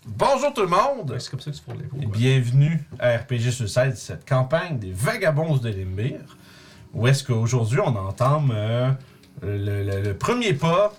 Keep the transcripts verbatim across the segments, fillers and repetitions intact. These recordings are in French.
Bonjour tout le monde! Ouais, c'est comme ça que tu fais les Et bienvenue à R P G Suicide, cette campagne des Vagabonds de Limbir, où est-ce qu'aujourd'hui on entame euh, le, le, le premier pas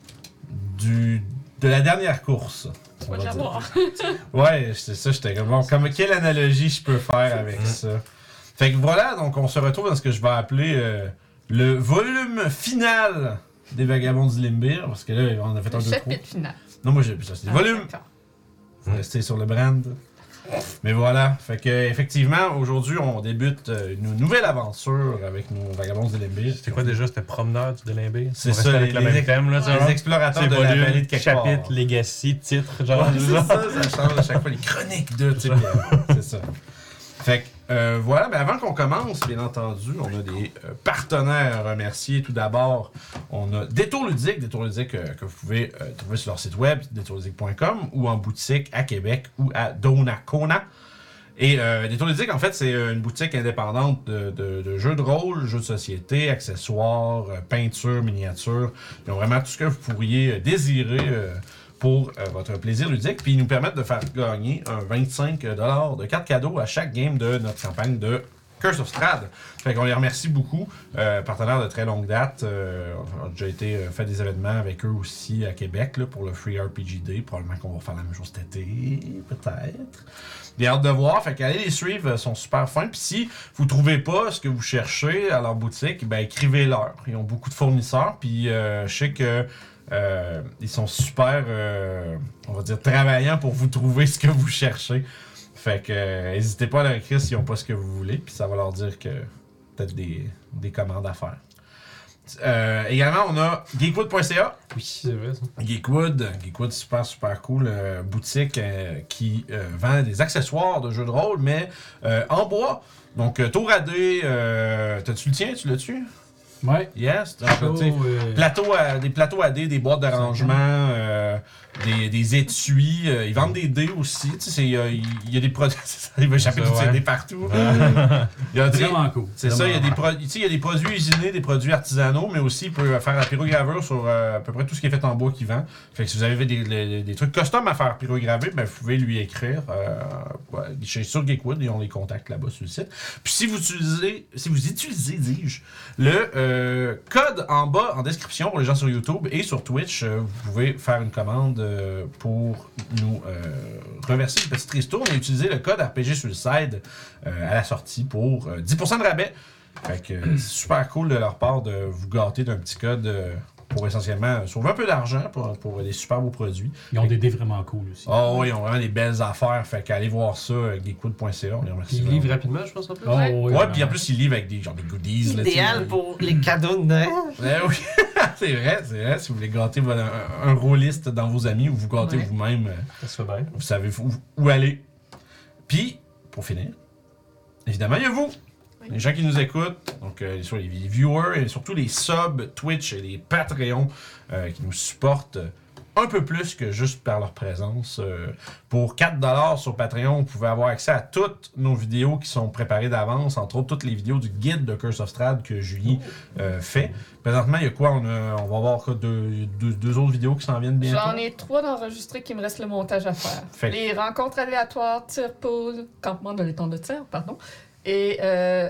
du, de la dernière course. Tu vas l'avoir. Ouais, c'est ça, j'étais comme, bon, comme, quelle analogie je peux faire avec ça? Fait que voilà, donc on se retrouve dans ce que je vais appeler euh, le volume final des Vagabonds du Limbir, parce que là, on a fait Le un deux trois. chapitre final. Non, moi j'ai plus ça, c'est Ah, volume. d'accord. Faut rester sur le brand. Mais voilà, fait que effectivement, aujourd'hui, on débute euh, une nouvelle aventure avec nos Vagabonds de Limbir. C'était quoi déjà? C'était promeneur du Limbir? C'est ça, les, avec le les, même ex- thème, là, tu les vois? explorateurs C'est de la volume, vallée de quelque chapitre, part. legacy, titre, genre. Ouais, c'est genre. ça, ça change à chaque fois les chroniques de, tu sais, puis, euh, c'est ça. Fait que, euh, voilà, mais avant qu'on commence, bien entendu, on a des euh, partenaires à remercier. Tout d'abord, on a Détour Ludique, Détour Ludique euh, que vous pouvez euh, trouver sur leur site web, détour ludique point com, ou en boutique à Québec ou à Donnacona. Et euh, Détour Ludique, en fait, c'est une boutique indépendante de, de, de jeux de rôle, jeux de société, accessoires, euh, peinture, miniatures. Ils ont vraiment tout ce que vous pourriez euh, désirer euh, pour euh, votre plaisir ludique. Puis ils nous permettent de faire gagner un vingt-cinq dollars de cartes cadeaux à chaque game de notre campagne de Curse of Strahd. Fait qu'on les remercie beaucoup. Euh, partenaires de très longue date. Euh, on a déjà été euh, fait des événements avec eux aussi à Québec là, pour le Free R P G Day. Probablement qu'on va faire la même chose cet été, peut-être. J'ai hâte de voir. Fait qu'allez les suivre, ils sont super fins. Puis si vous trouvez pas ce que vous cherchez à leur boutique, ben écrivez-leur. Ils ont beaucoup de fournisseurs. Puis euh, je sais que euh, ils sont super, euh, on va dire, travaillants pour vous trouver ce que vous cherchez. Fait que euh, n'hésitez pas à leur écrire s'ils n'ont pas ce que vous voulez. Puis ça va leur dire que peut-être des, des commandes à faire. Euh, également, on a geekwood point c a. Oui, c'est vrai, ça. Geekwood, Geekwood, super super cool, euh, boutique euh, qui euh, vend des accessoires de jeux de rôle, mais euh, en bois. Donc, euh, tour à dés, euh, t'as-tu le tien, tu l'as-tu? Ouais. Yes. Donc, Oh, tu sais, euh, plateau à, des plateaux à dés, des boîtes de rangement, euh, des, des étuis. Euh, ils vendent des dés aussi. Tu sais, il euh, y, y a des produits. Il va échapper Ça, tous ces ouais. dés partout. Il y a, tu sais, vraiment cool. c'est ça, il y, a des Vraiment. pro- tu sais, il y a des produits usinés, des produits artisanaux, mais aussi il peut faire la pyrogravure sur euh, à peu près tout ce qui est fait en bois qu'il vend. Fait que si vous avez des, des, des trucs custom à faire pyrograver, ben, vous pouvez lui écrire euh, ouais, chez sur Geekwood et on les contacte là-bas sur le site. Puis si vous utilisez, si vous utilisez, dis-je, le euh, code en bas en description pour les gens sur YouTube et sur Twitch, euh, vous pouvez faire une commande euh, pour nous euh, reverser une petite ristourne et utiliser le code R P G Suicide euh, à la sortie pour euh, dix pour cent de rabais. Fait que euh, c'est super cool de leur part de vous gâter d'un petit code euh, pour essentiellement sauver un peu d'argent pour, pour des super beaux produits. Ils ont des dés vraiment cool aussi. Oh oui, ils ont vraiment des belles affaires. Fait qu'allez voir ça, euh, geekwood point c a, on les remercie. Ils vraiment. livrent rapidement, je pense, en plus. Oh, Ouais. oui, Ouais, puis en plus, ils livrent avec des, genre, des goodies. Là, tu sais. Idéal pour les cadeaux de Noël. Ouais, oui, c'est vrai, c'est vrai. Si vous voulez gâter votre- un, un rôliste dans vos amis ou vous gâtez Ouais. vous-même, euh, Ça se fait bien. vous savez où, où aller. Puis, pour finir, évidemment, il y a vous. Oui. Les gens qui nous écoutent, donc euh, sur les viewers et surtout les subs Twitch et les Patreons euh, qui nous supportent euh, un peu plus que juste par leur présence. Euh, pour quatre dollars sur Patreon, vous pouvez avoir accès à toutes nos vidéos qui sont préparées d'avance, entre autres toutes les vidéos du guide de Curse of Strahd que Julie euh, fait. Présentement, il y a quoi? On, a- on va avoir quoi, deux, deux, deux autres vidéos qui s'en viennent bientôt. J'en ai trois d'enregistrés qui me reste le montage à faire. Fait- Les rencontres aléatoires, tir pool, campement de l'étang de tir, pardon. Et euh,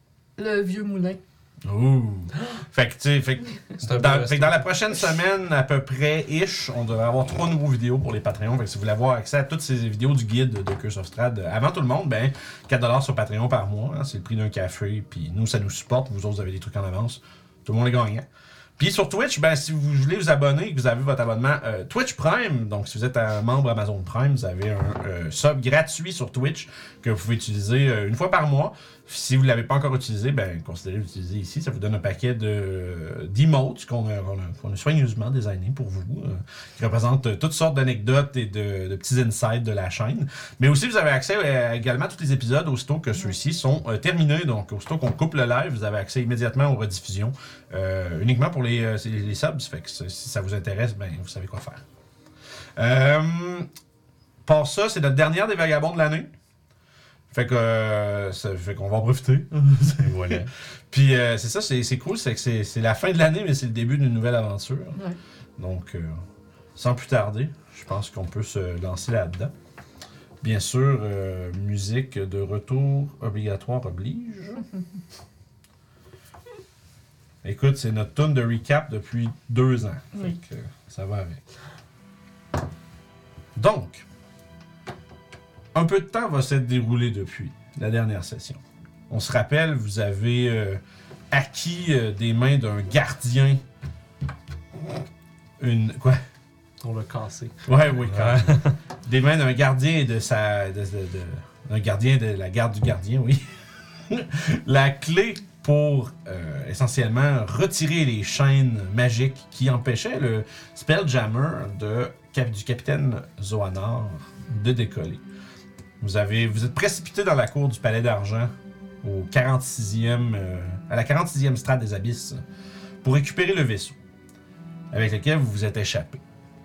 le vieux moulin. Ouh! Fait que, tu sais, fait que C'est un Dans, peu fait que dans la prochaine semaine, à peu près, ish, on devrait avoir trois nouveaux vidéos pour les Patreons. Fait que si vous voulez avoir accès à toutes ces vidéos du guide de Curse of Strahd euh, avant tout le monde, ben, quatre dollars sur Patreon par mois. Hein, c'est le prix d'un café. Puis nous, ça nous supporte. Vous autres, vous avez des trucs en avance. Tout le monde est gagnant. Puis sur Twitch, ben, si vous voulez vous abonner et que vous avez votre abonnement euh, Twitch Prime, donc si vous êtes un membre Amazon Prime, vous avez un euh, sub gratuit sur Twitch que vous pouvez utiliser euh, une fois par mois. Si vous ne l'avez pas encore utilisé, ben, considérez l'utiliser ici. Ça vous donne un paquet de, d'emotes qu'on a, qu'on a, qu'on a soigneusement designés pour vous, euh, qui représentent euh, toutes sortes d'anecdotes et de, de petits insights de la chaîne. Mais aussi, vous avez accès euh, également à tous les épisodes aussitôt que ceux-ci sont euh, terminés. Donc, aussitôt qu'on coupe le live, vous avez accès immédiatement aux rediffusions, euh, uniquement pour les, euh, les, les subs. Fait que si ça vous intéresse, ben, vous savez quoi faire. Euh, par ça, c'est notre dernière des Vagabonds de l'année. Fait que euh, ça fait qu'on va en profiter. Et voilà. Puis euh, c'est ça, c'est, c'est cool, c'est que c'est, c'est la fin de l'année, mais c'est le début d'une nouvelle aventure. Ouais. Donc, euh, sans plus tarder, je pense qu'on peut se lancer là-dedans. Bien sûr, euh, musique de retour obligatoire oblige. Écoute, c'est notre tune de recap depuis deux ans. Oui. Fait que ça va avec. Donc, un peu de temps va s'être déroulé depuis la dernière session. On se rappelle, vous avez euh, acquis euh, des mains d'un gardien une. Quoi? On l'a cassé. Ouais, oui, quand même. Des mains d'un gardien et de sa. De, de, de, d'un gardien de la garde du gardien, oui. La clé pour euh, essentiellement retirer les chaînes magiques qui empêchaient le Spelljammer de, cap, du capitaine Zoanar de décoller. Vous, avez, vous êtes précipité dans la cour du Palais d'Argent au quarante-sixième, euh, à la quarante-sixième strate des Abysses pour récupérer le vaisseau avec lequel vous vous êtes échappé.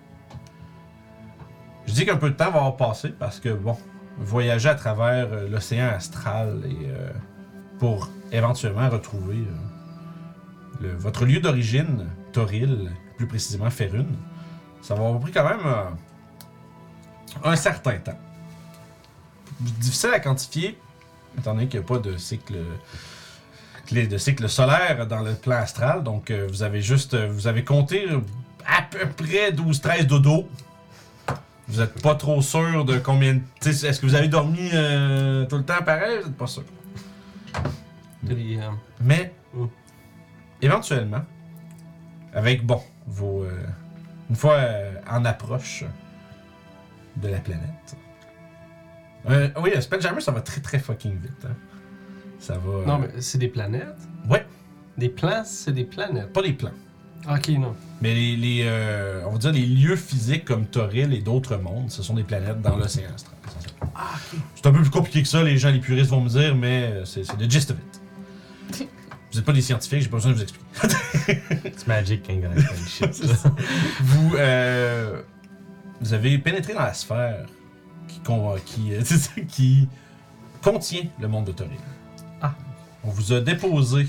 Je dis qu'un peu de temps va avoir passé parce que, bon, voyager à travers euh, l'océan astral et euh, pour éventuellement retrouver euh, le, votre lieu d'origine, Toril, plus précisément Ferune, ça va avoir pris quand même euh, un certain temps. Difficile à quantifier, étant donné qu'il n'y a pas de cycle, de cycle solaire dans le plan astral, donc euh, vous avez juste, vous avez compté à peu près douze treize dodo. Vous êtes pas trop sûr de combien de... Est-ce que vous avez dormi euh, tout le temps pareil? Vous êtes pas sûr. Les, euh, Mais, Mm. éventuellement, avec, bon, vos... euh, une fois euh, en approche de la planète... Euh, oui, le Spelljammer, ça va très très fucking vite. Hein. Ça va... euh, Non, mais c'est des planètes? Ouais. Des plans, c'est des planètes. Pas les plans. Ok, non. Mais les, les euh, on va dire les lieux physiques comme Toril et d'autres mondes, ce sont des planètes dans l'océan astral. Ah, ok. C'est un peu plus compliqué que ça, les gens, les puristes vont me dire, mais c'est, c'est le gist of it. Vous n'êtes pas des scientifiques, j'ai pas besoin de vous expliquer. It's magic ain't gonna change shit. C'est ça. vous, euh, vous avez pénétré dans la sphère qui, con- qui, euh, c'est ça, qui contient le monde de Toril. Ah. On vous a déposé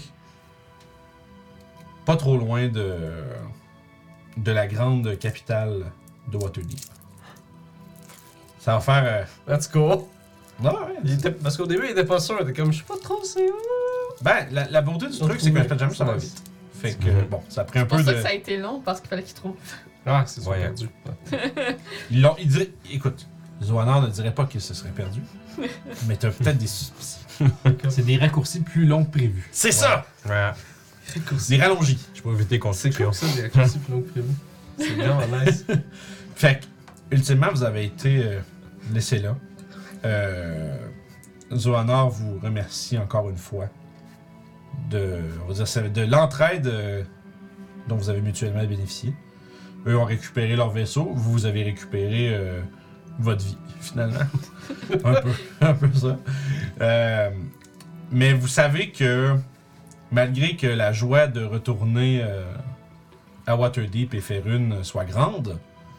pas trop loin de, de la grande capitale de Waterdeep. Ça va faire... Euh, Let's go. non, ouais, Il était, parce qu'au début, il était pas sûr. Il était comme, je sais pas trop c'est où. ben, la, la beauté du truc, c'est qu'un Spelljammer, ça va vite. Fait que, Mhm. bon, ça a pris un C'est pour peu ça de... que ça a été long, parce qu'il fallait qu'il trouve. Ah, c'est ça, Ouais. perdu. Ils l'ont... Ils diraient... Écoute, Zoanar ne dirait pas qu'il se serait perdu, mais t'as peut-être des suspicions. C'est des raccourcis plus longs que prévu. C'est ça! Ouais. Des rallongis. Je peux éviter qu'on C'est se comme ça, des raccourcis plus longs que prévu. C'est vraiment nice. Fait que, ultimement, vous avez été euh, laissé là. Euh, Zoanar vous remercie encore une fois de, on va dire, c'est de l'entraide euh, dont vous avez mutuellement bénéficié. Eux ont récupéré leur vaisseau, vous, vous avez récupéré euh, votre vie, finalement. un, peu, un peu ça. Euh, mais vous savez que, malgré que la joie de retourner euh, à Waterdeep et Ferune soit grande,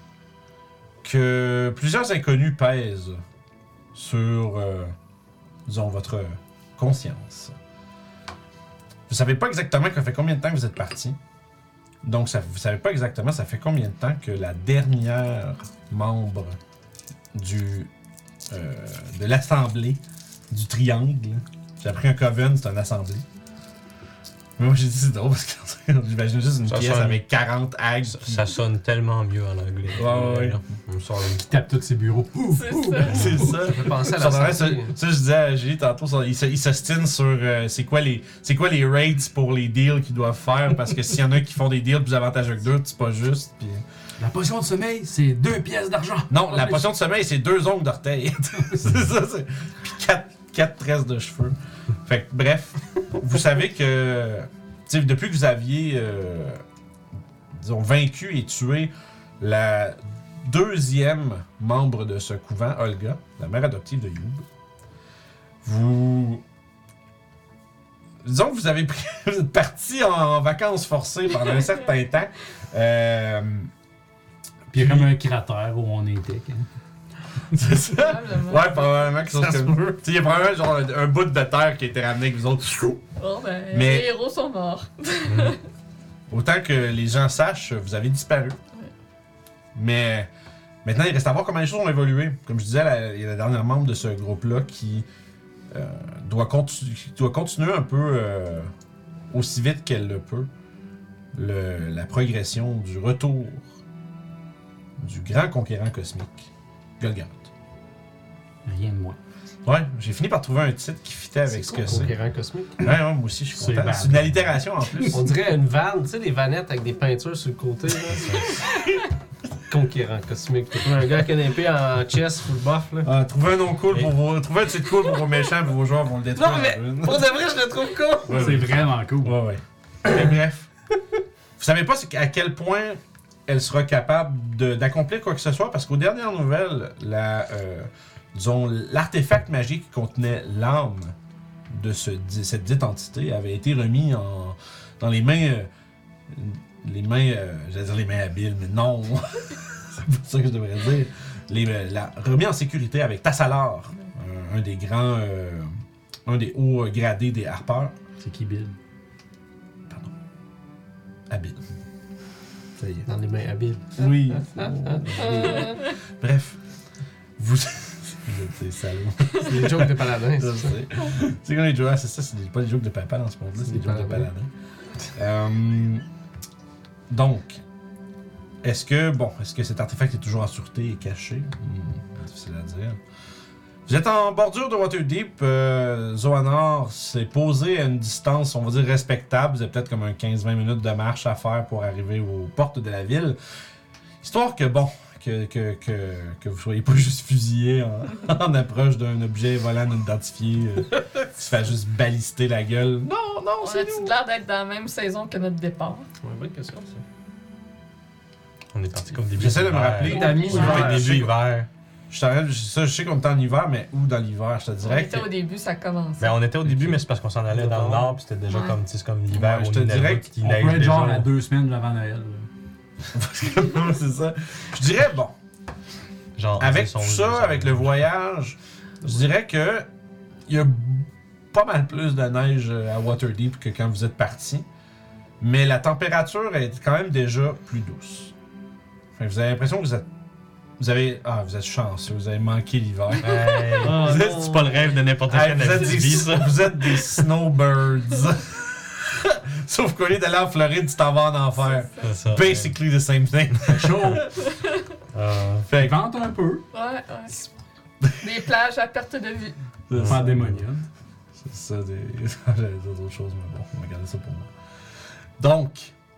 que plusieurs inconnus pèsent sur, euh, disons, votre conscience. Vous savez pas exactement ça fait combien de temps que vous êtes parti. Donc, ça, vous savez pas exactement ça fait combien de temps que la dernière membre du, euh, de l'assemblée du triangle, j'ai appris un coven, c'est une assemblée. Mais moi, j'ai dit c'est drôle parce que j'imagine juste une Ça pièce sonne- avec quarante hags. Ça, qui- ça sonne tellement mieux en anglais. Ouais, ouais, ouais. Là, on sort le- Qui tape tous ses bureaux. C'est ça. C'est ça. Ça fait penser à Ça, la ça, santé. ça, je disais à Julie tantôt, ça, il se- il s'ostine sur euh, c'est quoi les c'est quoi les rates pour les deals qu'ils doivent faire parce que s'il y en a qui font des deals plus avantageux que d'autres, c'est pas juste. Puis... La potion de sommeil, c'est deux pièces d'argent. Non, la potion de sommeil, c'est deux ongles d'orteil. c'est ça, c'est. Puis quatre, quatre tresses de cheveux. Fait que, bref, vous savez que tu sais, depuis que vous aviez euh, disons, vaincu et tué la deuxième membre de ce couvent, Olga, la mère adoptive de Youb, vous... Disons que vous avez pris... vous êtes parti en, en vacances forcées pendant un certain temps. Euh... Puis il y a comme un cratère où on était. hein. C'est ça? Probablement. Ouais, probablement que ça Ça se se peut. Tu sais, il y a probablement genre un, un bout de terre qui a été ramené avec vous autres. Bon, ben, Mais- les héros sont morts. Autant que les gens sachent, vous avez disparu. Mais Maintenant, il reste à voir comment les choses ont évolué. Comme je disais, la- il y a la dernière membre de ce groupe-là qui euh, doit, continu- qui doit continuer un peu euh, aussi vite qu'elle le peut le- la progression du retour du grand conquérant cosmique, Golgaroth. Rien de moins. Ouais, j'ai fini par trouver un titre qui fitait avec ce que c'est. Conquérant cosmique. Ouais, ouais, moi aussi, je suis C'est content. bad. C'est une allitération en plus. On dirait une vanne, tu sais, les vannettes avec des peintures sur le côté. Là. Conquérant cosmique. T'as pris un gars canapé en chess full buff. Là. Ah, trouvez un nom cool pour vos. Trouvez un titre cool pour vos méchants et vos joueurs vont le détruire. Non, mais en une. pour de vrai, je le trouve cool. Ouais, C'est ouais. vraiment cool. Ouais, ouais. Mais bref. Vous savez pas c'est à quel point elle sera capable de- d'accomplir quoi que ce soit, parce qu'aux dernières nouvelles, la, euh, disons, l'artefact magique qui contenait l'âme de ce, di- cette dite entité avait été remis en, dans les mains. euh, les mains. euh, J'allais dire les mains habiles, mais non. C'est pas ça que je devrais dire. Les, euh, la, remis en sécurité avec Tassalar, un, un des grands. euh, un des hauts gradés des harpeurs. C'est qui Bill? Habile. Ça y est. Dans les mains habiles. Oui. Euh, Bref. Vous. Vous êtes des salauds. C'est des jokes de paladin, Je c'est ça. sais. C'est comme les joueurs, c'est ça, c'est des- pas des jokes de papa dans ce monde-là, c'est C'est des des jokes de paladins. paladin. Euh, donc, est-ce que, bon, est-ce que cet artefact est toujours en sûreté et caché? Hmm, difficile à dire. Vous êtes en bordure de Waterdeep. Euh, Zoanor s'est posé à une distance, on va dire, respectable. Vous avez peut-être comme un quinze vingt minutes de marche à faire pour arriver aux portes de la ville. Histoire que, bon, que, que, que, que vous soyez pas juste fusillé en, en approche d'un objet volant non identifié euh, qui se fait juste balister la gueule. Non, non, On c'est a-tu nous! l'air d'être dans la même saison que notre départ? Ouais, bonne question, ça. On est parti comme début J'essaie de me d'hiver. rappeler. T'as mis Ouais, l'hiver. je sais Début qu'on- hiver. Je t'arrête, je- ça, je sais qu'on était en hiver, mais où dans l'hiver? Je te On dirais était que... au début, ça commence. Ben, on était au début, mais c'est parce qu'on s'en allait dans le nord, puis c'était déjà Ouais. comme, tu sais, c'est comme l'hiver Ouais, je au te Nunavut dirais qui On neige peut être déjà. genre à deux semaines avant Noël. là. Non, c'est ça. Je dirais, bon, Genre, avec dix, tout onze, ça, douze, avec le onze. voyage, je dirais que il y a pas mal plus de neige à Waterdeep que quand vous êtes parti. Mais la température est quand même déjà plus douce. Fait que vous avez l'impression que vous êtes... Vous avez... Ah, vous êtes chanceux, vous avez manqué l'hiver. Hey, Oh, c'est- non. c'est pas le rêve de n'importe Hey, quel vous, êtes activité, des, ça. vous êtes des snowbirds. Sauf qu'au lieu d'aller en Floride, tu t'en vas en enfer. C'est ça. Basically the same thing. Chaud. Euh, Fait que... Vente un peu. Ouais, ouais. Des plages à perte de vue. C'est Pas ça. démoniaque. C'est ça, des... j'allais dire d'autres choses, mais bon, on va garder ça pour moi. Donc,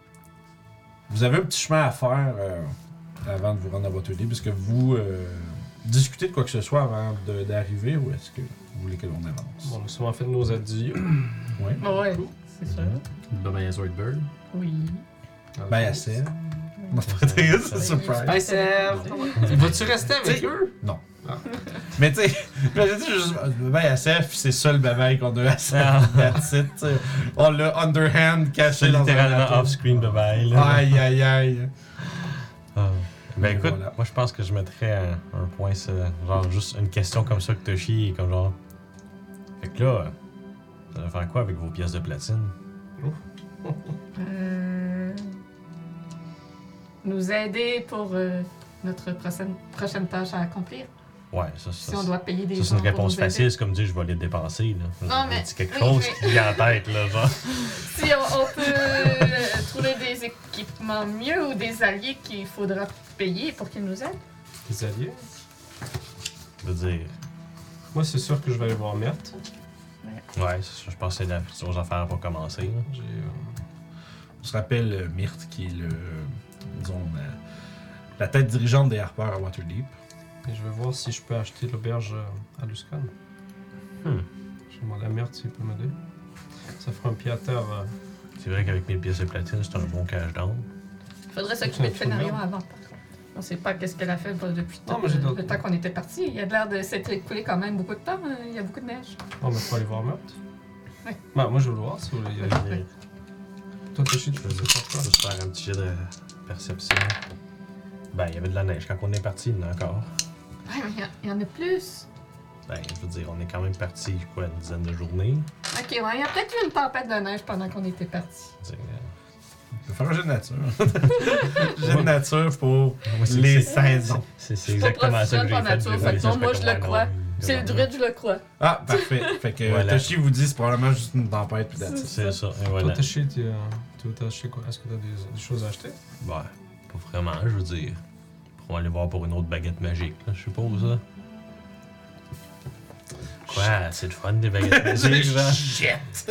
vous avez un petit chemin à faire euh, avant de vous rendre à Waterdeep. Est-ce que vous euh, discutez de quoi que ce soit avant de- d'arriver ou est-ce que vous voulez que l'on avance? Bon, on a souvent fait nos adieux. Oui. Ouais, c'est ça. Bye bye Swordbird. Oui. Ben, assez. Non, c'est pas très c'est surprise. Bye, Serge! Vas-tu rester avec eux? Non. Mais tu sais, j'ai dit juste ben à S F, puis c'est ça le babaille qu'on a à S F. Ah. That's it, tu sais. On l'a underhand caché C'est dans un littéralement bateau. off-screen de bail. là. Aïe aïe aïe. Ah. Ben Et écoute, voilà. moi je pense que je mettrais un, un point, sur, genre juste une question comme ça que Toshi est comme genre. Fait que là, ça va faire quoi avec vos pièces de platine? Euh, Nous aider pour euh, notre prochaine, prochaine tâche à accomplir. Ouais, ça, ça, Si on doit payer des ça, gens c'est une pour réponse nous aider. facile, c'est comme dire je vais les dépenser. Là. Non, mais- C'est quelque oui, chose mais- qui vient en tête, là, genre. Si on, on peut euh, trouver des équipements mieux ou des alliés qu'il faudra payer pour qu'ils nous aident. Les alliés. Je veux dire. Moi, c'est sûr que je vais aller voir Merte. Ouais, c'est ça, je pense que c'est la aux affaires pour commencer. là. J'ai, euh, On se rappelle euh, Myrthe qui est le, euh, disons, la, la tête dirigeante des harpeurs à Waterdeep. et je vais voir si je peux acheter l'auberge euh, à Luscan. Hmm. Je vais demander à Merte s'il peut m'aider. Ça fera un pied à terre. euh, C'est vrai qu'avec mes pièces de platine, c'est un bon cash down. Il faudrait s'occuper de Fénarion avant, par contre. On sait pas qu'est-ce qu'elle a fait bah, depuis Non, tout mais j'ai le, d'autres- le temps qu'on était parti. Il y a de l'air de s'être écoulé quand même beaucoup de temps. hein. Il y a beaucoup de neige. Bon, mais faut aller voir Merte. Ouais. Bah, moi, je veux le voir si vous voulez y aller. Ouais. Toi, Toshi, tu Je veux veux faire quoi? juste faire un petit jet de perception. Ben, il y avait de la neige. Quand on est parti, il y en a encore. Ouais, mais il y a- il y, en a plus. Ben, je veux dire, on est quand même parti, quoi, une dizaine de journées. Ok, ouais, il y a peut-être eu une tempête de neige pendant qu'on était parti. C'est, euh, Il faire un jeu de nature. Jeu de nature pour Moi, c'est- les c'est- saisons. C'est c'est Je suis pas exactement ça que j'ai professionnelle en fait. nature, j'ai fait que fait non, ça, moi, je je fais le comme, crois. ouais, C'est le ouais. druide, je le crois. Ah, parfait. Fait que Voilà. Toshi vous dit c'est probablement juste une tempête puis that's it. C'est ça, et Toi, voilà. t'as acheté, tu as acheté quoi? Est-ce que t'as des, des choses à acheter? Ouais, pas vraiment, je veux dire. On va aller voir pour une autre baguette magique, là, je suppose, ça. Quoi, c'est le fun des baguettes magiques, genre. Shit!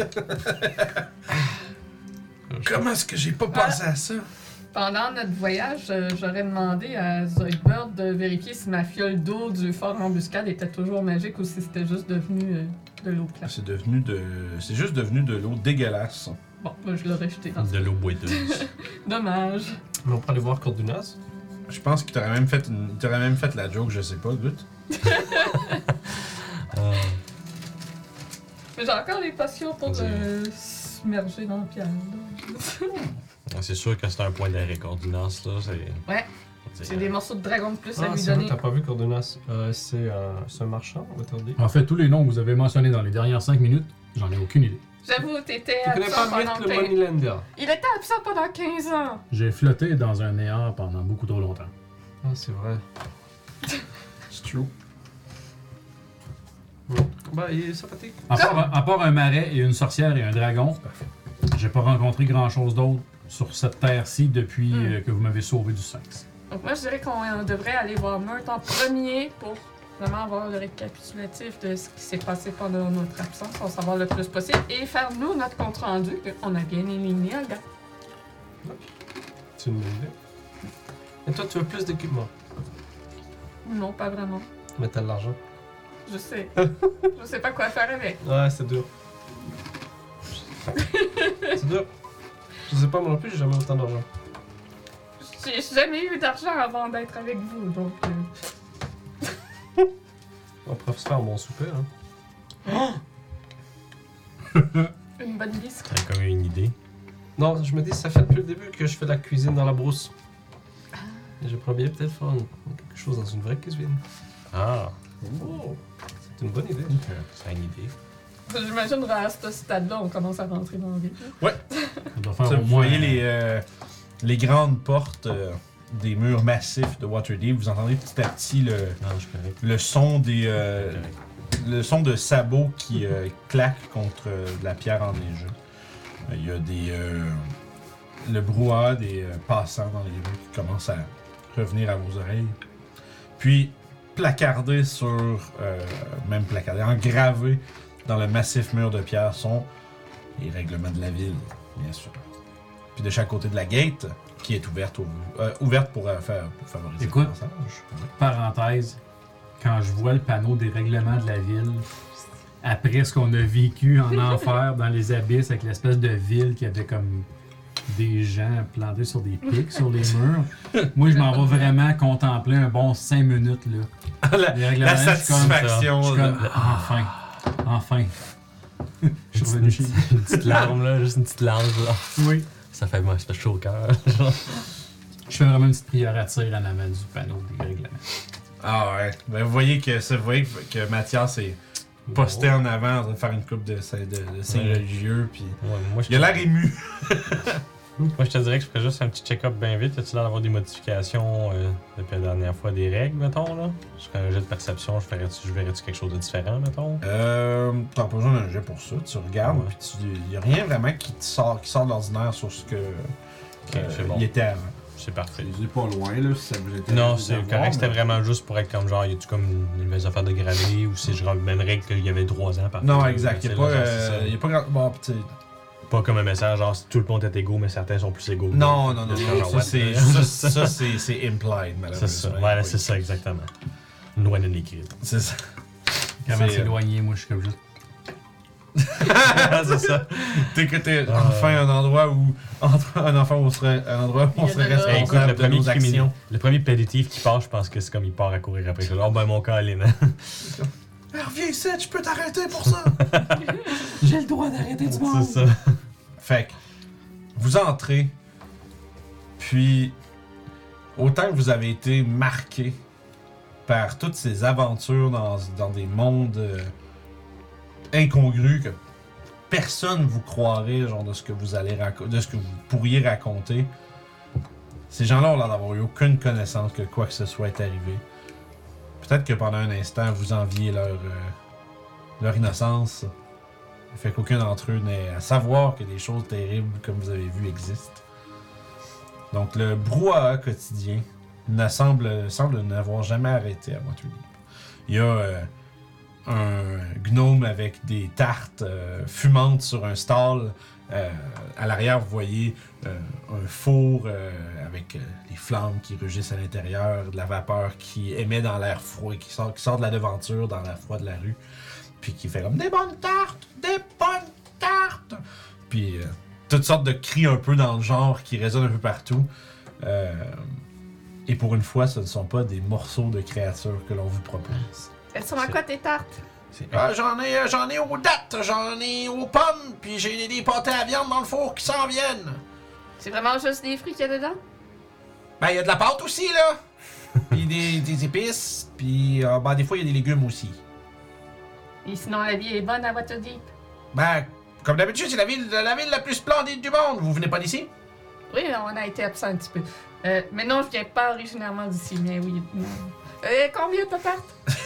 Comment est-ce que j'ai pas pensé à ça? Pendant notre voyage, euh, j'aurais demandé à Zoidberg de vérifier si ma fiole d'eau du fort embuscade était toujours magique ou si c'était juste devenu euh, de l'eau plate. C'est devenu de. C'est juste devenu de l'eau dégueulasse. Bon, moi, je l'aurais jeté dans De l'eau boiteuse. ce Dommage. Mais on peut aller voir Cordunas. Je pense qu'il t'aurait même fait une... il t'aurait même fait la joke, je sais pas, Glut. Euh, Mais j'ai encore des potions pour Vas-y. euh, s'immerger dans la pierre. donc. c'est sûr que c'est un point d'arrêt coordinace, là. C'est. Ouais. c'est- J'ai des morceaux de dragon de plus à Ah, lui c'est vrai, donner. t'as pas vu Cordunas. Euh, c'est euh, c'est un marchand, on va te dire. En fait, tous les noms que vous avez mentionnés dans les dernières cinq minutes, j'en ai aucune idée. J'avoue, t'étais Tu connais absent pas pendant Myth le quinze... Moneylander? Il était absent pendant quinze ans. J'ai flotté dans un néant pendant beaucoup trop longtemps. Ah, c'est vrai. C'est true. Bah, il est sympathique. À part, à part un marais et une sorcière et un dragon, j'ai pas rencontré grand chose d'autre sur cette terre-ci depuis Hmm. euh, que vous m'avez sauvé du Sphinx. Donc moi, je dirais qu'on euh, devrait aller voir Meurthe en premier pour vraiment avoir le récapitulatif de ce qui s'est passé pendant notre absence, en savoir le plus possible, et faire, nous, notre compte-rendu. On a bien éliminé un gars. C'est une bonne idée. Et toi, tu veux plus d'équipement. Non, pas vraiment. Mais t'as de l'argent. Je sais. Je sais pas quoi faire avec. Ouais, c'est dur. C'est dur. Je sais pas, moi non plus, j'ai jamais autant d'argent. J'ai jamais eu d'argent avant d'être avec vous, donc... euh, On pourrait se faire un bon souper, hein. une bonne liste. T'as comme une idée. Non, je me dis, ça fait depuis le début que je fais de la cuisine dans la brousse. Et je pourrais bien peut-être faire une- quelque chose dans une vraie cuisine. Ah, Oh, c'est une bonne idée. c'est une idée. J'imagine à ce stade-là, on commence à rentrer dans la vie. On doit faire Ça, au vous moins. voyez les, euh, les grandes portes euh, des murs massifs de Waterdeep. Vous entendez petit à petit le, Non, je suis correct. le son des. Je euh, suis correct. le son de sabots qui euh, claquent contre euh, de la pierre enneigée. Euh, Il y a des. euh, le brouhaha des euh, passants dans les rues qui commence à revenir à vos oreilles. Puis, placardé sur. euh, même placardé, engravé dans le massif mur de pierre sont les règlements de la ville, bien sûr. Puis de chaque côté de la gate, qui est ouverte, au, euh, ouverte pour, euh, faire, pour favoriser Écoute. le passage. Parenthèse, quand je vois le panneau des règlements de la ville, après ce qu'on a vécu en enfer dans les abysses avec l'espèce de ville qui avait comme des gens plantés sur des pics sur les murs, moi je m'en vais vraiment contempler un bon cinq minutes là. la, Les règlements, la je suis comme- satisfaction. je suis comme, là. ah, enfin, enfin. Je suis Une revenu chez petite, une petite larme, là, juste une petite larme, là. Oui. Ça fait, moi, ça fait chaud au cœur. Je fais vraiment une petite prière à tir en avant du panneau des règlements. Ah ouais. Ben, vous voyez que ça, vous voyez que, que Mathias est posté en avant en train de faire une coupe de, de, de signes Ouais. religieux. Puis Ouais, moi, je il a l'air ému. Moi, je te dirais que je ferais juste un petit check-up bien vite. As-tu l'air d'avoir des modifications euh, depuis la dernière fois des règles, mettons, là? Je ferais un jet de perception, je ferais-tu, je verrais-tu quelque chose de différent, mettons? Euh, t'as pas besoin d'un jet pour ça. Tu regardes, Ouais. puis tu, y a rien vraiment qui te sort, qui sort de l'ordinaire sur ce que Ok, euh, c'est bon. il était avant. C'est parfait. C'est pas loin là, si ça vous intéresse. Non, de c'est voir, correct. C'était mais- vraiment juste pour être comme genre, y a-tu comme une nouvelle affaire de gravé ou c'est genre la même règle qu'il y avait trois ans par Non, exact. Il C'est y a là, pas, genre, c'est euh, ça. y a pas grand. Bon, tu sais, Pas comme un message genre, tout le monde est égaux, mais certains sont plus égaux. que Non, d'autres. non, non, C'est non. genre, Ça, what? c'est, ça, ça, c'est, c'est implied, malheureusement. C'est ça. Voilà, c'est ça, exactement. Une loi non écrite. C'est ça. Comment C'est, euh, s'éloigner, moi je suis comme juste. c'est ça. T'es que t'es Ah. enfin un endroit où. entre- Un enfant où on serait. Un endroit où on Il y a serait de la- Hey, écoute, responsable le de premier nos criminel, actions. le premier péditif qui part, je pense que c'est comme il part à courir après. Oh ben mon cas, Lynn. Ah, reviens ici, je peux t'arrêter pour ça. J'ai le droit d'arrêter du C'est ça. Fait que, vous entrez, puis autant que vous avez été marqué par toutes ces aventures dans, dans des mondes euh, incongrus que personne vous croirait genre de ce que vous allez raco- de ce que vous pourriez raconter. Ces gens-là ont l'air d'avoir eu aucune connaissance que quoi que ce soit est arrivé. Peut-être que pendant un instant, vous enviez leur, euh, leur innocence. Le fait qu'aucun d'entre eux n'ait à savoir que des choses terribles, comme vous avez vu, existent. Donc le brouhaha quotidien ne semble, semble n'avoir jamais arrêté à Waterdeep. Il y a euh, un gnome avec des tartes euh, fumantes sur un stall. Euh, à l'arrière, vous voyez euh, un four euh, avec euh, des flammes qui rugissent à l'intérieur, de la vapeur qui émet dans l'air froid, qui sort, qui sort de la devanture dans l'air froid de la rue, puis qui fait comme des bonnes tartes, des bonnes tartes. Puis euh, toutes sortes de cris un peu dans le genre qui résonnent un peu partout. Euh, et pour une fois, ce ne sont pas des morceaux de créatures que l'on vous propose. Elles sont à quoi tes tartes? C'est- Ah, j'en ai, euh, j'en ai aux dattes, j'en ai aux pommes, puis j'ai des, des pâtés à viande dans le four qui s'en viennent. C'est vraiment juste des fruits qu'il y a dedans? Ben, il y a de la pâte aussi, là. Puis des, des épices, puis euh, ben, des fois, il y a des légumes aussi. Et sinon, la vie est bonne à Waterdeep? Ben, comme d'habitude, c'est la ville, la ville la plus splendide du monde. Vous venez pas d'ici? Oui, on a été absent un petit peu. Euh, mais non, je viens pas originairement d'ici, mais oui. non. Euh, combien ta tarte?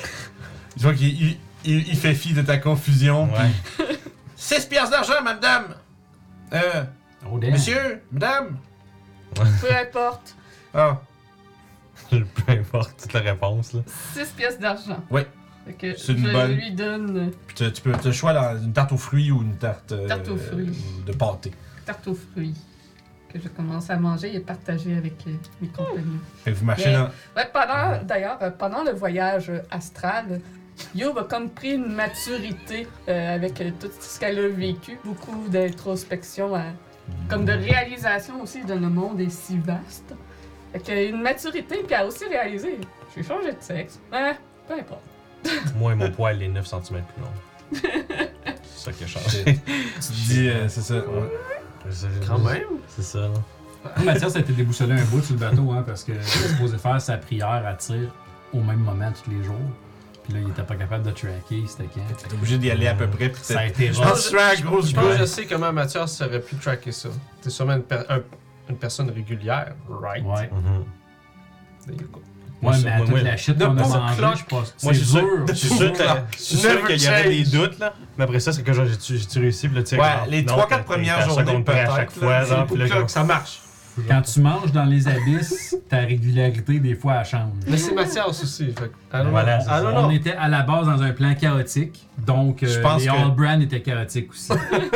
Je vois qu'il il, il, il fait fi de ta confusion. Ouais. six piastres d'argent, madame. Euh, Oh, damn. monsieur, madame. Peu importe. Ah, Peu importe toute la réponse, là. six pièces d'argent. Oui. Fait que C'est une je bonne- lui donne euh, puis tu, tu peux te choisir dans une tarte aux fruits ou une tarte, euh, Tarte aux fruits. de pâté. tarte aux fruits que je commence à manger et partager avec euh, mes compagnons. Fait que vous marchez Mais- dans... Ouais, pendant, d'ailleurs, euh, pendant le voyage euh, astral, Youb a comme pris une maturité euh, avec euh, tout ce qu'elle a vécu. Beaucoup d'introspection, euh, comme de réalisation aussi de le monde est si vaste. Fait qu'il y a une maturité, puis elle a aussi réalisé, j'ai changé de sexe. Ouais, peu importe. Moi et mon poil est neuf centimètres plus long. C'est ça qui a changé. Tu te dis, euh, c'est ça. Ouais. C'est- Quand même. C'est ça, là. Moi, Mathias a été déboussolé un bout sur le bateau, hein, parce qu'il était supposé faire sa prière à tir au même moment tous les jours. Puis là, il était pas capable de tracker, c'était quand. T'es obligé d'y aller à peu près. Puis Ça a t'es- été Je rough. pense que c'est un gros Je pense que je gars. sais comment Mathias aurait pu tracker ça. T'es sûrement une, per- un- une personne régulière, right? Ouais. Mhm. There you go. Ouais, Moi, mais à moi, toute moi, la shit de qu'on a pas mangé, clock. je pense. Moi, je suis sûr, dur. je suis sûr que- je suis sûr Never qu'il y avait des change. doutes, là. Mais après ça, c'est que genre, j'ai-tu j'ai-tu réussi, puis là, tu sais, Ouais, genre, les non, trois, quatre t'es- premières t'es à journées, seconde près à peut-être, chaque là. fois, C'est genre, le puis là, Clock, genre, ça marche. Quand tu manges dans les abysses, ta régularité, des fois, elle change. Mais c'est Mathias aussi. Fait que- ah non, Voilà, non. c'est Ah ça. non, On non. était à la base dans un plan chaotique, donc euh, Je pense les que- All Brand étaient chaotiques aussi.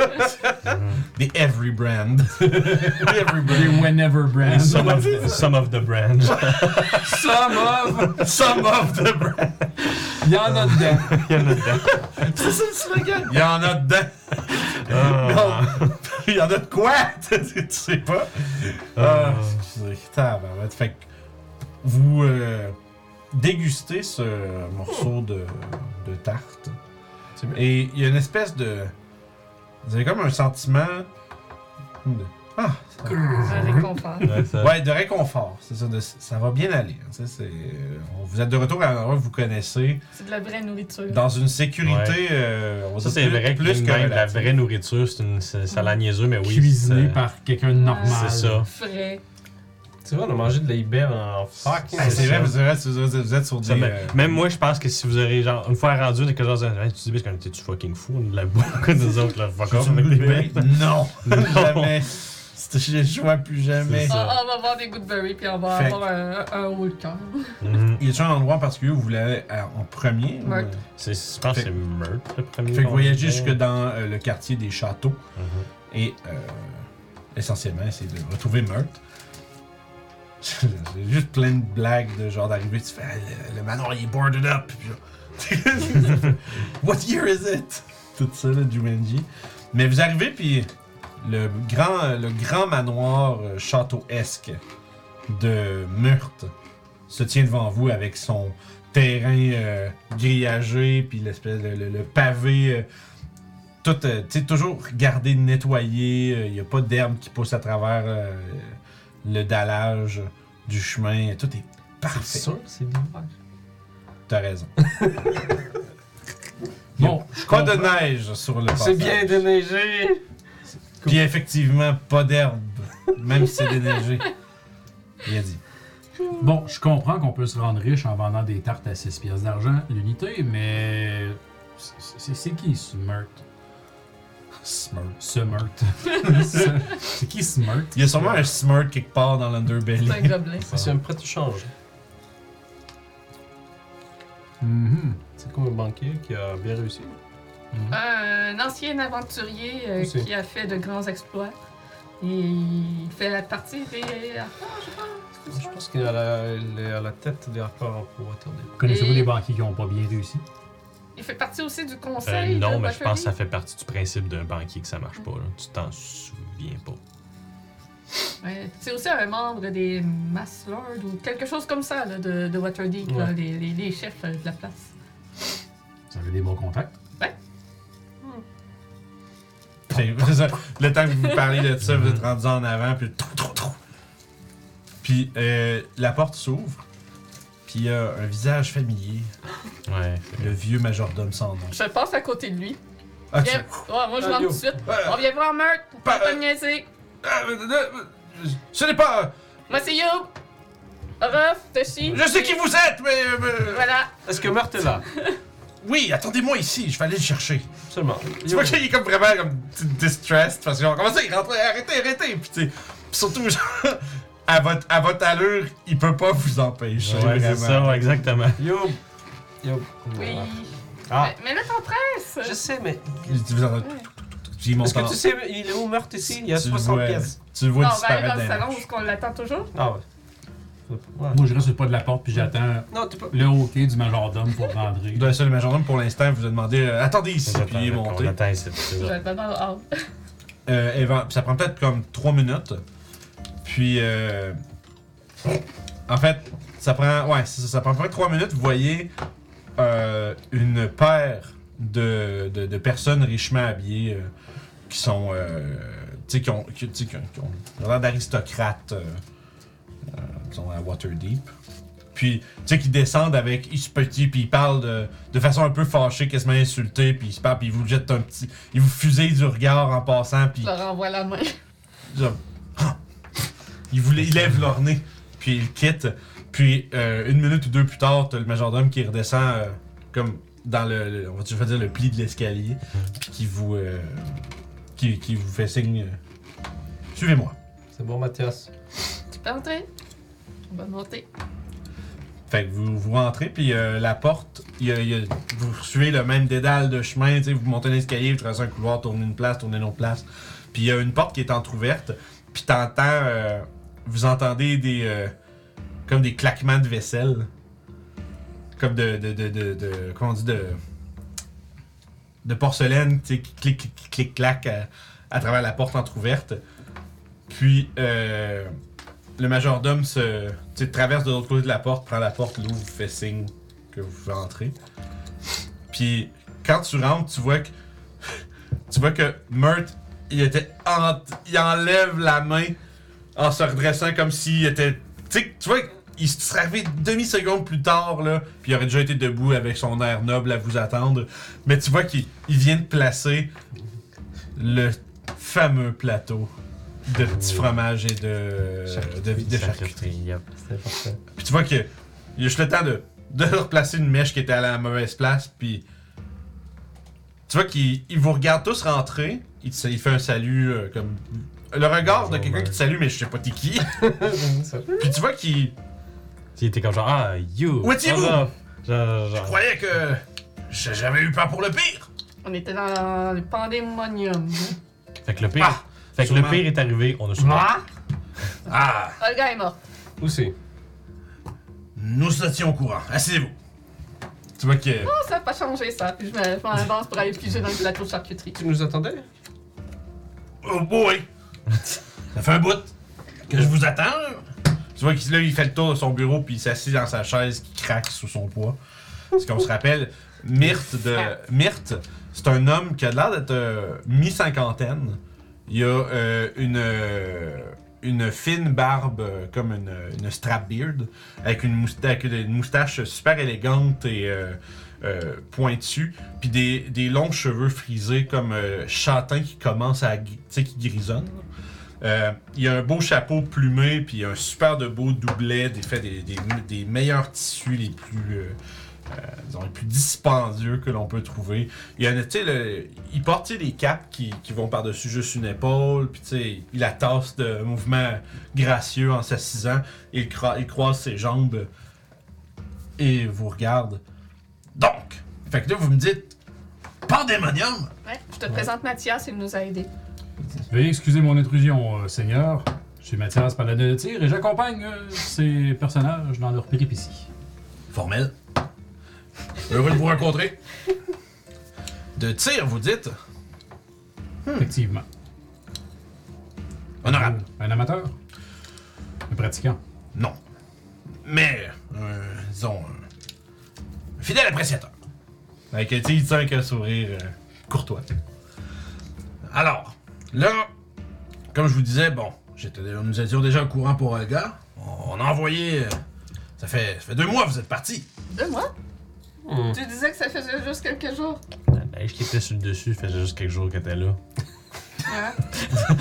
Des every brand. every Les brand. Whenever Brand. Some of the, some of the brand. Some of! Some of the brand. Il y en a dedans. Il y en a dedans. C'est ça le slogan. Il y en a dedans. Ah. Non. Il y en a de quoi? tu sais pas. Ah, excusez. Tabarouette. Fait que vous euh, dégustez ce morceau de, de tarte. C'est bien. Et il y a une espèce de... Vous avez comme un sentiment... de- Ah! ça- Un réconfort. Ouais, ça- Ouais, de réconfort. C'est ça, de- ça va bien aller. hein, tu sais, c'est- on- vous êtes de retour à un endroit que vous connaissez, C'est de la vraie nourriture. dans une sécurité... euh, on va Ça, dire c'est plus- vrai que plus même la relative. vraie nourriture, c'est une- c'est- ça a l'air niaiseux, mais oui. Cuisiné c'est- par quelqu'un de normal. C'est ça. Frais. C'est vrai, on a mangé de la ibère en fucking. Ah, c'est ça. vrai, c'est vrai, c'est vrai, vous êtes sur Ça, des... mais- euh, Même moi, je pense que si vous aurez genre une fois rendu quelque chose dans un tu te dis, parce qu'on était-tu fucking fou, on la boue que nous autres, là, fuck off c'est une avec les Goodberry? bêtes. Non! Non. Jamais! C'est- Je joue plus jamais. C'est On, ça. on va avoir des Goodberry puis on va Fait- avoir un, un haut le cœur. Mhm. Y a-t-il un endroit en particulier où vous voulez aller à- en premier? ou- Meurthe. C'est- Je pense que Fait- c'est Meurthe le premier. Fait que qu'on voyager fait. jusque dans euh, le quartier des châteaux Mhm. et euh, essentiellement essayer de retrouver Meurthe. J'ai juste plein de blagues de genre d'arriver, tu fais ah, le, le manoir il est boarded up. Puis genre, What year is it? Tout ça, là, Jumanji. Mais vous arrivez, puis le grand, le grand manoir euh, château-esque de Meurthe se tient devant vous avec son terrain euh, grillagé, puis l'espèce de le, le pavé. Euh, tout, euh, tu sais, toujours gardé, nettoyé. Il n'y a pas d'herbe qui pousse à travers euh, le dallage du chemin. Tout est C'est parfait. sûr, c'est l'hiver. T'as raison. Bon, je Je Pas de comprends. neige sur le passage. C'est bien déneigé! Puis effectivement, pas d'herbe, même si c'est déneigé. Bien dit. Bon, je comprends qu'on peut se rendre riche en vendant des tartes à six pièces d'argent l'unité, mais. c'est- C'est c'est qui Smurt? Smart. Smurt. C'est qui Smurt? Il y a sûrement un Smart quelque part dans l'Underbelly. C'est un gobelin. C'est un prêt-échange. Mhm. C'est comme un banquier qui a bien réussi. Un ancien aventurier euh, Aussi. qui a fait de grands exploits. Et il fait partie des. Ah, je pense, c'est Je ça? pense qu'il est à la, il est à la tête des rapports pour Waterdeep. Connaissez-vous Et- des banquiers qui n'ont pas bien réussi? Il fait partie aussi du Euh, conseil. non, de mais je pense que ça Waterdeep. fait partie du principe d'un banquier que ça marche pas. Là. Tu t'en souviens pas. Ouais, c'est aussi un membre des Mass Lords ou quelque chose comme ça là, de, de Waterdeep, là, Ouais. les, les, les chefs euh, de la place. Vous avez des bons contacts? C'est c'est ça. Le temps que vous parlez de ça, vous êtes rendu en avant, puis trou, trou, trou. Puis euh, la porte s'ouvre, puis il y a un visage familier, Ouais, c'est le vrai. vieux majordome sans nom. Je passe à côté de lui. Ah, Viens- tu- Ouais, moi, je Ah, rentre yo. tout de suite. Ouais. On vient voir Meurtre. Pas- Pas de niaiser. Ah, euh, euh, ce n'est pas. Moi, c'est Youb. Ruff, Toshi. Je sais qui vous êtes, mais. euh, Voilà. Est-ce que Meurthe est là? Oui, attendez-moi ici, je vais aller le chercher. Absolument. Tu vois qu'il est comme vraiment comme distressed parce que genre, comment ça, il rentre, arrêtez, arrêtez. Puis tu sais, puis surtout, genre, à votre, à votre allure, il peut pas vous empêcher. Ouais, c'est vraiment. ça, ouais, exactement. Yo! Yo! Oui. Ah! Mais, mais là, t'en presses. Je sais, mais. Tu vous entends- Puis il monte Est-ce que en- tu sais, il est où Meurthe ici? Il y a tu le soixante vois- pièces. Tu le vois Non, on va aller disparaître dans le dans salon les où est-ce qu'on l'attend toujours. Ah ouais. Ouais. Moi, je reste sur le pas de la porte puis j'attends Non, t'es pas. le hockey du majordome pour rentrer. De ça, le majordome, pour l'instant, vous a demandé euh, attendez ici, J'attends- puis il est on monté. attend ici, c'est ça. J'attends dans le hall. Euh, éven- ça prend peut-être comme trois minutes. Puis, euh, en fait, ça prend, ouais, c'est ça, ça prend à peu près trois minutes. Vous voyez euh, une paire de, de, de personnes richement habillées euh, qui sont, euh, tu sais, qui ont, qui, tu sais, qui ont, qui ont qui ont l'air d'aristocrates, euh, euh, qui sont à Waterdeep. Puis, tu sais, qui descendent avec ils se petit, puis ils parlent de, de façon un peu fâchée, quasiment insultée, puis ils se parlent, puis ils vous jettent un petit. Ils vous fusillent du regard en passant, puis Je leur envoie la main. genre, ah! ils, vous, ils lèvent leur nez, puis ils quittent. Puis, euh, une minute ou deux plus tard, t'as le majordome qui redescend euh, comme dans le, le- on va je vais dire le pli de l'escalier, puis qui vous, euh, qui, qui vous fait signe. euh, Suivez-moi. C'est bon, Mathias. Tu peux entrer? On va monter. Fait que vous, vous rentrez, puis euh, la porte, il y a- il y a- vous suivez le même dédale de chemin, tu sais, vous montez l'escalier, vous traversez un couloir, tournez une place, tournez une autre place. Puis il y a une porte qui est entrouverte, puis t'entends, euh, vous entendez des, euh, comme des claquements de vaisselle. Comme de, de, de, de, de- comment on dit, de, de porcelaine, tu sais, qui clic, clic, clic, clic, clac à, à travers la porte entrouverte. Puis, euh, le majordome se, tu sais, traverse de l'autre côté de la porte, prend la porte, l'ouvre, vous fait signe que vous pouvez entrer. Puis quand tu rentres, tu vois que tu vois que Meurthe, il était en, il enlève la main en se redressant comme s'il était, tu sais, tu vois, il se serait arrivé demi seconde plus tard là, puis il aurait déjà été debout avec son air noble à vous attendre. Mais tu vois qu'il il vient de placer le fameux plateau de petits fromages et de, de, de charcuterie. Yep. C'est parfait. Puis tu vois qu'il y a juste le temps de, de replacer une mèche qui était à la mauvaise place, puis tu vois qu'il il vous regarde tous rentrer, il, te- il fait un salut euh, comme... Le regard de Bonjour, quelqu'un ouais. qui te salue, mais je sais pas t'es qui. Ça. Puis tu vois qu'il... Il était comme genre, ah, you! Où étiez-vous? Genre, genre, Je genre. croyais que... j'ai- J'avais eu peur pour le pire. On était dans le pandémonium. hein. Fait que le pire. Ah, fait que sûrement. le pire est arrivé, on a sauvé. Ah, Olga est morte. Où c'est? nous étions au courant. Asseyez-vous. Tu vois que... Oh, ça n'a pas changé ça. Puis je me- je m'avance pour aller piger dans le plateau de charcuterie. Tu nous attendais? Oh boy! Ça fait un bout que je vous attends. Tu vois qu'il là, il fait le tour de son bureau puis il s'assied dans sa chaise qui craque sous son poids. Parce qu'on se rappelle, Myrthe de Myrthe, c'est un homme qui a l'air d'être euh, mi-cinquantaine. Il a euh, une euh, une fine barbe euh, comme une, une strap beard avec une moustache, avec une moustache super élégante et euh, euh, pointus, puis des, des longs cheveux frisés comme euh, châtain qui commence à, tu sais, qui grisonne. Euh, il y a un beau chapeau plumé, puis un super de beau doublet, des, fait des, des, des meilleurs tissus les plus, euh, euh, disons, les plus dispendieux que l'on peut trouver. Il y a, tu sais, le, il porte des capes qui, qui vont par-dessus juste une épaule, puis tu sais, il a tasse de mouvements gracieux en s'assisant, il, cro- il croise ses jambes et vous regarde. Donc, fait que là, vous me dites, Pandémonium! Ouais, je te présente Mathias, il nous a aidés. Veuillez excuser mon intrusion, euh, Seigneur. Je suis Mathias Paladin de Tir et j'accompagne euh, ces personnages dans leur péripéties. Formel. Heureux de vous rencontrer. De tir, vous dites? Effectivement. Honorable. Un amateur? Un pratiquant? Non. Mais, euh, disons, un fidèle appréciateur. Avec un petit avec un sourire euh, courtois. Alors, là, comme je vous disais, bon, j'étais, nous étions déjà au courant pour un gars. On a envoyé. euh, ça, fait, ça fait deux mois que vous êtes partis. Deux mois? Hmm. Tu disais que ça faisait juste quelques jours. La neige qui était sur le dessus faisait juste quelques jours qu'elle était là. Ouais.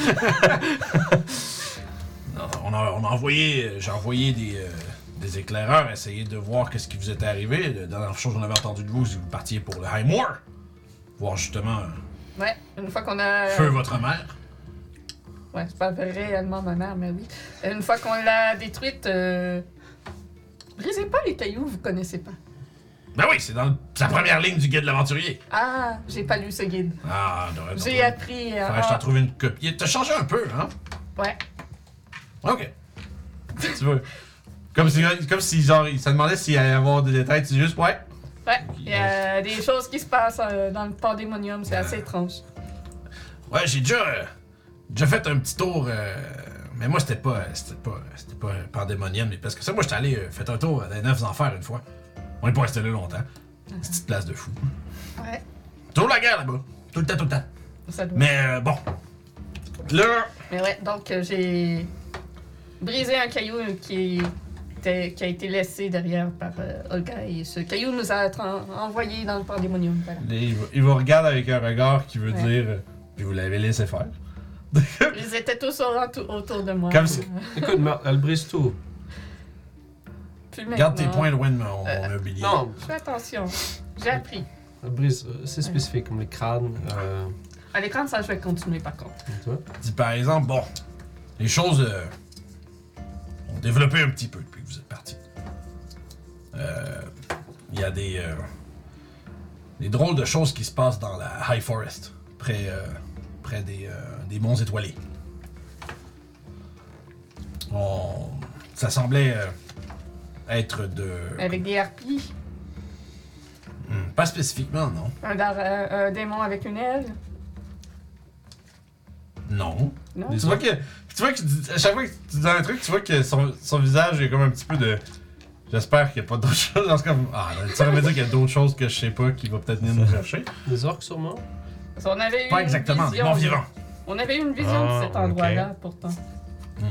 Non, on, a, on a envoyé. J'ai envoyé des, euh, des éclaireurs essayer de voir qu'est-ce qui vous était arrivé. La dernière chose qu'on avait entendu de vous, c'est que vous partiez pour le High Moor. Voir justement euh, Ouais, une fois qu'on a... feu votre mère. Ouais, c'est pas réellement ma mère, mais oui. Une fois qu'on l'a détruite, euh... brisez pas les cailloux, vous connaissez pas. Ben oui, c'est dans le- sa première ligne du guide de l'aventurier. Ah, j'ai pas lu ce guide. Ah, j'aurais J'ai appris... euh, Faudrait que je t'en trouve une copie. T'as changé un peu, hein? Ouais. Ok. Tu vois. Comme si, comme si genre, il se demandait s'il allait y avoir des détails, tu dis juste, ouais. Ouais, il y a des choses qui se passent euh, dans le pandémonium, c'est assez étrange. Ouais, j'ai déjà, euh, déjà fait un petit tour, euh, mais moi c'était pas, c'était pas, c'était pas un pandémonium, mais parce que ça, moi j'étais allé euh, faire un tour dans les Neuf Enfers une fois. On est pas resté là longtemps. C'est une petite place de fou. Ouais, Toujours la guerre là-bas. Tout le temps, tout le temps. ça doit. Mais euh, bon. Là, Mais ouais, donc euh, j'ai brisé un caillou qui, était, qui a été laissé derrière par euh, Olga et ce caillou nous a tra- envoyé dans le pandémonium. Voilà. il, va- il vous regarde avec un regard qui veut Ouais. dire, euh, puis vous l'avez laissé faire. Ils étaient tous au- autour de moi. Comme si- Écoute, Marthe, elle brise tout. Puis Garde tes maintenant, points loin de mon, Euh, mon mobilier. Non, Fais attention, j'ai appris. elle brise. euh, C'est spécifique, comme les crânes. Euh, À l'écran, ça, je vais continuer par contre. tu vois. Dis par exemple, bon, les choses euh, ont développé un petit peu depuis que vous êtes partis. Euh, Il y a des, euh, des drôles de choses qui se passent dans la High Forest, près, euh, près des, euh, des monts étoilés. On- ça semblait euh, être de... Avec des harpies, Hmm, pas spécifiquement, non. un, dar- euh, un démon avec une aile. Non. Non? Tu vois que, tu vois que à chaque fois que tu dis un truc, tu vois que son, son visage est comme un petit peu de. J'espère qu'il n'y a pas d'autres choses dans ce cas. Ah, ça veut dire qu'il y a d'autres choses que je sais pas qui va peut-être venir nous chercher. Des orques, sûrement. Parce qu'on avait eu Pas une exactement, des vision morts de- vivants. On avait eu une vision Ah, de cet ok. endroit-là, pourtant. Hmm.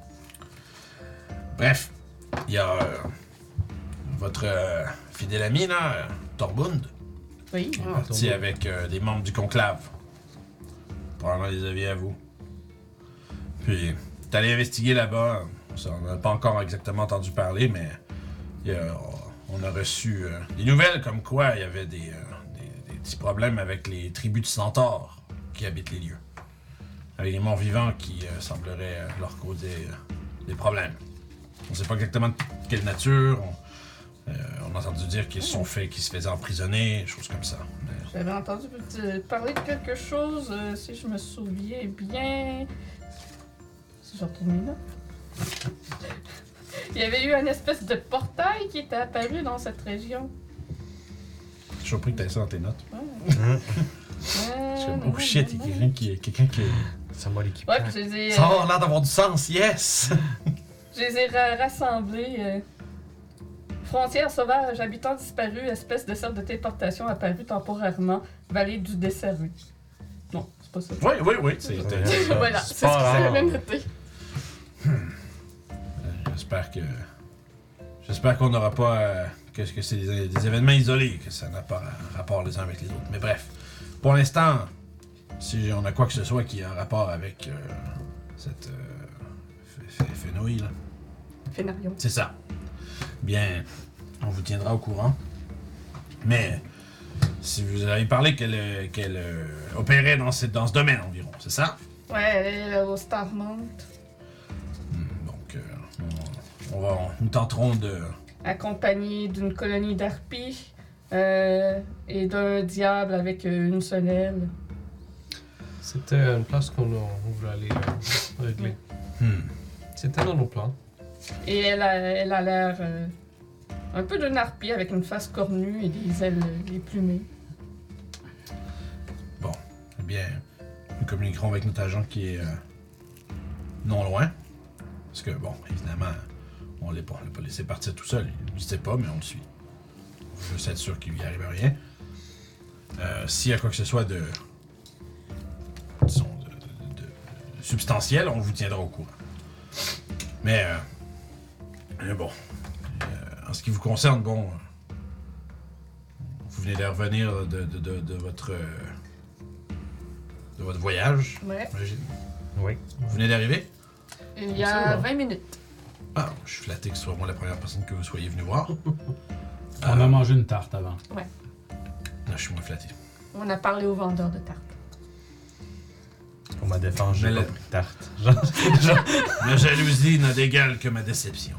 Bref, il y a euh, votre euh, fidèle ami, là, euh, Torbund, Oui. qui est Ah, parti Torbund. avec euh, des membres du conclave. Probablement les avis à vous. Puis, t'es allé investiguer là-bas. Ça, on n'a pas encore exactement entendu parler, mais il y a- on a reçu euh, des nouvelles comme quoi il y avait des, euh, des- des petits problèmes avec les tribus de centaures qui habitent les lieux. Avec les morts vivants qui euh, sembleraient euh, leur causer euh, des problèmes. On ne sait pas exactement de quelle nature. On, euh, on a entendu dire qu'ils se sont fait, qu'ils se faisaient emprisonner, des choses comme ça. Mais- J'avais entendu te parler de quelque chose, euh, si je me souviens bien. Si je retourne là. Il y avait eu une espèce de portail qui était apparu dans cette région. Je suis surpris que tu aies ça dans tes notes. Ouais. Je suis Euh, comme, oh shit, il y a quelqu'un qui. Quelqu'un qui... Ça m'a l'équipe. Ouais, puis je les ai, Ça euh, a l'air d'avoir du sens, yes! je les ai ra- rassemblés. euh. Frontière sauvage, habitants disparus, espèce de sorte de téléportation apparue temporairement, vallée du Desserru. Non, c'est pas ça. Oui, oui, oui. C'est, euh, Voilà, c'est c'est ce que pas j'avais rare. noté. j'espère que. J'espère qu'on n'aura pas à que, que c'est des, des événements isolés, que ça n'a pas un rapport les uns avec les autres. Mais bref, pour l'instant, si on a quoi que ce soit qui a un rapport avec euh, cette euh, phénoïde, là. Phénarion. C'est ça. Bien, on vous tiendra au courant. Mais si vous avez parlé qu'elle euh, qu'elle euh, opérait dans, ce- dans ce domaine environ, c'est ça? Ouais, elle est au Starmount, Hmm, donc, euh, on, on va, nous tenterons de... accompagnée d'une colonie d'harpies euh, et d'un diable avec euh, une seule aile. C'était une place qu'on a- on voulait aller euh, régler. Hmm. C'était dans nos plans. Et elle a elle a l'air euh, un peu d'une harpie avec une face cornue et des ailes euh, éplumées. Bon, eh bien, nous communiquerons avec notre agent qui est euh, non loin. Parce que, bon, évidemment, on ne l'a pas, on l'a pas laissé partir tout seul. Il ne sait pas, mais on le suit. On veut juste être sûr qu'il lui arrive rien. Euh, S'il y a quoi que ce soit de, disons, de, de- de substantiel, on vous tiendra au courant. Mais, euh, mais bon, euh, en ce qui vous concerne, bon, euh, vous venez de revenir de, de, de, de votre euh, de votre voyage, Ouais. j'imagine. Oui. Vous venez d'arriver? Il y Ça a va. vingt minutes. Ah, je suis flatté que ce soit moi la première personne que vous soyez venu voir. On a mangé une tarte avant. Non, je suis moins flatté. On a parlé au vendeur de tartes. Pour ma défense, j'ai Mais pas le- pris de tarte. Genre, genre- Ma jalousie n'a d'égal que ma déception.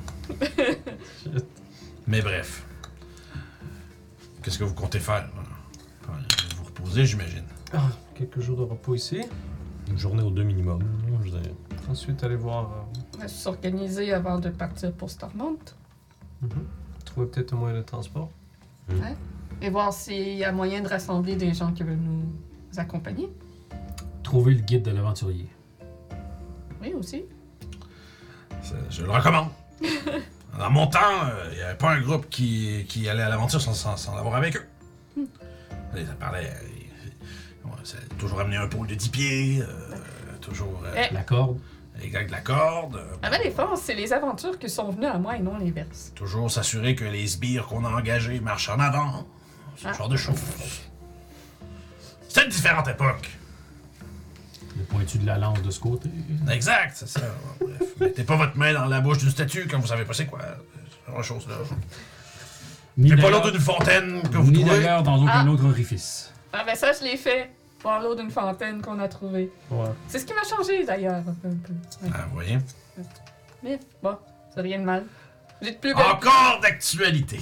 Mais bref. Qu'est-ce que vous comptez faire? Enfin, vous reposer, j'imagine. Ah, quelques jours de repos ici. Une journée aux deux minimum. Je dirais. Ensuite, aller voir. On va s'organiser avant de partir pour Starmount euh, mhm. Trouver peut-être un moyen de transport. et voir s'il y a moyen de rassembler des gens qui veulent nous accompagner. Trouver le guide de l'aventurier. Oui, aussi. Ça, je le recommande. Dans mon temps, il n'y avait pas un groupe qui, qui allait à l'aventure sans, sans, sans l'avoir avec eux. Et ça parlait. euh, ça a toujours amené un pôle de dix pieds, euh, toujours. euh, Eh. La corde. exact de la corde. euh, Avant les forces, c'est les aventures qui sont venues à moi et non l'inverse. Toujours s'assurer que les sbires qu'on a engagés marchent en avant. Ce Ah. genre de choses. C'est une différente époque. Le pointu de la lance de ce côté. Exact, c'est ça. Bref, mettez pas votre main dans la bouche d'une statue quand vous savez pas c'est quoi. Ce genre de choses là. Ni C'est pas d'ailleurs- l'eau d'une fontaine que vous Ni trouvez. d'ailleurs dans aucun Ah. autre orifice. Ah ben ça, je l'ai fait. Voir l'eau d'une fontaine qu'on a trouvée. Ouais. C'est ce qui m'a changé d'ailleurs, un peu. un peu. Ouais. Ah, vous voyez. Mais bon, ça rien de mal. J'ai de plus belles... Encore d'actualité.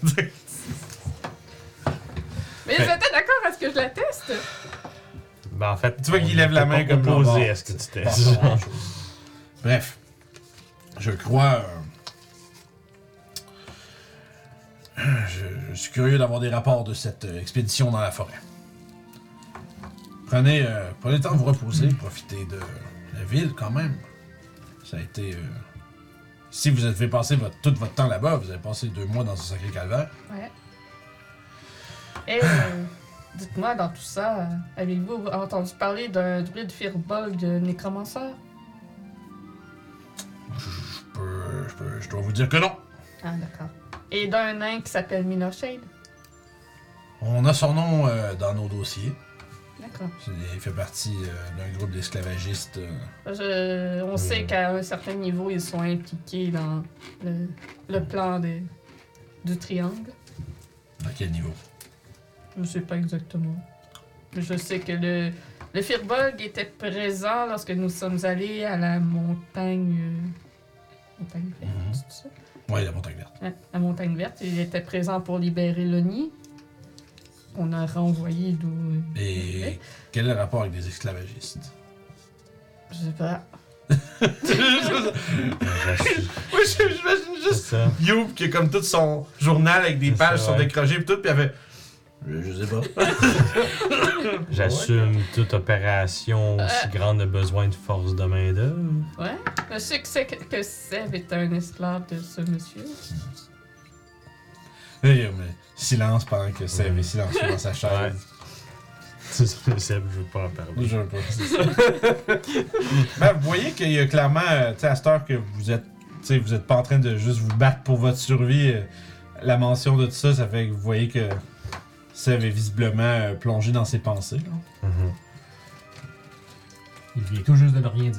Mais vous êtes d'accord à ce que je la teste? Ben, en fait, Tu vois qu'il on lève la était main pas comme opposé genre, à ce que tu Pas testes. grand chose. Bref, je crois. euh, Je, je suis curieux d'avoir des rapports de cette euh, expédition dans la forêt. Prenez, euh, prenez le temps de vous reposer, profitez de la ville quand même. Ça a été. euh, Si vous avez fait passer votre, tout votre temps là-bas, vous avez passé deux mois dans un sacré calvaire. Ouais. Et euh, dites-moi, dans tout ça, euh, avez-vous entendu parler d'un druide firbolg nécromanceur? Je, je peux, je peux- je dois vous dire que non. Ah, d'accord. Et d'un nain qui s'appelle Minorshade? On a son nom euh, dans nos dossiers. D'accord. C'est- Il fait partie euh, d'un groupe d'esclavagistes. euh, Je- On sait qu'à un certain niveau, ils sont impliqués dans le, le plan de- du triangle. à quel niveau? Je sais pas exactement. Mais je sais que le, le Firbolg était présent lorsque nous sommes allés à la montagne. euh, montagne verte, Mhm. c'est ça? Oui, la montagne verte. Ouais, la montagne verte. Il était présent pour libérer Lonnie. On a renvoyé d'où. Et Ouais. quel est le rapport avec des esclavagistes? Je sais pas. Oui, j'imagine C'est ça. Youb qui a comme tout son journal avec des C'est pages ça, sur ouais. décrochées et tout, puis elle fait. Je, je sais pas. J'assume toute opération aussi Euh. grande a besoin de force de main-d'œuvre. Ouais. Je sais que, c'est que, que Seb est un esclave de ce monsieur. Eh, mais silence pendant que Seb est silencieux dans sa chaise. Ouais. C'est ça, Seb, je veux pas en parler. Je veux pas, c'est ça. Ben, vous voyez qu'il y a clairement, euh, tu sais, à cette heure que vous êtes, tu sais, vous êtes pas en train de juste vous battre pour votre survie. euh, la mention de tout ça, ça fait que vous voyez que Sev est visiblement euh, plongé dans ses pensées. Là. Mhm. Il vient tout juste de ne rien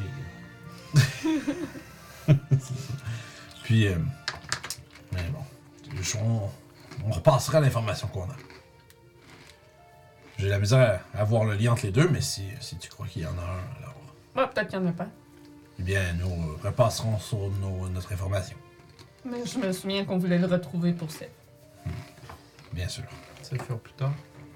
dire. Puis, euh, mais bon, on, on repassera l'information qu'on a. J'ai la misère à, à voir le lien entre les deux, mais si, si tu crois qu'il y en a un, alors, Ah, peut-être qu'il n'y en a pas. eh bien, nous euh, repasserons sur nos- notre information, Mais je me souviens qu'on voulait le retrouver pour ça. bien sûr. Ça le faire plus tard.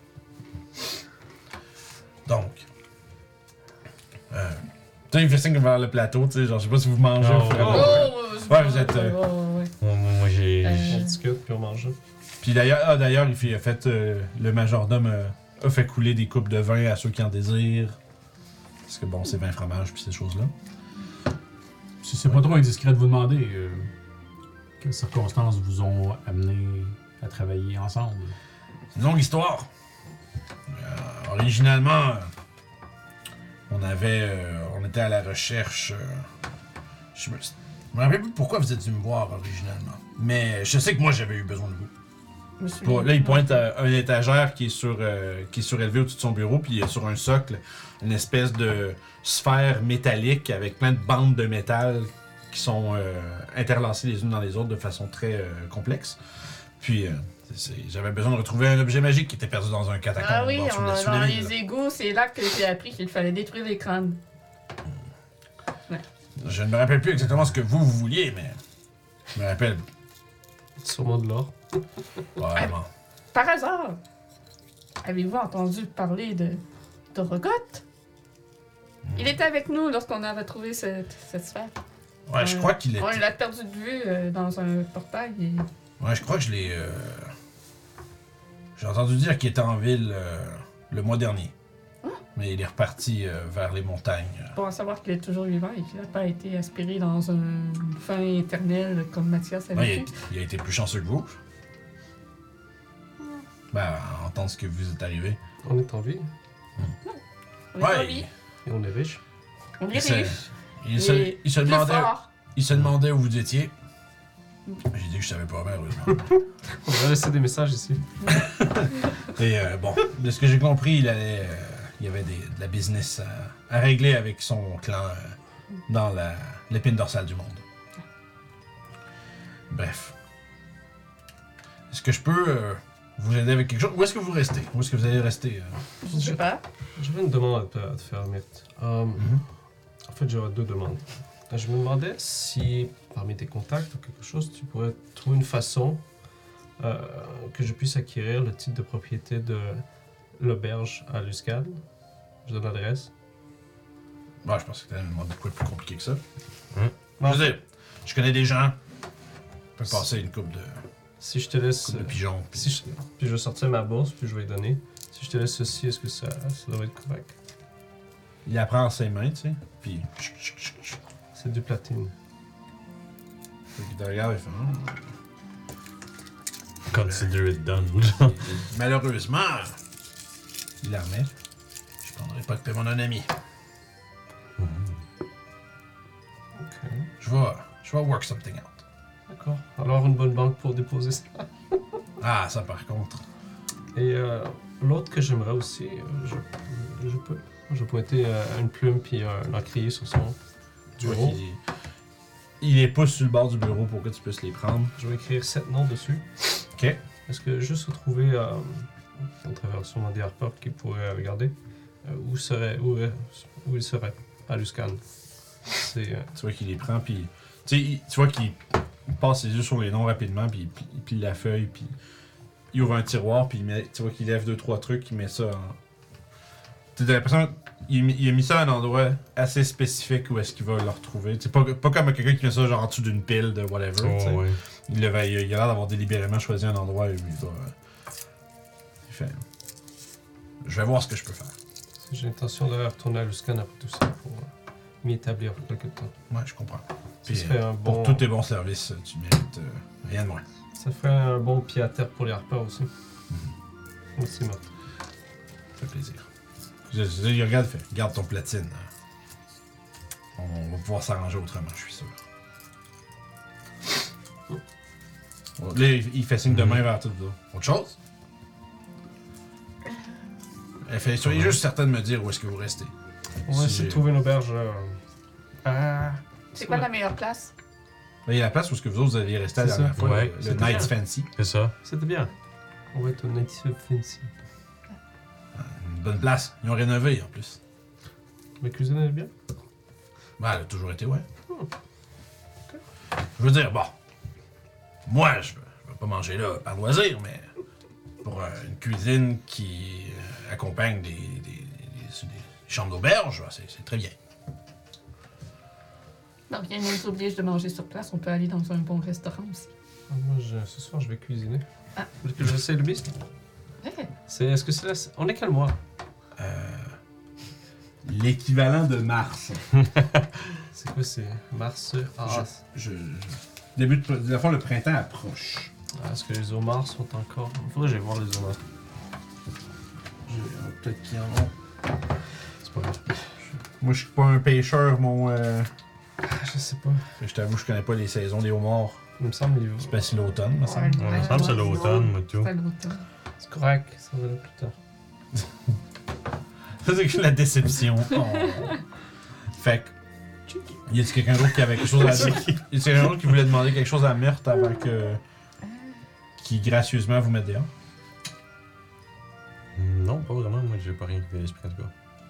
Donc, euh, tu sais, il fait signe vers le plateau, tu sais, genre, je sais pas si vous mangez Oh, au fur et à oh, mesure. Oh, Ouais, vous êtes, euh, Oh, oh, ouais. Moi, moi, moi, j'ai. Euh, On discute puis on mange. Puis d'ailleurs, ah, d'ailleurs, il fait, il a fait euh, le majordome euh, a fait couler des coupes de vin à ceux qui en désirent. Parce que bon, c'est vin fromage puis ces choses-là. Si c'est pas trop indiscret de vous demander, euh, quelles circonstances vous ont amené à travailler ensemble? C'est une longue histoire. Euh, originalement, euh, on avait, euh, on était à la recherche. euh, je me, je me rappelle plus pourquoi vous êtes venu me voir originalement, mais je sais que moi j'avais eu besoin de vous. je me souviens. Pour- là, il pointe à un étagère qui est sur, euh, qui est surélevé au-dessus de son bureau, puis il y a sur un socle une espèce de sphère métallique avec plein de bandes de métal qui sont euh, interlacées les unes dans les autres de façon très euh, complexe. Puis, euh, c'est- c'est- j'avais besoin de retrouver un objet magique qui était perdu dans un catacombe Ah oui, bon, sous, on- la, sous dans la ville. les égouts, c'est là que j'ai appris qu'il fallait détruire les crânes. Je ne me rappelle plus exactement ce que vous, vous vouliez, mais je me rappelle Sûrement de l'or. vraiment. Par hasard, avez-vous entendu parler de d'Orogoth? Il était avec nous lorsqu'on avait trouvé cette, cette sphère. Ouais, je crois qu'il On était. l'a perdu de vue euh, dans un portail et... Ouais, je crois que je l'ai. euh, J'ai entendu dire qu'il était en ville euh, le mois dernier. Mais il est reparti euh, vers les montagnes. Bon à savoir qu'il est toujours vivant et qu'il n'a pas été aspiré dans un fin éternel comme Mathias avait Ouais, il, a fait. été, il a été plus chanceux que vous. Ben, à entendre ce que vous êtes arrivé. On est en vie On est Ouais, en vie, et on est riche. on Il est se, riche, il se, et il se plus demandait, fort. il se demandait où vous étiez. J'ai dit que je savais pas, malheureusement. On va laisser des messages ici. Et euh, bon, de ce que j'ai compris, il allait, euh, il y avait des, de la business à, à régler avec son clan euh, dans la- l'épine dorsale du monde. Bref. Est-ce que je peux euh, vous aider avec quelque chose? Où est-ce que vous restez? Où est-ce que vous allez rester? euh? Je sais pas. J'avais une demande à te, à te faire, Mythe. Euh, Mhm. En fait, j'aurais deux demandes. Je me demandais si, parmi tes contacts ou quelque chose, tu pourrais trouver une façon euh, que je puisse acquérir le titre de propriété de l'auberge à Luscan. Je donne l'adresse. Bon, je pense que tu allais me demander de quoi de plus compliqué que ça. Bon, Je veux dire, je connais des gens. Je peux passer une coupe de, si je te laisse... coupe de pigeons. puis- Si je, puis je vais sortir ma bourse, puis je vais y donner. Si je te laisse ceci, est-ce que ça, ça doit être correct? Il la prend en ses mains, tu sais. Puis. chut, chut, chut, chut. C'est du platine. Fait qu'il te regarde et fait. Hum. Consider it done. Malheureusement, il la remet. Je prendrai pas que t'es mon ami. Ok. Je vais, je vais work something out. D'accord. Alors, une bonne banque pour déposer ça. Ah, ça par contre. Et euh, l'autre que j'aimerais aussi, euh, je, je peux. Je vais pointer euh, une plume puis un encrier sur son Tu vois bureau. qu'il il les pousse sur le bord du bureau pour que tu puisses les prendre. Je vais écrire sept noms dessus. Ok. Est-ce que juste retrouver, euh, au travers sûrement des harpers qui pourraient regarder, euh, où serait, où, euh, où il serait à Luscan. C'est euh, Tu vois qu'il les prend, puis. Tu sais, il- tu vois qu'il passe ses yeux sur les noms rapidement, puis il plie, il plie la feuille, puis il ouvre un tiroir, puis il met, tu vois qu'il lève deux, trois trucs, il met ça en. Tu as l'impression qu'il il a mis ça à un endroit assez spécifique où est-ce qu'il va le retrouver. C'est pas, pas comme quelqu'un qui met ça genre en dessous d'une pile de whatever. tu sais. Oh, ouais. Il, le va- il a il a l'air d'avoir délibérément choisi un endroit où il va. euh, il fait. Je vais voir ce que je peux faire. j'ai l'intention de retourner à Luscan après tout ça pour euh, m'y établir pour quelque temps. Ouais, je comprends. Ce Puis, serait un Pour bon, tous tes bons services, tu mérites euh, rien de moins. ça ferait un bon pied à terre pour les harpers aussi. Merci, Marc. Ça fait plaisir. Je, je- il regarde, il fait, garde ton platine. On va pouvoir s'arranger autrement, je suis sûr. Là, il il fait signe de main vers tout le monde. Autre chose? Elle fait, soyez juste certain de me dire où est-ce que vous restez. On va Si essayer j'ai- de trouver une auberge. euh, Ah. C'est quoi la meilleure place? Là, il y a la place où est-ce que vous autres vous aviez resté la C'est dernière ça. fois, Ouais, le- le, c'était Night's bien. Fancy. C'est ça. C'était bien. On va être au Native Fancy. Une bonne place. Ils ont rénové en plus. Ma cuisine elle est bien. Ben, elle a toujours été, ouais. Hmm. Je veux dire, bon. Moi, je ne vais pas manger là par loisir, mais pour euh, une cuisine qui euh, accompagne des, des, des- des chambres d'auberge, ben, c'est c'est très bien. Donc, rien ne nous oblige de manger sur place. On peut aller dans un bon restaurant aussi. Ah, moi, je- ce soir, je vais cuisiner. Ah. Vous voulez que j'essaie le bisque? Ouais. C'est, est-ce que c'est la... On est quel mois? L'équivalent de Mars. C'est quoi, c'est mars? Ah, Je, je- Début de, de la fois, le printemps approche. ah, est-ce que les homars sont encore... Faudrait que j'aille voir les homars. Je- euh, Peut-être qu'ils en ont. C'est pas grave. Moi, je suis pas un pêcheur, mon. Euh... Ah, je sais pas. Je t'avoue, je connais pas les saisons des homards. Il me semble les... C'est pas si l'automne, me semble. Ouais, il me semble que c'est l'automne, moi, tout. C'est l'automne. C'est correct, ça va là plus tard. Ça, c'est que la déception. Oh. Fait que. Y a-t-il quelqu'un d'autre qui avait quelque chose à dire? Y a-t-il quelqu'un d'autre qui voulait demander quelque chose à Myrthe avant que. qui gracieusement vous mette dehors? Non, pas vraiment. Moi, j'ai pas rien qui vient à l'esprit, en tout cas.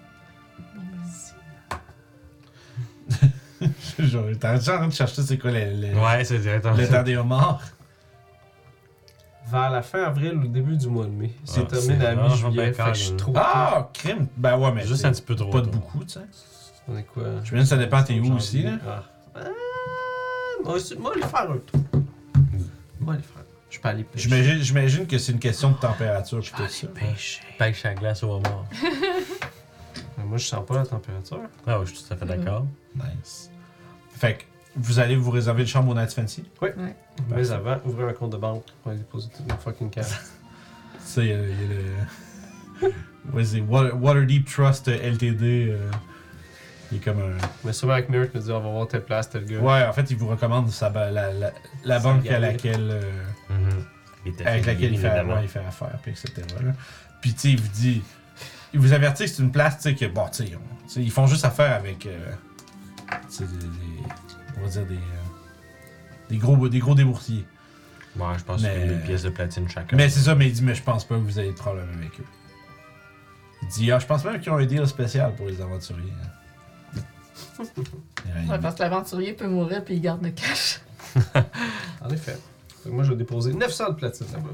Genre, t'es en train de chercher c'est quoi le, le, Ouais, c'est directement le ça. temps des homards. Vers la fin avril ou le début du mois de mai. C'est Ah, terminé c'est à vraiment mi-juillet, bien fait que je suis calme. trop... Ah, crime! Ben ouais, mais. Juste c'est un petit peu trop. Pas de tôt. beaucoup, tu sais. On est quoi? Je me dis, ça dépend t'es où Janvier. aussi, là. Ah. Ah, moi, aussi- moi, aller faire un tour. Moi, aller faire. Je peux aller pêcher. J'imagine, j'imagine que c'est une question de température pis tout ça. Pêcher. Pêche à glace au homard. Mais moi, je sens pas la température. Ah ouais, je suis tout à fait d'accord. Nice. Fait que vous allez vous réserver une chambre au Night Fancy. Mais avant, ouvrez un compte de banque pour aller déposer toute une fucking cash. Ça, il y a, il y a le. Ouais, c'est Water, Waterdeep Trust euh, L T D. euh, il est comme un. Mais souvent avec Mirk me dit on va voir telle place, tel gars. Ouais, en fait, il vous recommande sa, ba- la, la, la Sa banque à galerie. laquelle. euh, Mhm. Il était avec affilié, laquelle il fait, évidemment. ouais, il fait affaire, puis et cetera. Là. Puis, tu sais, il vous dit. Il vous avertit que c'est une place, tu sais, que, bon, tu sais, on- tu sais, ils font juste affaire avec. Euh, tu sais, des, des- on va dire des. euh, des, gros, des gros déboursiers. Ouais, je pense Mais- que c'est mille pièces de platine chacun. Mais c'est ça, mais il dit, mais je pense pas que vous ayez de problème avec eux. Il dit, ah, je pense même qu'ils ont un deal spécial pour les aventuriers. hein. Ouais, Ouais, parce que l'aventurier peut mourir puis il garde le cash. En effet. Fait que moi, je vais déposer neuf cents de platine là-bas.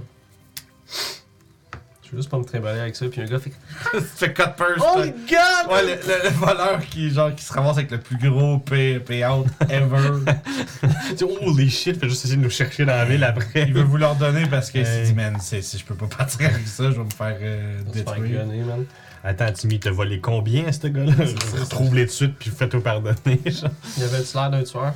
Je veux juste pas me trimballer avec ça, puis un gars fait. tu fais cut purse. Oh toi. my god! Ouais, le, le- le voleur qui, genre, qui se ramasse avec le plus gros pay, payout ever. Tu sais, holy shit, fait juste essayer de nous chercher dans la ville après. Il veut vous leur donner parce qu'il s'est Hey. dit, man, c'est- si je peux pas partir avec ça, je vais me faire euh, On va se faire détruire. gunner, man. Attends, Timmy, t'as volé combien, ce gars-là? Retrouve-les tout de suite, puis fais-toi pardonner, genre. Il avait-tu l'air d'un tueur?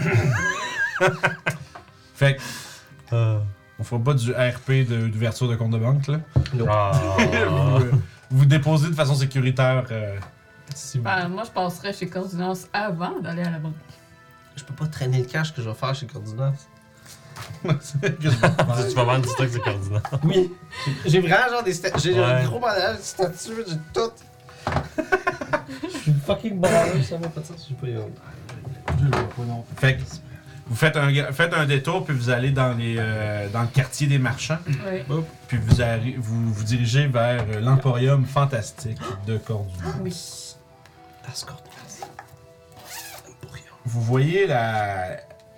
Fait que, Ah. on fera pas du R P de- d'ouverture de compte de banque, là. Ah. vous, euh, vous déposez de façon sécuritaire. euh, Si vous- Ben, moi, je passerais chez Coordinance avant d'aller à la banque. Je peux pas traîner le cash que je vais faire chez Coordinate. Qu'est-ce que je vais faire? Tu vas vendre du stock de coordinate. Oui. J'ai vraiment genre des statues. J'ai Ouais. un gros bandage, des statues, j'ai tout. Je suis fucking baller, ça va pas de sens, je suis pas eu. Je le vois pas non. Fait que, vous faites un, faites un détour, puis vous allez dans, les, euh, dans le quartier des marchands, Oui. puis vous, arri- vous vous dirigez vers euh, l'Emporium fantastique de Cordula. Oui. Das Coordinate. Vous voyez la,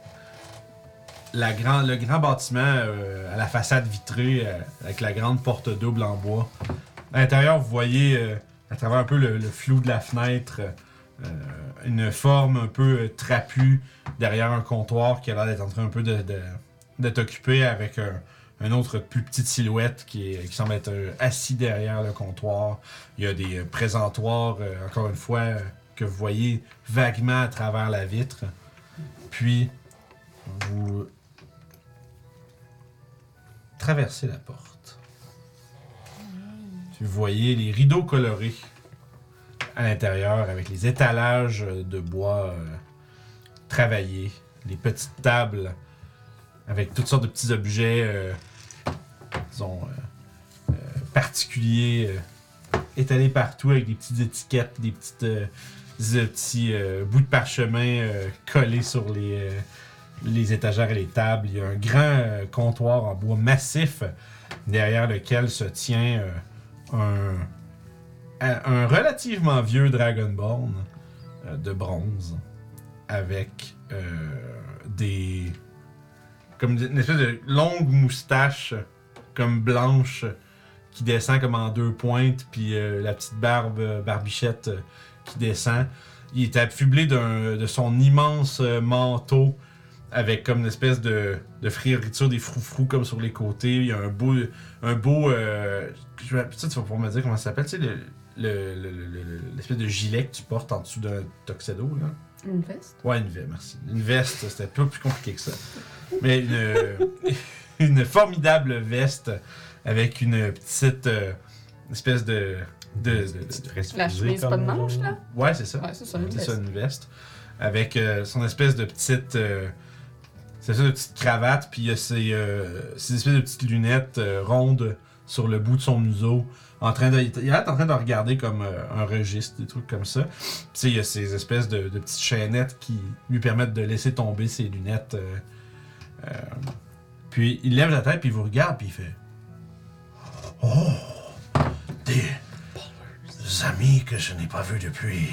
la grand, le grand bâtiment euh, à la façade vitrée euh, avec la grande porte double en bois. À l'intérieur, vous voyez, euh, à travers un peu le, le flou de la fenêtre, euh, une forme un peu euh, trapue derrière un comptoir qui a l'air d'être en train un peu de, de, de t'occuper avec un, un autre plus petite silhouette qui, est, qui semble être euh, assis derrière le comptoir. Il y a des euh, présentoirs, euh, encore une fois, euh, que vous voyez vaguement à travers la vitre. Puis, vous traversez la porte. Puis vous voyez les rideaux colorés à l'intérieur avec les étalages de bois euh, travaillés, les petites tables avec toutes sortes de petits objets, euh, disons, euh, euh, particuliers, euh, étalés partout avec des petites étiquettes, des petites, euh, des petits euh, bouts de parchemin euh, collés sur les, euh, les étagères et les tables. Il y a un grand euh, comptoir en bois massif derrière lequel se tient euh, un, un relativement vieux Dragonborn euh, de bronze avec euh, des... comme une espèce de longue moustache comme blanche qui descend comme en deux pointes, puis euh, la petite barbe euh, barbichette euh, qui descend. Il est affublé d'un, de son immense euh, manteau avec comme une espèce de, de frioriture, des froufrous comme sur les côtés. Il y a un beau... Un beau euh, je vais, ça, tu vas pouvoir me dire comment ça s'appelle, tu sais, le, le, le, le, le- l'espèce de gilet que tu portes en dessous d'un tuxedo, là. Une veste? Ouais, une veste, merci. Une veste, c'était pas plus compliqué que ça. Mais une, une formidable veste avec une petite euh, espèce de... de, de- de- La chemise pas de manche, là? ouais, c'est ça. Ouais, c'est ça, une C'est veste. ça, une veste. Avec euh, son espèce de petite... euh, c'est ça, de petite cravate, puis il y a ses, euh, ses espèces de petites lunettes euh, rondes sur le bout de son museau. En train de, il est en train de regarder comme euh, un registre, des trucs comme ça. Puis tu sais, il y a ces espèces de, de petites chaînettes qui lui permettent de laisser tomber ses lunettes. euh, euh, puis il lève la tête, puis il vous regarde, puis il fait... Oh! Des amis que je n'ai pas vus depuis...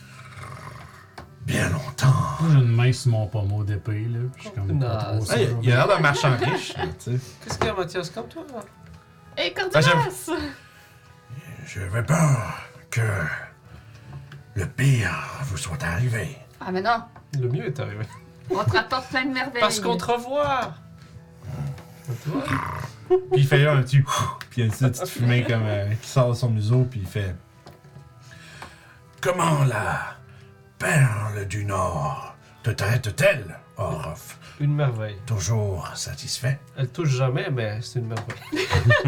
bien longtemps. Moi, j'ai une main sur mon pommeau d'épée, là. puis Je suis comme pas Non, trop Ah, il, sûr. il a l'air d'un marchand riche, là, tu sais. Qu'est-ce qu'il y a, Mathias, comme toi? Là? Hé, Ah, Cordelas! J'avais peur que le pire vous soit arrivé. Ah, mais non! Le mieux est arrivé. On te rapporte plein de merveilles. Parce qu'on te revoit! Tu vois? Puis il fait un petit... Puis il y a une petite fumée comme, euh, qui sort de son museau, puis il fait... Comment la perle du Nord te traite-t-elle, Orof? Une merveille. Toujours satisfait? Elle touche jamais, mais c'est une merveille.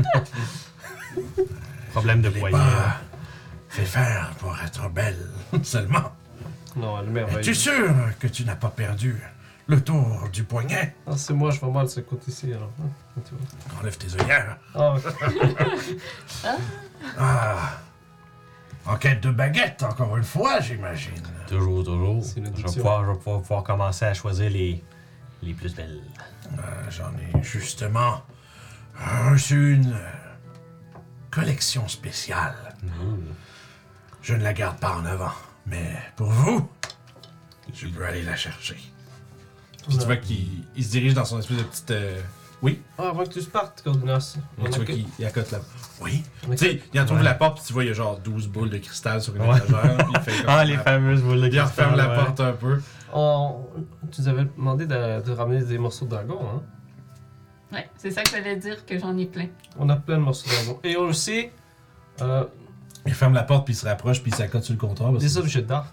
Problème de Je l'ai poignet. pas fait faire pour être belle seulement. Non, elle est merveille. Es-tu sûr que tu n'as pas perdu le tour du poignet? Ah, c'est moi, je vois mal ce côté-ci, alors. hein, tu vois. Enlève tes œillères. Ah, ok. Ah! En quête de baguette, encore une fois, j'imagine. Toujours, toujours. C'est une Je vais, addiction. pouvoir, je vais pouvoir, pouvoir commencer à choisir les, les plus belles. Euh, J'en ai justement reçu une euh, collection spéciale. Je ne la garde pas en avant, mais pour vous, je peux aller la chercher. Puis tu vois qu'il il se dirige dans son espèce de petite... euh, Oui, Ah, avant que tu partes, Cordinas. tu vois qu'il il accote là. Oui. on Tu sais, il entoure Ouais. la porte, puis tu vois, il y a genre douze boules de cristal sur une Ouais. étagère. Puis il fait comme Ah, ça. les fameuses boules de Il referme la ouais. porte un peu. On- Tu nous avais demandé de, de ramener des morceaux de dragon, hein? Ouais, c'est ça que j'allais dire, que j'en ai plein. On a plein de morceaux de dragon. Et aussi, euh, Il ferme la porte, puis il se rapproche, puis il s'accote sur le comptoir. parce des que- objets d'art.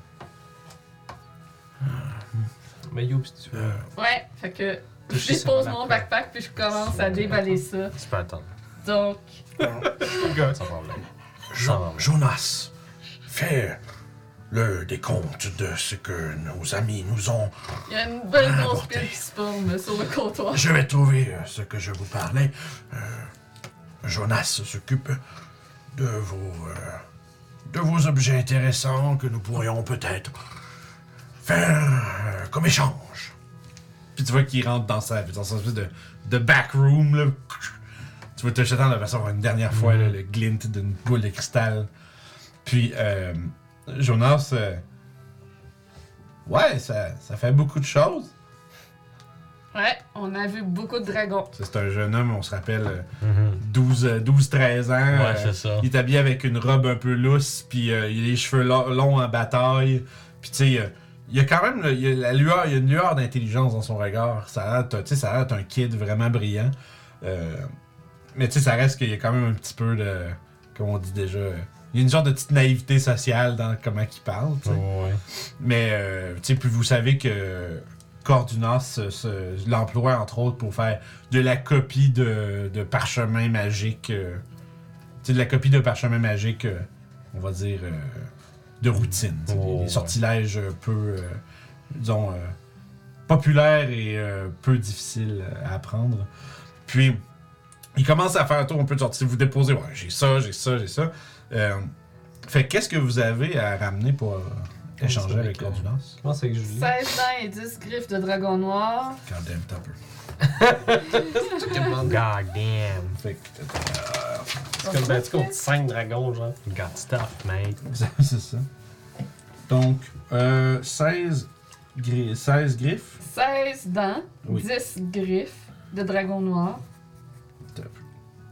Mais Youb, si tu veux. Euh, Ouais, fait que je Toucher ça dépose dans la mon plaie. backpack puis je commence à déballer ça. Tu peux attendre. Donc, Sans problème. Jo- Jonas, fais le décompte de ce que nos amis nous ont. il y a une belle Ah, grosse bon, pile t'es- qui se forme sur le comptoir. Je vais trouver euh, ce que je vous parlais. Euh, Jonas s'occupe de vos, euh, de vos objets intéressants que nous pourrions peut-être faire euh, comme échange. Puis tu vois qu'il rentre dans sa, dans son espèce de, de backroom, là. Tu vois te jeter de façon une dernière fois là, le glint d'une boule de cristal. Puis euh, Jonas, euh, ouais, ça, ça fait beaucoup de choses. Ouais, on a vu beaucoup de dragons. Ça, c'est un jeune homme, on se rappelle, euh, Mhm. douze treize ans. Ouais, euh, c'est ça. il est habillé avec une robe un peu lousse, puis euh, il a les cheveux lo- longs en bataille. Puis tu sais, euh, il y a quand même là, il y a la lueur, il y a une lueur d'intelligence dans son regard. Ça a l'air d'être- tu sais, ça a l'air d'être un kid vraiment brillant. Euh, mais tu sais, ça reste qu'il y a quand même un petit peu de, comme on dit déjà, euh, il y a une genre de petite naïveté sociale dans comment il parle. tu sais. Ouais. Mais euh, tu sais, puis vous savez que Cordunas se- se- l'emploie entre autres pour faire de la copie de, de parchemin magique. euh, tu sais, de la copie de parchemin magique, euh, on va dire, euh, de routine. tu sais, Oh, des, des ouais. sortilèges un peu, euh, disons, euh, populaire et euh, peu difficile à apprendre. Puis, il commence à faire un tour un peu de sortie. Vous déposez, ouais, j'ai ça, j'ai ça, j'ai ça. Euh, fait qu'est-ce que vous avez à ramener pour euh, échanger avec avec, euh, l'ordonnance? Je pense avec Julie. seize dents et dix griffes de dragon noir. God damn, t'as peu. God God damn. Fait que, euh, C'est comme ben, tu comptes cinq dragons, genre. Got stuff, mate. c'est ça. Donc, euh, seize, gri- seize griffes. seize dents, Oui. dix griffes de dragon noir. T'as peu.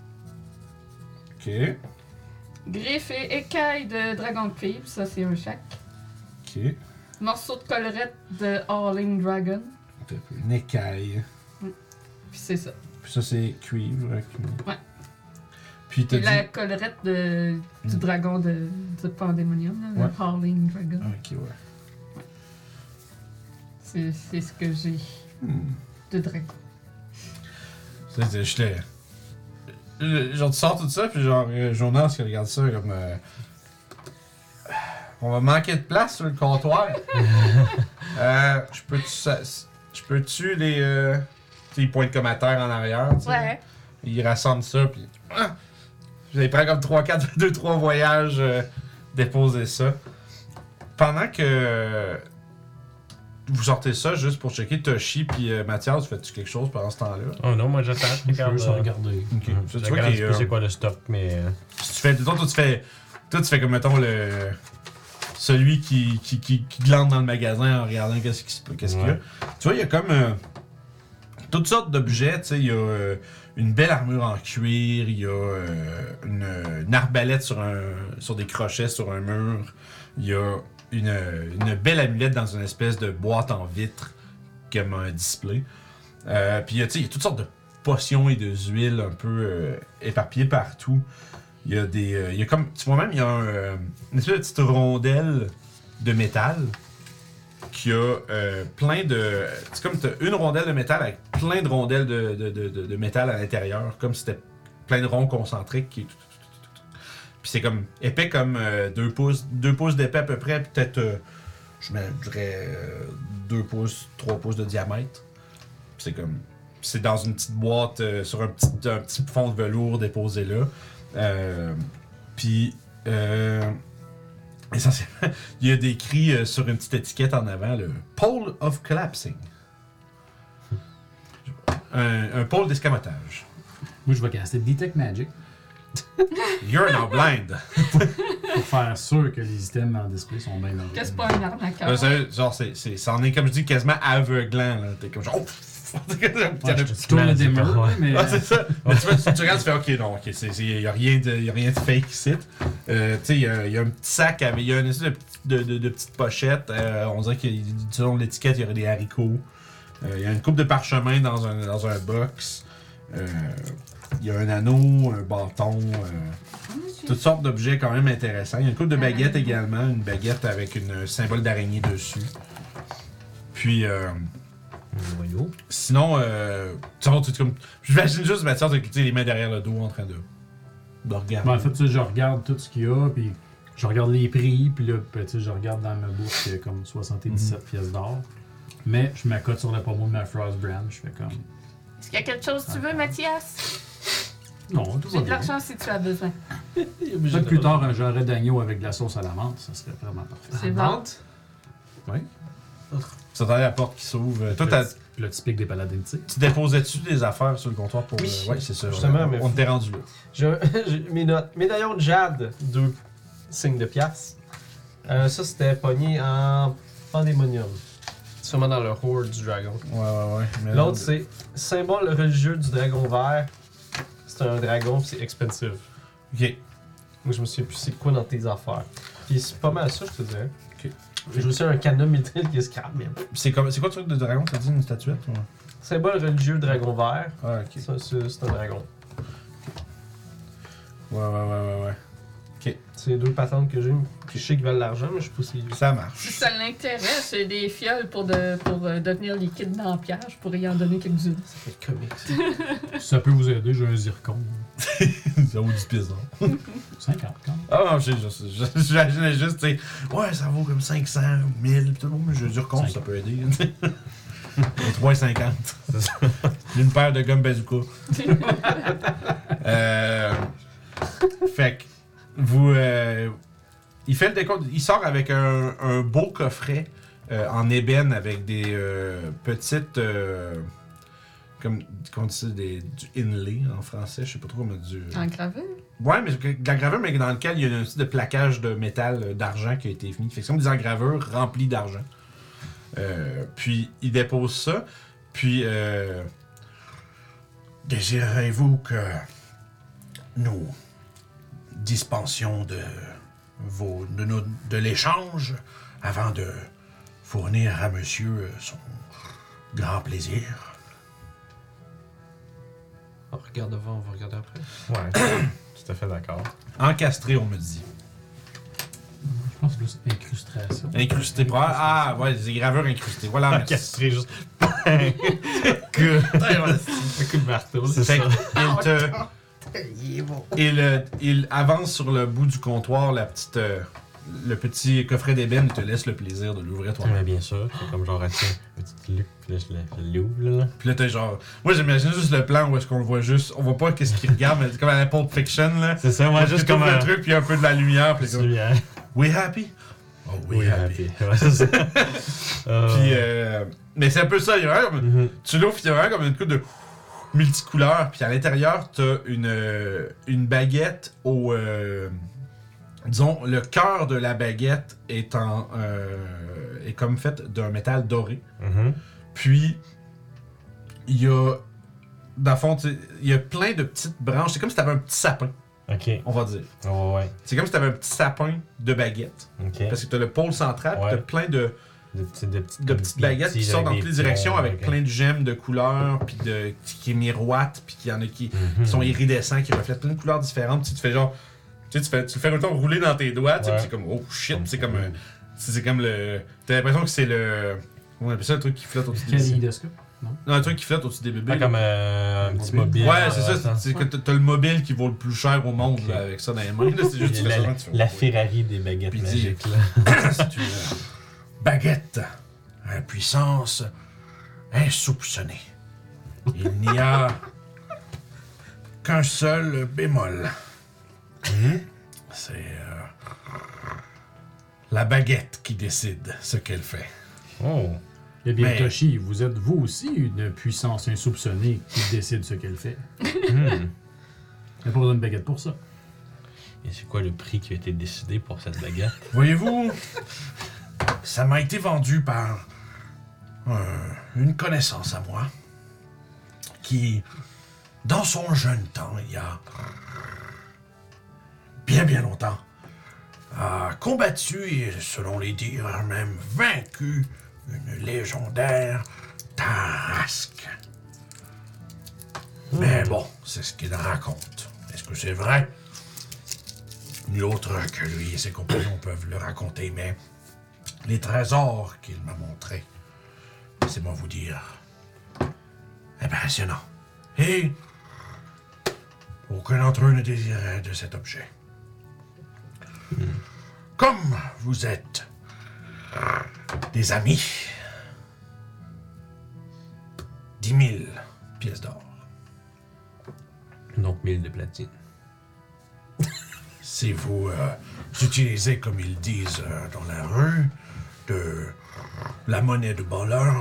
Ok, Griffes et écailles de dragon de cuivre, ça c'est un chaque. ok. Morceau de collerette de Howling Dragon. T'as peu. Une écaille. Puis c'est ça. Puis ça, c'est cuivre. euh, cuivre. Ouais. Puis t'as Puis dit... la collerette de, du Mm. dragon de, du Pandemonium, là, Ouais. le Howling Dragon. Ah, ok, ouais. C'est, c'est ce que j'ai Hmm. de dragon. C'est, c'est, j'étais... Euh, Genre, tu sors tout ça, puis genre, euh, Jonas qui regarde ça comme... euh, On va manquer de place sur le comptoir. euh, je peux-tu... ça- Je peux-tu les... Euh... tu sais, ils pointent comme à terre en arrière, tu sais. Ouais. Ils rassemblent ça, puis... Ah! Vous allez prendre comme trois quatre deux trois voyages, euh, déposer ça. Pendant que... Vous sortez ça juste pour checker Toshi puis euh, Mathias, fais-tu quelque chose pendant ce temps-là? Oh non, moi j'attends. Je Je regarde. veux juste euh, regarder. Ok. mhm. Ça, Je tu vois regarde qu'il y un a- peu c'est quoi le stock, mais. euh, Si tu fais, toi, toi, tu fais, toi, tu fais comme, mettons, le, celui qui, qui, qui, qui glande dans le magasin en regardant qu'est-ce qui se- qu'est-ce qu'il y a. Ouais. Tu vois, il y a comme euh, toutes sortes d'objets, tu sais, il y a euh, une belle armure en cuir, il y a euh, une, une arbalète sur, un, sur des crochets sur un mur, il y a une, une belle amulette dans une espèce de boîte en vitre comme un display. Euh, puis, tu sais, il y a toutes sortes de potions et de huiles un peu euh, éparpillées partout. Il y a des. euh, il y a comme. Tu vois même, il y a un, euh, une espèce de petite rondelle de métal qui a euh, plein de. C'est comme t'as une rondelle de métal avec plein de rondelles de, de, de, de, de métal à l'intérieur, comme si c'était plein de ronds concentriques qui. Puis c'est comme épais comme euh, deux pouces, deux pouces d'épais à peu près, peut-être, euh, je me dirais, euh, deux pouces, trois pouces de diamètre. Puis c'est comme. C'est dans une petite boîte euh, sur un petit, un petit fond de velours déposé là. Euh, puis, euh, essentiellement, il y a décrit euh, sur une petite étiquette en avant le Pole of Collapsing. Un, un pôle d'escamotage. Moi, je vais caster Detect Magic You're now blind. pour faire sûr que les items en display sont bien dans le Que c'est pas un arnaqueur. Euh, sérieux, genre, c'est, c'est, ça en est, comme je dis, quasiment aveuglant. Là. T'es comme genre, oh! Ouais, je tourne le dimmer, Ouais. mais Ah, c'est ça. Mais tu, vois, tu, tu regardes, tu fais OK, non, OK, c'est, c'est, y a rien de, y a rien de fake ici. Euh, tu sais, il y a, y a un petit sac avec, il y a une espèce de, petit- de, de, de petite pochette. Euh, on dirait que selon l'étiquette, il y aurait des haricots. Il y a une coupe de parchemin dans un, dans un box. Il y a un anneau, un bâton. euh, toutes sortes d'objets quand même intéressants. Il y a une coupe de baguettes également, une baguette avec une- un symbole d'araignée dessus. Puis, euh, Voyons. sinon, euh, tu sais, tu- comme, j'imagine juste Mathias avec tu sais, les mains derrière le dos en train de, de regarder. Ben, en fait, tu sais, je regarde tout ce qu'il y a, puis je regarde les prix, puis là, puis, tu sais, je regarde dans ma bourse qu'il y a comme soixante-dix-sept pièces d'or. Mais je m'accote sur la promo de ma Frost Brand, je fais comme. Est-ce qu'il y a quelque chose que tu veux, Mathias? Non, tout va J'ai de bien. l'argent si tu as besoin. Peut-être plus tard, un jarret d'agneau avec de la sauce à la menthe, ça serait vraiment parfait. C'est bon. Ça t'as la porte qui s'ouvre. Toi, Le t'as- petit- Le typique des paladins, tu sais. tu déposais-tu des affaires sur le comptoir pour. Oui. euh, ouais, c'est ça. Justement, on, mais- on t'est rendu là. J'ai j'ai mes notes. Médaillon de jade, deux signes de pièce. Euh, ça, c'était pogné en pandémonium. Sûrement dans le horde du dragon. Ouais, ouais, ouais. Mais L'autre, c'est symbole religieux du dragon vert. C'est un dragon, puis c'est expensive. Ok. Moi, je me souviens plus c'est quoi dans tes affaires. Puis c'est pas mal ça, je te dirais. Ok. J'ai aussi un canon mithril qui est scrap, mais. C'est, comme, c'est quoi le truc de dragon? T'as dit une statuette? Ou... Symbole religieux dragon vert. Ah, ok. Ça, c'est c'est un dragon. Ouais, ouais, ouais, ouais, ouais. C'est deux patentes que j'ai. Puis je sais qu'ils valent l'argent, mais je sais pas si. Ça Si marche. ça l'intéresse, j'ai des fioles pour, de, pour euh, devenir liquide dans la pierre. Je pourrais y en donner quelques-unes. Ça fait comique, ça. Si ça peut vous aider, j'ai un zircon. Ça vaut dix pièces d'or. cinquante quand même. Ah, non, je sais, je sais, je- j'imaginais juste, tu sais, ouais, ça vaut comme cinq cents, mille, pis tout le monde, mais je veux dire, compte, ça peut aider. trois cinquante. C'est ça. Une paire de gommes bazooka. euh, fait que vous. Euh, il fait le décompte. Il sort avec un, un beau coffret euh, en ébène avec des euh, petites. Euh, comme comment on dit ça, des, du inlay en français, je sais pas trop comment dire. En gravure? Ouais, mais de la gravure, mais dans lequel il y a un type de plaquage de métal, euh, d'argent qui a été fini. Fait que c'est comme des engravures remplies d'argent. Euh, puis il dépose ça. Puis euh, désirez-vous que nous dispensions de vos de, nos, de l'échange avant de fournir à monsieur son grand plaisir? On regarde devant, on va regarder après. Ouais, tout à fait d'accord. Encastré, on me dit. Je pense que c'est plus incrustation. Incrusté. Ah, ouais, des gravures incrustées. Voilà. merci. Encastré juste. Que- Un coup de marteau, là. C'est Fait ça. qu'il te. Il, euh, il avance sur le bout du comptoir la petite, euh, le petit coffret d'ébène. Il te laisse le plaisir de l'ouvrir toi-même. Mais bien sûr, c'est comme genre, tiens, un petit luc, puis là, je le- je l'ouvre, là. Puis là, t'es genre. Moi, j'imagine juste le plan où est-ce qu'on le voit juste. On voit pas qu'est-ce qu'il regarde, mais c'est comme à la Pulp Fiction, là. C'est ça, moi, juste comme un un truc, puis un peu de la lumière. Puis petit comme. lumière. We happy? Oh, we Oui, happy. happy. Ouais, c'est ça. Euh, Puis, euh, mais c'est un peu ça. Il y a vraiment comme. mhm. Tu l'ouvres, il y a vraiment comme une coupe de multicouleurs, puis à l'intérieur, t'as une, euh, une baguette au... euh, disons, le cœur de la baguette est en... euh, est comme fait d'un métal doré. Mhm. Puis, il y a... Dans le fond, tu sais, il y a plein de petites branches. C'est comme si t'avais un petit sapin, Ok. on va dire. Oh, ouais. C'est comme si t'avais un petit sapin de baguette. Ok. Parce que t'as le pôle central, puis Ouais. t'as plein de... De, petites- de petites, de petites baguettes qui sortent dans toutes les directions avec plein de gemmes de couleurs, puis de, qui miroitent, puis qu'il y en a qui, de qui sont iridescents, qui reflètent plein de couleurs différentes. Tu, sais, tu fais genre. Tu sais, tu, fais, tu le fais autant rouler dans tes doigts, tu sais, Ouais. puis c'est comme oh shit, c'est comme. un- C'est c'est comme le. T'as l'impression que c'est le. Comment on appelle ça, le truc qui flotte au-dessus des. Kaléidoscope. Non, un truc qui flotte au-dessus des bébés. Ah, là. comme euh, un petit mobile. Ouais, c'est euh, ça. C'est que t'as t'as le mobile qui vaut le plus cher au monde Ok. là, avec ça dans les mains. Là, c'est juste tu fais la, ça, la, tu fais, la ouais. Ferrari des baguettes Puis dis- magiques, là. C'est une baguette à puissance insoupçonnée. Il n'y a qu'un seul bémol. C'est euh, la baguette qui décide ce qu'elle fait. Oh. Eh bien, Mais- Toshi, vous êtes vous aussi une puissance insoupçonnée qui décide ce qu'elle fait. Hmm. Il n'y a pas besoin de baguette pour ça. Et c'est quoi le prix qui a été décidé pour cette baguette? Voyez-vous, ça m'a été vendu par euh, une connaissance à moi qui, dans son jeune temps, il y a bien bien longtemps, a combattu et, selon les dires, même vaincu une légendaire Tarrasque. Mais bon, c'est ce qu'il raconte. Est-ce que c'est vrai? Nul autre que lui et ses compagnons peuvent le raconter, mais les trésors qu'il m'a montrés, laissez-moi vous dire, impressionnant. Et aucun d'entre eux ne désirait de cet objet. Comme vous êtes des amis, dix mille pièces d'or. Donc mille de platine. Si vous euh, utilisez, comme ils disent euh, dans la rue, de la monnaie de voleur,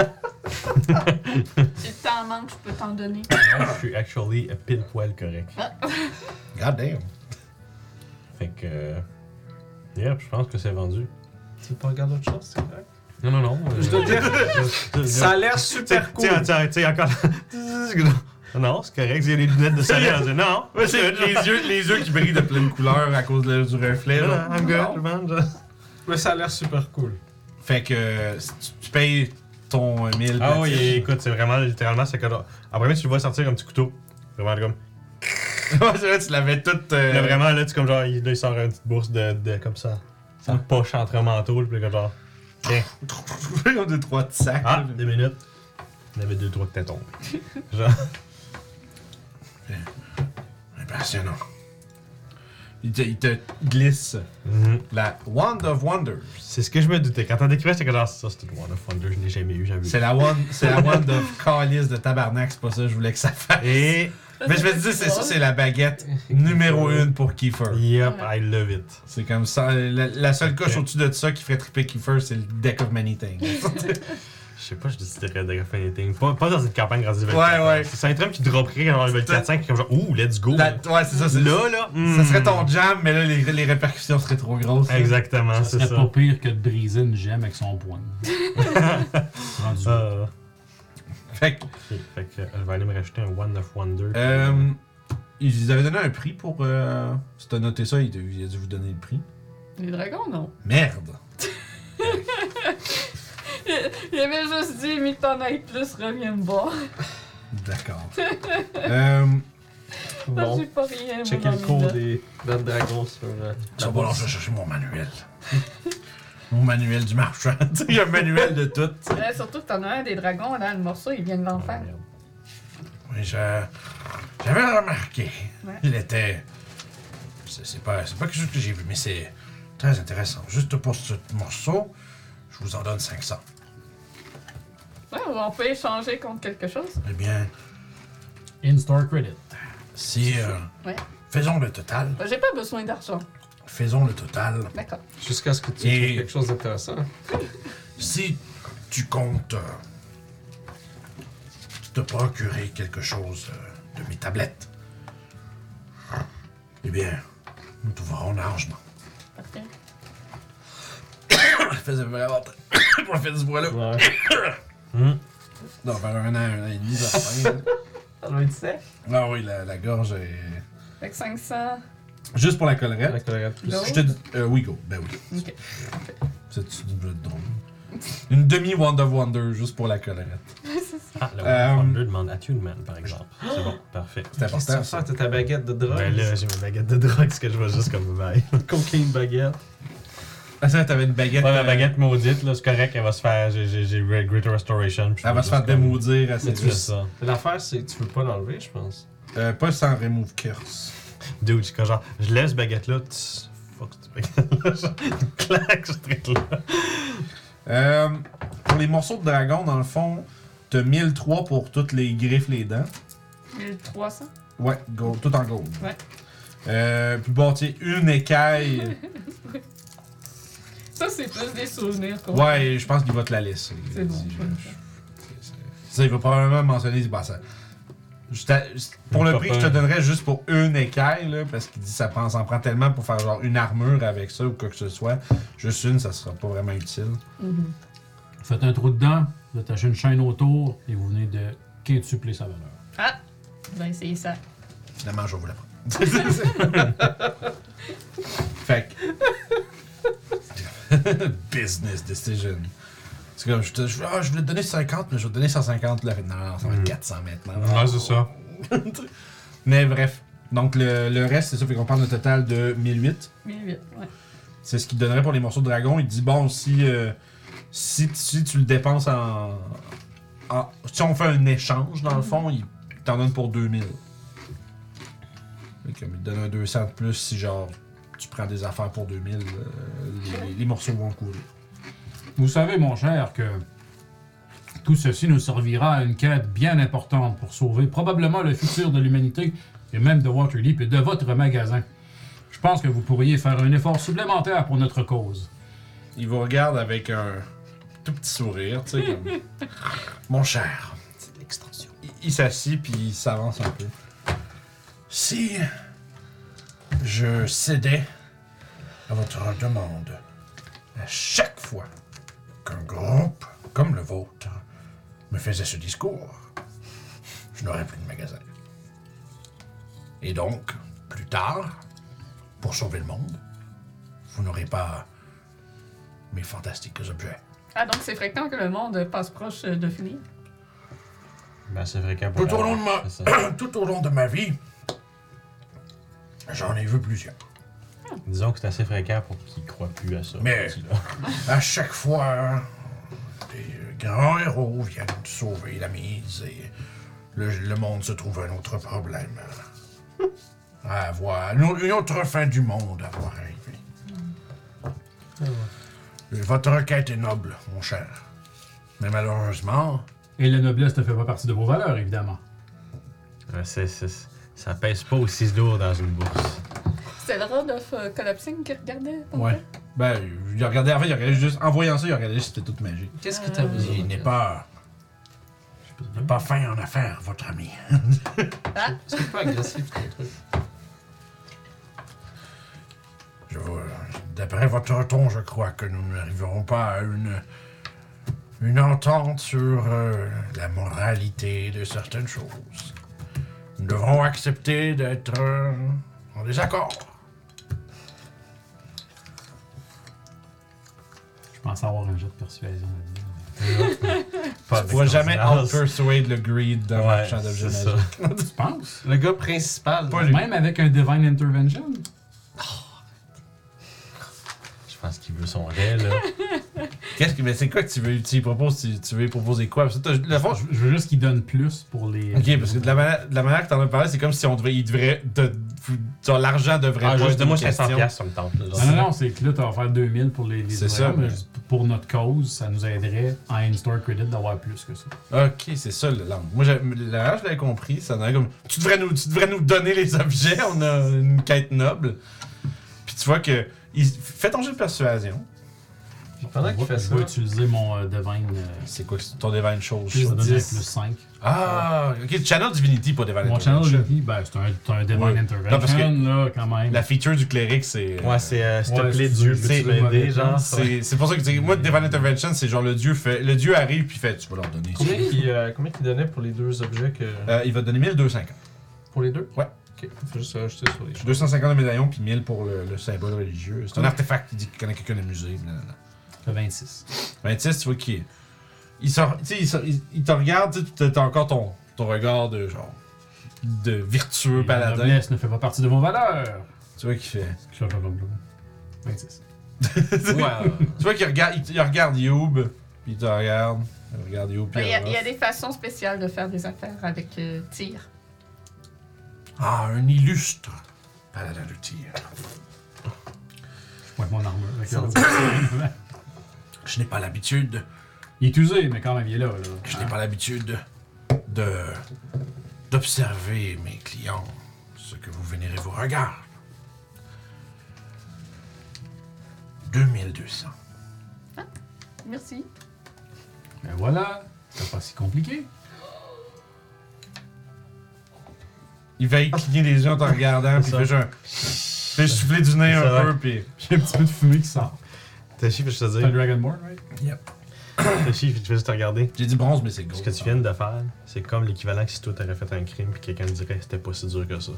Si t'en manques, je peux t'en donner. Moi, je suis actually pile poil correct. god damn. Fait que. euh, Yep, je pense que c'est vendu. Tu veux pas regarder autre chose, c'est correct? Non, non, non. euh, Je dois dire, je- je- ça a l'air Tiens, super cool. tiens, tiens, tiens, encore. Non, c'est correct, il y a des lunettes de soleil. On dit non. Ouais, c'est les yeux, les yeux qui brillent de pleine couleur à cause de- du reflet. Non, là. non, I'm good, je mange. Mais ça a l'air super cool. Fait que euh, si tu, tu payes ton euh, mille Ah oui, platines. écoute, c'est vraiment littéralement, c'est que. Après, tu le vois sortir un petit couteau. Vraiment comme. Ouais, c'est vrai, tu l'avais tout. euh, Là, vraiment, là, tu comme genre, il, là, il sort une petite bourse de, de comme ça. Sa poche entre manteaux, puis comme genre. Tiens. Ils ont deux, trois petits sacs. Ah, là. deux minutes. Il y en avait deux, trois que t'es tombé. Genre. Impressionnant. Il te, il te glisse Mhm. la Wand of Wonders. C'est ce que je me doutais. Quand t'as découvert, j'étais comme genre, ça, c'est une Wand of Wonder, je n'ai jamais eu, j'avais. C'est la Wand, c'est la Wand of Calice de tabarnak, c'est pas ça que je voulais que ça fasse. Et. Mais je me disais, c'est ça, c'est la baguette numéro une pour Kiefer. Yep, I love it. C'est comme ça. La, la seule coche au-dessus de ça qui ferait triper Kiefer, c'est le Deck of Many Things. Je sais pas, je déciderais de refaire anything. Pas, pas dans une campagne grandie level Ouais, quatre. ouais. C'est un trame qui dropperait quand on level quatre cinq, comme genre, ouh, let's go. La- ouais, c'est ça. C'est, Là, là. ça hmm. serait ton jam, mais là, les, les répercussions seraient trop grosses. Exactement, Ça c'est serait ça. pas pire que de briser une gemme avec son poing. Rendu. Euh, Fait que, ok, fait que euh, je vais aller me rajouter un Wand of Wonder. euh, ils avaient donné un prix pour. Euh, si t'as noté ça, il, il a dû vous donner le prix. Les dragons, non. Merde! Il avait juste dit, Mythonite plus, reviens me voir. D'accord. euh, Bon, J'ai pas rien. moi, checker dans le mes cours notes. des dents de dragon sur euh, ça la va, là, bourse. je vais chercher mon manuel. Mon manuel du marchand. Tu sais, il y a un manuel de tout. tu sais. Ouais, surtout que t'en as un des dragons dans le morceau, il vient de l'en Ah, faire. merde. Oui, je. J'avais remarqué. Ouais. Il était. C'est, c'est pas, c'est pas quelque chose que j'ai vu, mais c'est très intéressant. Juste pour ce morceau, je vous en donne cinq cents. Ouais, on peut échanger contre quelque chose. Eh bien, In-store credit. si. euh, Ouais. Faisons le total. J'ai pas besoin d'argent. Faisons le total. D'accord. Jusqu'à ce que tu Et- trouves quelque chose d'intéressant. Si tu comptes euh, te procurer quelque chose euh, de mes tablettes, eh bien, nous trouverons l'argent. Parfait. Faisais vraiment pour faire ce bois-là. Ouais. Hmm. Non, vers un an, un an et demi, ça va. Ça doit être sec. Ah oui, la, la gorge est. Fait que cinq cents. Juste pour la La collerette. collerette plus. Go. Je te dis. Euh, oui, go. Ben oui. Ok. C'est une jeu de drôle. Une demi Wand of Wonder juste pour la collerette. Ah, le Euh, Wand of Wonder demande attunement, par exemple. C'est bon, parfait. C'est Qu'est-ce que tu important. vas Ça. faire? T'as ta baguette de drogue? Ben là, j'ai ma baguette de drogue, ce que je vois juste comme bail. Cocaine baguette. Ah, ça, t'avais une baguette. Ouais, ma euh, baguette maudite, là, c'est correct, elle va se faire. J'ai, j'ai, j'ai Greater Restoration. puis je Elle va fais se faire juste comme- démaudir assez C'est vite. ça. L'affaire, c'est que tu veux pas l'enlever, je pense. Euh, pas sans remove curse. Dude, c'est comme genre, je laisse baguette-là, tu. Fuck cette baguette-là, genre, clac, ce truc-là. Euh, pour les morceaux de dragon, dans le fond, t'as mille trois pour toutes les griffes, les dents. mille trois cents. Ouais, gold, tout en gold. Ouais. Euh, puis bon, tu sais, une écaille. Ça, c'est plus des souvenirs qu'on Ouais, je pense qu'il va te la laisser. C'est bon, Si, je vais le je- faire. c'est- c'est- Ça, il va probablement mentionner. Bah, ça, je t'a- pour le Pas prix que je te peur. donnerais juste pour une écaille, là, parce qu'il dit ça prend, s'en prend tellement pour faire genre une armure avec ça ou quoi que ce soit. Juste une, ça sera pas vraiment utile. Mhm. Faites un trou dedans, vous attachez une chaîne autour et vous venez de quintupler sa valeur. Ah! Je vais essayer ça. Finalement, je vais vous la prendre. Fait que. Business decision. C'est comme, je, te, je, ah, je voulais te donner cinquante, mais je vais te donner cent cinquante. Là, non, non, ça va être Mm. quatre cents maintenant. Ouais, c'est ça. Mais bref. Donc, le, le reste, c'est ça. Fait qu'on parle d'un total de mille huit. mille huit, ouais. C'est ce qu'il donnerait pour les morceaux de dragon. Il dit, bon, si, euh, si, si tu le dépenses en, en- si on fait un échange, dans le fond, il t'en donne pour deux mille. Fait comme il te donne un deux cents de plus si, genre, tu prends des affaires pour deux mille, euh, les, les morceaux vont couler. Vous savez, mon cher, que tout ceci nous servira à une quête bien importante pour sauver probablement le futur de l'humanité et même de Waterdeep et de votre magasin. Je pense que vous pourriez faire un effort supplémentaire pour notre cause. Il vous regarde avec un tout petit sourire, tu sais, comme... Mon cher. C'est de l'extension. Il, il s'assit puis il s'avance un peu. Si je cédais à votre demande à chaque fois qu'un groupe comme le vôtre me faisait ce discours, je n'aurais plus de magasin. Et donc, plus tard, pour sauver le monde, vous n'aurez pas mes fantastiques objets. Ah, donc c'est fréquent que le monde passe proche de finir. Ben, c'est fréquent pour Tout au long de ma, C'est ça. tout au long de ma vie, j'en ai vu plusieurs. Disons que c'est assez fréquent pour qu'ils croient plus à ça. Mais- là. À chaque fois, des grands héros viennent sauver la mise et le, le monde se trouve un autre problème. à voir, une, une autre fin du monde à voir arriver. Ah ouais. Votre requête est noble, mon cher. Mais malheureusement, Et la noblesse ne fait pas partie de vos valeurs, évidemment. Ouais, c'est, c'est- ça pèse pas aussi lourd dans une bourse. C'est le Lord of uh, Collapsing qui regardait. tantôt? ouais. Ben, il a regardé avant, il a regardé juste. En voyant ça, il a regardé si c'était toute magique. Qu'est-ce que t'as Euh, besoin? Il n'est pas. Il n'est pas fin en affaires, votre ami. C'est pas agressif ton truc. Je vois- D'après votre ton, je crois que nous n'arriverons pas à une, une entente sur euh, la moralité de certaines choses. Nous devrons accepter d'être euh, en désaccord. Je pense avoir un jeu de persuasion là-dedans. Pas Tu avec pourras ton jamais silence. out-persuade le greed d'un Ouais, marchand d'objets c'est ça. magiques. Tu penses? Le gars principal. Pas lui. Même avec un Divine Intervention? Je pense qu'il veut son raid, là. Qu'est-ce que, mais c'est quoi que tu veux, tu lui proposes, tu, tu veux lui proposer quoi? Parce que t'as- le fond, Je, je veux juste qu'il donne plus pour les. ok, parce que de la manière, de la manière que t'en as parlé, c'est comme si on devrait, il devrait, de, genre, l'argent devrait Ah, pas juste être de moi une cinq cents question. piastres, ça me tente. là. Non, non, non, c'est que là, tu vas faire deux mille pour les, les C'est ouvriers, ça, mais mais- juste pour notre cause, ça nous aiderait en in-store credit d'avoir plus que ça. Ok, c'est ça le langue. Moi, j'ai- là, je l'avais compris. Ça donnerait comme. Tu devrais, nous, tu devrais nous donner les objets, on a une quête noble. Puis tu vois que. Il, fais ton jeu de persuasion. Puis pendant qu'il fait je ça, vais utiliser mon euh, Divine euh, C'est quoi ton Divine Chose? plus donner dix. plus cinq. Ah, ok, Channel Divinity, pas Divine Mon channel Intervention. Divinity, ben, c'est un, c'est un Divine Ouais. Intervention, Non, parce que là, quand même. La feature du cléric, c'est. Ouais, c'est euh, s'il te Ouais, plaît, c'est- Dieu, c'est- peux-tu m'aider, genre? C'est c'est pour ça que tu sais, moi, Divine Intervention, c'est genre le dieu fait. Le dieu arrive puis fait, tu vas leur donner. combien qu'il euh, combien qu'il donnait pour les deux objets que. Euh, il va te donner mille deux cent cinquante. Pour les deux? Ouais. Ok, faut juste rajouter sur les choses. deux cent cinquante de médaillons puis mille pour le, le symbole religieux. C'est un artefact qui dit qu'il connaît quelqu'un de musée. blablabla. Le vingt-six. vingt-six, tu vois qu'il il sort, tu sais, il, sort- il, il te regarde, tu sais, t'as encore ton, ton regard de genre de vertueux La paladin. noblesse ne fait pas partie de vos valeurs. Tu vois qu'il fait. vingt-six. Ouais. Tu vois qu'il regarde, il, il regarde Youb, puis il te regarde, il regarde Youb, puis Il y, a, il y a il des façons spéciales de faire des affaires avec euh, tir. Ah, un illustre paladin de tir. Je pointe mon armure. Ça Regarde. Je n'ai pas l'habitude, Il est usé, mais quand même, il est là. là. je n'ai pas l'habitude de d'observer mes clients, ce que vous vénérez vos regards. deux mille deux cents. Merci. Ben voilà, c'est pas si compliqué. Il va y cligner les yeux en te regardant, puis il fait genre. Il fait souffler du nez C'est un vrai. peu, puis. J'ai un petit peu de fumée qui sort. Tachi, je te C'est un dire. Dragonborn, right? Yep. Tachi, je vais juste te regarder. J'ai dit bronze, mais c'est gros. Ce que tu viens de faire, c'est comme l'équivalent que si toi t'aurais fait un crime puis quelqu'un te dirait que c'était pas si dur que ça.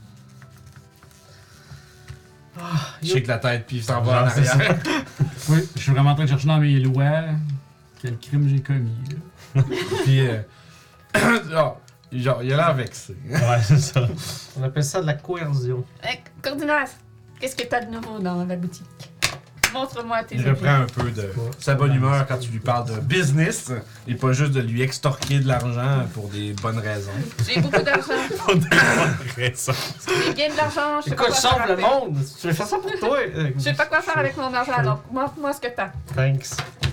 Je shake la tête, puis il s'en va en Genre, c'est arrière. Oui, je suis vraiment en train de chercher dans mes lois quel crime j'ai commis. là. Puis. Euh... genre, genre, il a l'air vexé. Ouais, c'est ça. On appelle ça de la coercion. Hey, Cordinas, qu'est-ce que t'as de nouveau dans la boutique? Montre-moi tes Il objets. reprend un peu de sa bonne humeur quand tu lui parles de business et pas juste de lui extorquer de l'argent pour des bonnes raisons. J'ai beaucoup d'argent. Pour des bonnes raisons. J'ai bien de l'argent. Je sais pas Écoute, quoi faire sauve le avec. monde! Tu veux faire ça pour toi? Je sais pas quoi faire avec mon argent, alors montre-moi ce que t'as. Thanks.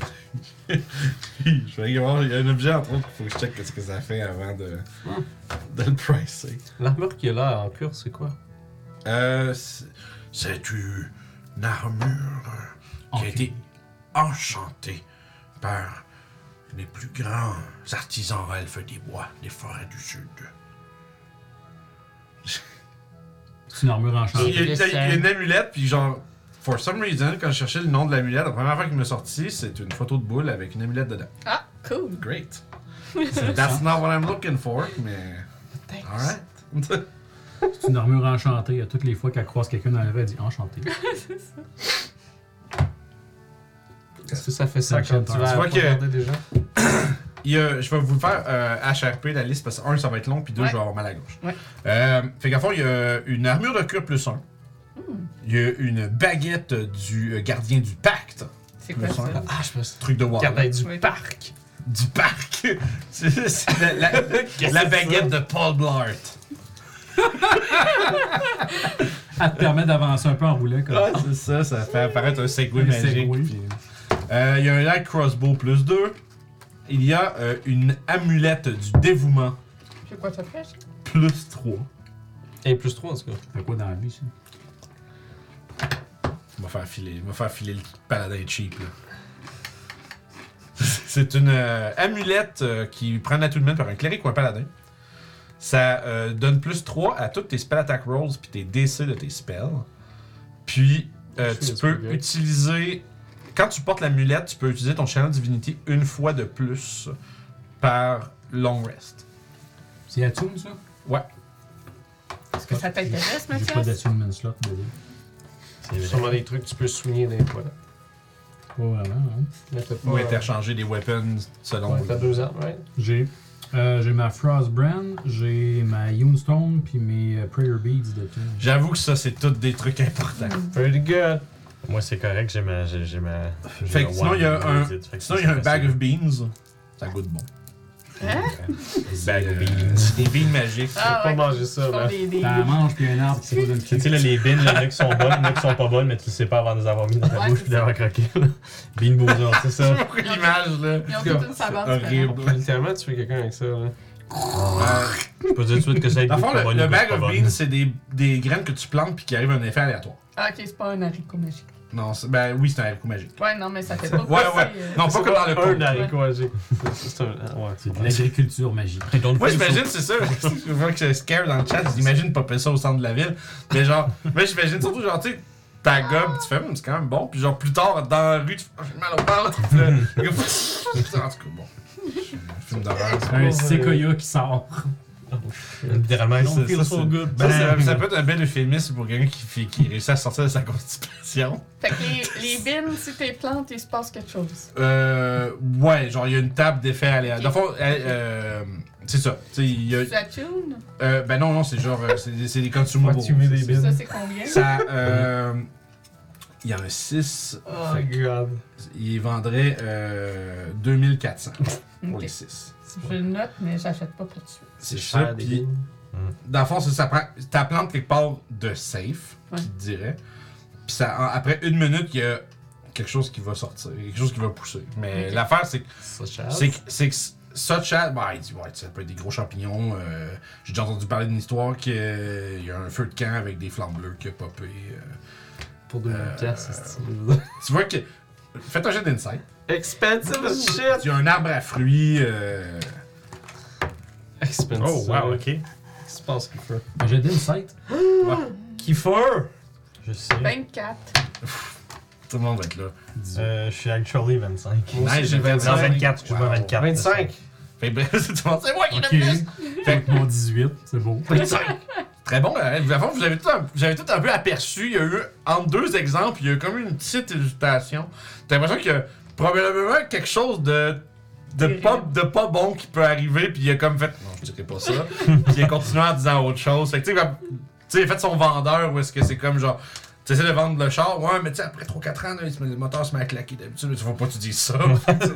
Je vais voir, il y a un objet entre autres qu'il faut que je check ce que ça fait avant de, de le pricer. L'armure qui est là en pur, c'est quoi? Euh, c'est- c'est une armure qui a été enchantée par les plus grands artisans elfes des bois des forêts du sud. C'est une armure Il y, enchantée. a, il y a- il y a une amulette, puis genre, for some reason, quand je cherchais le nom de l'amulette, la première fois qu'il m'a sorti, c'est une photo de boule avec une amulette dedans. Ah, cool. Great. That's not what I'm looking for, mais. Thanks. Alright. C'est une armure enchantée. À toutes les fois qu'elle croise quelqu'un dans la rue, elle dit enchanté. Est-ce que ça fait ça C'est un quand tu chanteur. vas Tu vois que- regarder des gens? Il y a- je vais vous faire euh, H R P la liste parce que un ça va être long puis deux Ouais. je vais avoir mal à la gauche. Ouais. Euh, fait qu'à fond il y a une armure de cuir plus un. Hmm. Il y a une baguette du euh, gardien du pacte. C'est quoi Plus ça? un. Ah, je me suis Truc de Warlock. regardé du Oui. parc. Du parc. c'est c'est la, la- la baguette de Paul Blart. Elle te permet d'avancer un peu en roulant comme Ouais, c'est ça, ça fait apparaître un Segway Un magique. Segway. puis- Euh, Il y a un light crossbow plus deux. Il y a euh, une amulette du dévouement C'est quoi ça fait? ça? plus trois. Et plus trois en tout cas. Fait quoi dans la vie, ça? Il va faire filer, il va faire filer le paladin cheap, là. C'est une euh, amulette euh, qui prend l'attunement par un cléric ou un paladin. Ça euh, donne plus trois à tous tes spell attack rolls puis tes D C de tes spells. Puis, euh, Je suis tu peux le utiliser... Quand tu portes l'amulette, tu peux utiliser ton Channel Divinity une fois de plus par long rest. C'est Attune, ça? Ouais. Est-ce que ça t'intéresse, J'ai pas Mathias? d'attunement slot dedans. C'est vrai. Sûrement des trucs que tu peux souligner des fois. Pas vraiment, hein? Mais t'as pas. Ou euh, interchanger des weapons selon... Ouais, t'as deux armes, right? J'ai euh, j'ai ma Frostbrand, j'ai ma Yoonstone, puis mes euh, Prayer Beads de temps. J'avoue que ça, c'est tous des trucs importants. Pretty good. Moi, c'est correct, j'ai ma. J'ai, j'ai ma j'ai Fait que ma sinon, wand il y a un- Wizard, fait que Sinon, ça, il y a un c'est bag facile. of beans. Ça goûte bon. Hein? Bag of Euh, beans. Des beans magiques. Ah, pas ouais. manger ça, Ils font là. des- des- T'as la manche puis un arbre qui pose une Tu sais, là, les beans, il y en a qui sont bonnes, il y en a qui sont pas bonnes, mais tu le sais pas avant de les avoir mis dans ta Ouais, bouche c'est puis d'avoir croqué. là. Bean Boozer, c'est ça. C'est pas l'image, là. Ils ont toute une saveur Horrible. différente. Littéralement, tu fais quelqu'un avec ça, là. Euh, Je peux te dire tout de suite que ça Dans le fond, pas le, bonne, le goûte bag pas of bonne. beans, c'est des, des graines que tu plantes puis qui arrivent à un effet aléatoire. Ah, ok, c'est pas un haricot magique. Non, c'est- ben oui, c'est un haricot magique. Ouais, non, mais ça fait pas Ouais, passer, ouais. euh, Non, pas C'est comme dans le un conte. haricot magique. C'est c'est un. Ouais. C'est de l'agriculture magique. Ils donnent Moi, plus j'imagine, c'est ça. Je vois que c'est scare dans le chat. J'imagine popper ça au centre de la ville. Mais genre, moi, j'imagine surtout, genre, tu sais, ta gobe, tu fais, hum, c'est quand même bon. Puis genre, plus tard, dans la rue, tu fais, oh, j'ai mal au ventre. Puis là, le gars, en tout cas, bon. Un film d'horreur. ça. Un séquoia qui sort. Littéralement, I don't Ça, feel ça, so c'est- good. Ça, ça, Bang. ça peut être un bel euphémisme pour quelqu'un qui, fait- qui réussit à sortir de sa constipation. Fait que les, les bins, si t'es plantes, il se passe quelque chose. Euh. Ouais, genre, il y a une table d'effets aléatoires. Dans le fond, euh, euh, c'est ça. Tu sais, il y a. Tu attunes? Euh, ben non, non, c'est genre. euh, c'est des, c'est des consumables. Ouais, tu mets des C'est- bins. Ça, c'est combien? Ça. Euh. Il y en a six. Oh, God. Il vendrait euh, deux mille quatre cents pour Ok. les six. Je le note, mais j'achète pas pour tout de suite. C'est cher, ça. des Puis, bins. dans le fond, c'est ça prend. Ta plante quelque part de safe, Ouais. qui te dirait. Puis ça, en- après une minute, il y a quelque chose qui va sortir, quelque chose qui va pousser. Mais Ok. l'affaire, c'est que Ça chasse. c'est que, c'est que ça, chat, bah, il dit, ouais, ça peut être des gros champignons. euh, J'ai déjà entendu parler d'une histoire qu'il y a un feu de camp avec des flammes bleues qui a popé. euh. Pour deux mille Euh, piastres, c'est Tu vois que. Faites un jet d'insight. expensive as shit! Il y a un arbre à fruits. euh, Expensive. Oh, wow, ok. Qu'est-ce qui se passe, Kiefer? Ben, j'ai d'insight. Kiefer! Je sais. vingt-quatre. Tout le monde va être là. Euh, je suis actually vingt-cinq. Moi aussi, Nice, j'ai j'ai Non, vingt-cinq. vingt-quatre, excuse-moi, Wow. vingt-quatre. vingt-cinq! Fait que bref, tout le monde, c'est moi qui Ok. l'ai plus. Fait que mon dix-huit, c'est beau. Très bon. euh, Vous avez, vous avez tout un, vous avez tout un peu aperçu. Il y a eu, entre deux exemples, il y a eu comme une petite hésitation. T'as l'impression qu'il y a probablement quelque chose de, de, pas, de pas bon qui peut arriver. Puis il a comme fait. Non, je dirais pas ça. Puis il a continué en disant autre chose. Fait que tu sais, comme- tu sais, il a fait son vendeur où est-ce que c'est comme genre. Tu essaies de vendre le char, ouais, mais tu sais, après trois quatre ans, là, il se met- le moteur se met à claquer d'habitude. Il faut pas que tu dises ça.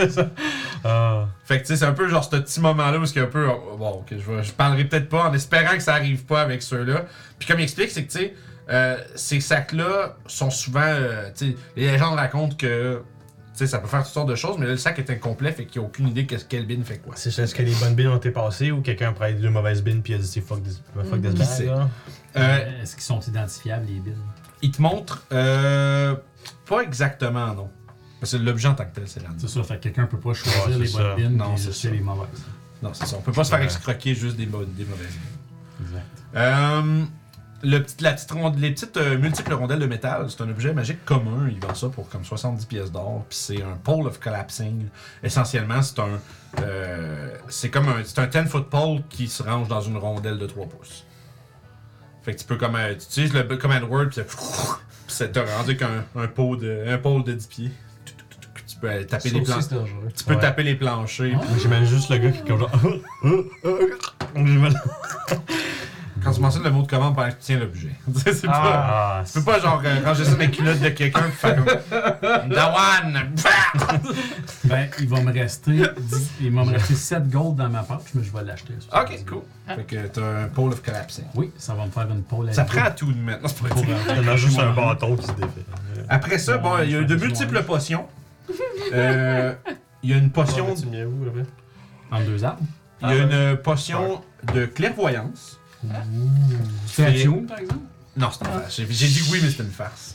Ah. Fait que tu sais, c'est un peu genre ce petit moment-là où c'est un peu. oh, bon, ok, je, vais- je parlerai peut-être pas en espérant que ça arrive pas avec ceux-là. Puis comme il explique, c'est que tu sais, euh, ces sacs-là sont souvent. euh, tu sais, les légendes racontent que. Tu sais, ça peut faire toutes sortes de choses, mais là, le sac est incomplet, fait qu'il n'y a aucune idée que quel bin fait quoi. C'est est-ce que les bonnes bins ont été passées ou quelqu'un a pris deux mauvaises bins puis a dit c'est fuck this, fuck this Qui bag, sait? là? Euh, Est-ce qu'ils sont identifiables, les billes? il te montre. Euh, pas exactement, non. Parce que l'objet en tant que tel, c'est random. C'est ça, fait que quelqu'un peut pas choisir Ouais, c'est les ça. bonnes bines Non, et c'est jeter ça. les mauvaises. Non, c'est ça. On peut pas se faire Ouais. excroquer juste des, bonnes, des mauvaises bins. Exact. Euh, le petit, la petite ronde- les petites euh, multiples rondelles de métal, c'est un objet magique commun. Ils vendent ça pour comme soixante-dix pièces d'or. Puis c'est un pole of collapsing. Essentiellement, c'est un. euh, c'est comme un. C'est un ten foot pole qui se range dans une rondelle de trois pouces. Fait que tu peux comme. euh, tu utilises le command word, puis ça- puis ça t'a rendu qu'un un pole de, un pole de dix pieds. Tu peux euh, taper Ça les aussi, planches. c'est dangereux. Tu peux Ouais. taper les planchers. Ah. Moi, j'imagine juste le gars qui est comme genre. J'ai mal. quand tu mentionnes le mot de commande pendant que tu tiens l'objet. c'est pas. Ah, Tu peux pas genre euh, ranger ça dans les culottes de quelqu'un et faire comme. Dawan! Ben, il va me rester dix- il va me rester sept gold dans ma poche, mais je vais l'acheter. Ok, cool. Fait que t'as un pole of collapsing. Oui, ça va me faire une pole à Ça deux prend à tout de mettre. Non, c'est pas pour, vrai. euh, t'en as juste un mon- bâton qui se défait. Après ça, bon, il y a de multiples potions. Euh, Il y a une potion. Tu mets où, là? En deux arbres. Il y a une potion de clairvoyance. C'est à Tune, par exemple? Non, c'est une farce. J'ai j'ai dit oui, mais c'était une farce.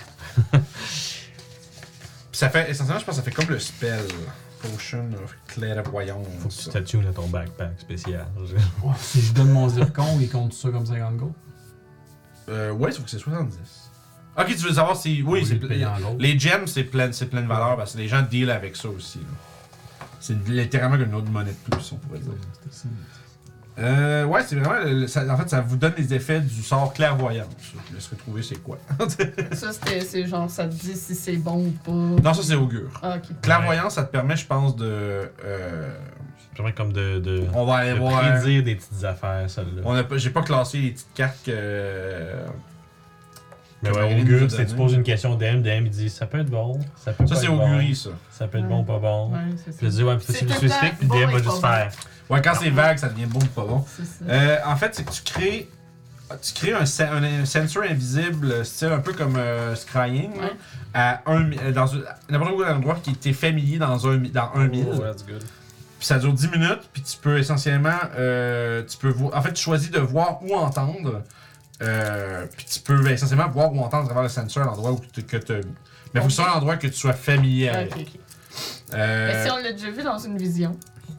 Puis ça fait, essentiellement, je pense que ça fait comme le spell. Potion of clairvoyance. Faut que tu statues dans ton backpack spécial. Oh, si je donne mon zircon, il compte ça comme cinquante gold. Euh, ouais, sauf que c'est soixante-dix. Ok, tu veux savoir si. Oui, Ou c'est les payer en gold. les gems, c'est plein, c'est plein de valeur parce que les gens deal avec ça aussi. là. C'est littéralement une autre monnaie de plus, on pourrait dire. Euh, ouais, c'est vraiment. le- ça- en fait, ça vous donne les effets du sort clairvoyance. Je laisse retrouver c'est quoi. Ça, c'était- c'est genre, ça te dit si c'est bon ou pas. Non, ça c'est augure. Ah, ok. Clairvoyance, ça te permet, je pense, de. Euh, C'est vraiment comme de, de, on va aller de voir. prédire des petites affaires, celle-là. On a pas- J'ai pas classé les petites cartes que. Mais que ouais, Marilyn nous augure, a c'est tu donné. poses une question d'M, d'M il dit ça peut être bon, ça peut Ça, pas c'est être augurie, bon, ça. ça peut être bon, pas bon. Ouais, c'est Puis je ça. dis ouais, mais c'est C'est plus tout spécifique, le puis temps D M bon va et juste pas faire. Ouais, quand c'est vague, ça devient bon ou pas bon. C'est ça. Euh, en fait, c'est que tu crées. Tu crées un, sen- un, un sensor invisible, style un peu comme euh, Scrying, là, Ouais. à un, mi- dans un- n'importe où endroit qui t'est familier dans un, mi- dans un mille. Oh, that's good. Puis ça dure dix minutes, puis tu peux essentiellement. Euh, tu peux vo- en fait, tu choisis de voir ou entendre. Euh, puis tu peux essentiellement voir ou entendre à travers le sensor à l'endroit où tu que t'as mis. Mais il faut que ce soit un endroit que tu sois familier Ah, avec. ok, ok. Euh, Mais si on l'a déjà vu dans une vision.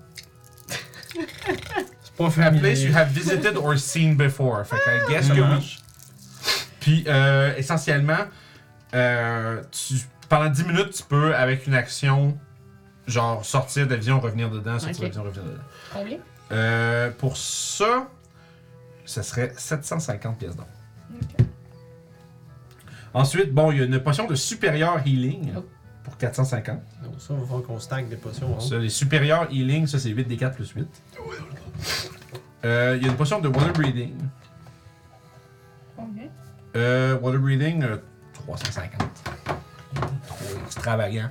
C'est pas A familier. place you have visited or seen before. Fait que I guess que Mhm. oui. Puis, euh, essentiellement, euh, tu, pendant dix minutes, tu peux, avec une action, genre sortir de la vision, revenir dedans, sortir de la Ok. vision, revenir dedans. Combien? Euh, pour ça, ça serait sept cent cinquante pièces d'or. Ok. Ensuite, bon, il y a une potion de supérieur healing Oh. pour quatre cent cinquante. Donc ça, il va falloir qu'on stack des potions. Hein. Ça, les supérieurs healing, ça c'est huit d quatre plus huit. Euh, Il y a une potion de water breathing. Combien? Euh, water breathing, euh, trois cent cinquante. Trop extravagant.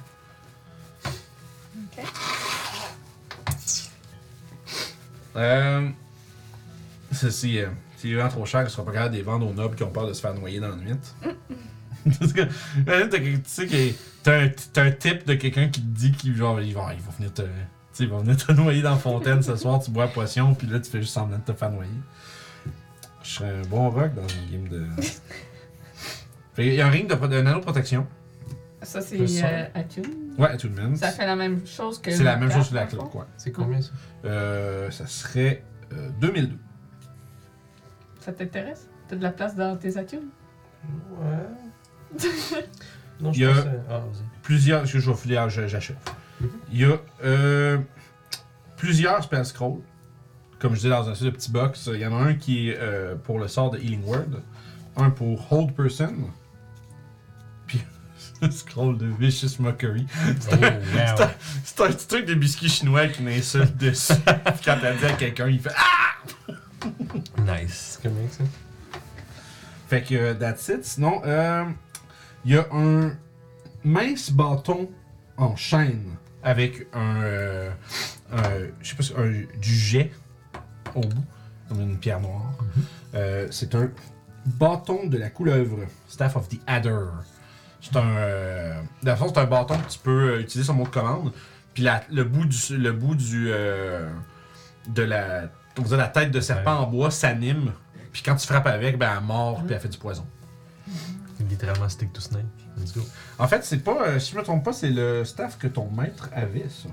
Ok. Euh, ceci, euh, c'est vraiment trop cher, je serais pas capable de les vendre aux nobles qui ont peur de se faire noyer dans la nuit. Parce que, imagine, t'as quelqu'un- tu sais que t'as un, t'as un type de quelqu'un qui te dit qu'il genre, il va, il va venir te, tu sais, il va venir te noyer dans la fontaine ce soir, tu bois la potion, puis là tu fais juste semblant de te faire noyer. Je serais un bon rock dans une game de. Fait, il y a un ring de, pro- de nano-protection. Ça, c'est Plus ça. euh, Attune. Ouais, à tout le monde. Ça fait la même chose que. C'est la le même chose quatre, que la dans le cloque, fond. quoi. C'est combien ça? Euh, ça serait euh, deux mille deux. Ça t'intéresse? T'as de la place dans tes Attunes? Ouais. Non, Il je y a- pensais. Ah, vas-y. Plusieurs. Parce que je vais filer, je- j'achève. Mhm. Il y a euh, plusieurs spell scrolls. Comme je dis dans un espèce de petit box. Il y en a un qui est euh, pour le sort de Healing Word. Un pour Hold Person. Puis un scroll de Vicious Mockery. Oh, wow. C'est un petit truc de biscuit chinois avec une insulte dessus. Puis quand t'as dit à quelqu'un, il fait Ah! Nice. C'est combien ça? Fait que euh, that's it. Sinon, euh, il y a un mince bâton en chaîne avec un, euh, un je sais pas, si- un, du jet au bout, comme une pierre noire. Euh, c'est un bâton de la couleuvre, Staff of the Adder. C'est un, euh, dans le fond, c'est un bâton que tu peux euh, utiliser sur mot de commande. Puis la- le bout du, le bout du, euh, de la, on va dire la tête de serpent Ouais. en bois s'anime. Puis quand tu frappes avec, ben elle mord puis elle fait du poison. Littéralement stick to snake. Let's go. En fait, c'est pas, euh, si je me trompe pas, c'est le staff que ton maître avait, ça.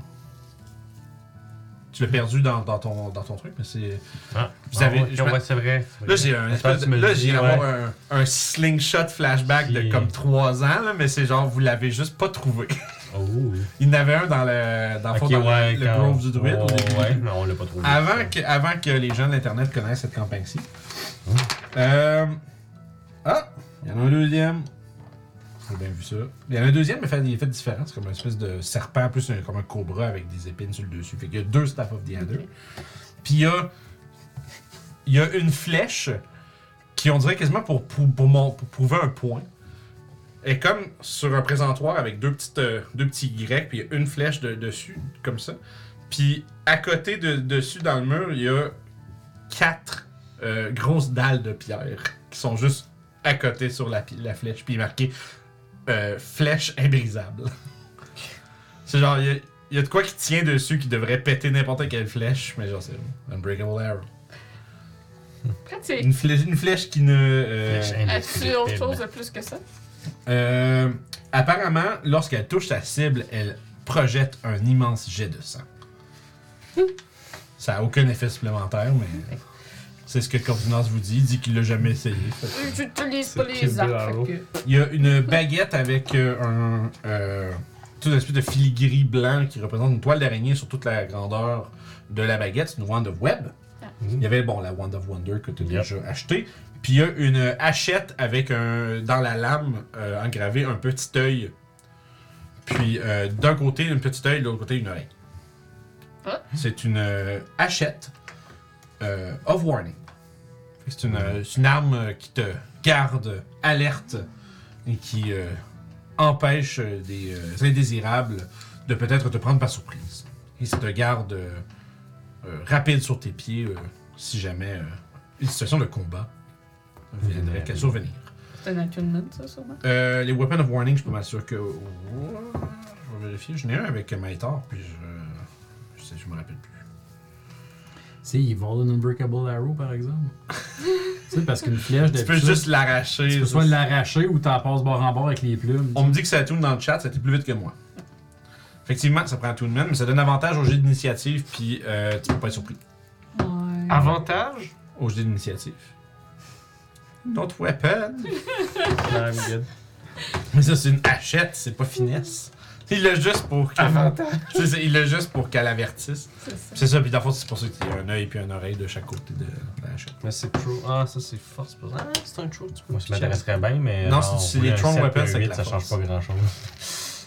Tu l'as perdu dans, dans, ton, dans ton truc, mais c'est. Ah, Vous avez- ah, ouais, je me- ouais, c'est vrai. Là, j'ai un J'espère espèce que de- tu me le là, dis, j'ai ouais. avoir un, un slingshot flashback de Qui- comme trois ans, là, mais c'est genre, vous l'avez juste pas trouvé. Oh. Il y en avait un dans le, dans le, fond, Ok, dans le- ouais, le quand- Grove du Druide. au Oh, début. ouais, mais on l'a pas trouvé. Avant ça. que, avant que les gens de l'Internet connaissent cette campagne-ci. Hum. Euh... Ah! Il y en a un deuxième. J'ai bien vu ça. Il y en a un deuxième, mais fait, il est fait différent. C'est comme une espèce de serpent, plus un- comme un cobra avec des épines sur le dessus. Fait qu'il y a deux Staff of the Adder. Puis il y a, il y a une flèche qui on dirait quasiment pour, pour, pour, mon- pour prouver un point, est comme sur un présentoir avec deux, petites, euh, deux petits Y, puis il y a une flèche de, dessus, comme ça. Puis à côté de dessus dans le mur, il y a quatre euh, grosses dalles de pierre qui sont juste à côté sur la, pi- la flèche, puis il est marqué euh, flèche imbrisable. C'est genre, il y, a, il y a de quoi qui tient dessus qui devrait péter n'importe quelle flèche, mais genre c'est Unbreakable Arrow. Pratique. Une flèche, une flèche qui ne. euh, Flèche As-tu autre chose de plus que ça? euh, apparemment, lorsqu'elle touche sa cible, elle projette un immense jet de sang. Ça n'a aucun effet supplémentaire, mais c'est ce que Corvinus vous dit. Il dit qu'il l'a jamais essayé. Fait que- J'utilise C'est pas Kill les Bill arcs. Arrow. fait que- Il y a une baguette avec euh, un. Euh, tout une espèce de filigree blanc qui représente une toile d'araignée sur toute la grandeur de la baguette. C'est une wand of web. Il y avait, bon, la Wand of Wonder que tu as Yep. déjà acheté. Puis il y a une hachette avec un, dans la lame euh, engravé un petit œil. Puis euh, d'un côté, un petit œil, de l'autre côté, une oreille. Ah. C'est une euh, hachette euh, of warning. Fait que C'est une, euh, c'est une arme euh, qui te garde alerte et qui euh, empêche euh, des euh, indésirables de peut-être te prendre par surprise. Et ça te garde euh, euh, rapide sur tes pieds euh, si jamais euh, une situation de combat viendrait qu'à survenir. C'est un attunement, ça, sûrement. Euh, les Weapons of Warning, je peux m'assurer que. Oh, je vais vérifier. J'en ai un avec Maïtar, puis je. Je sais, je me rappelle plus. C'est il vole un Unbreakable Arrow, par exemple. Tu sais, parce qu'une flèche, Tu peux d'habitude, juste l'arracher. tu peux ça, soit c'est- l'arracher ou t'en passes bord en bord avec les plumes. On me dit que ça tourne dans le chat, ça a été plus vite que moi. Effectivement, ça prend un tournement, mais ça donne avantage au jet d'initiative, puis euh, tu peux pas être surpris. Ouais. Avantage? Au jet d'initiative. Notre weapon! Non, I'm good. Mais ça, c'est une hachette, c'est pas finesse. Il l'a juste pour qu'elle. C'est ça, il l'a juste pour qu'elle avertisse. C'est ça. C'est ça, puis dans le fond, c'est pour ça qu'il y a un œil puis une oreille de chaque côté de la hachette. Mais c'est true. Ah, ça c'est force. Ah, c'est un true. Tu peux Moi, ça m'intéresserait bien, mais. Non, euh, c'est- on c'est voulait les un Throne sept, Weapons un avec huit, la ça change force. pas grand chose.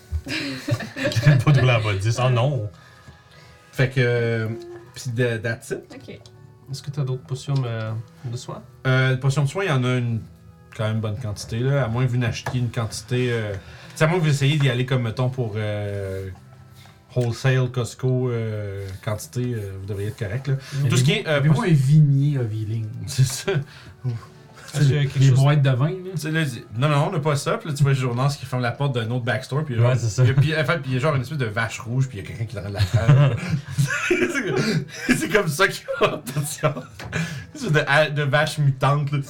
Je pas de rouler en bas de dix. Oh non! Fait que. euh, Pis de- that's it. Ok. Est-ce que t'as d'autres potions euh, de soin? Euh, potions de soin, il y en a une quand même bonne quantité, là. À moins que vous n'achetiez une quantité. Euh... Tu sais, à moins que vous essayiez d'y aller comme, mettons, pour euh, wholesale, Costco, euh, quantité, euh, vous devriez être correct, là. Tout ce qui est. Euh, Avez-vous un vignier of healing? C'est ça. Est-ce qu'il y a quelque Les chose- boîtes de vin, là. Tu sais, là, il dit, non, non, on n'a pas ça. Puis là, tu vois Journance qui ferme la porte d'un autre backstore. Puis genre, Ouais, c'est ça. il y a- puis, en fait, puis il y a genre une espèce de vache rouge. Puis il y a quelqu'un qui est en train de la faire. c'est c'est comme ça qu'il y a attention. C'est de, de vache mutante. Là.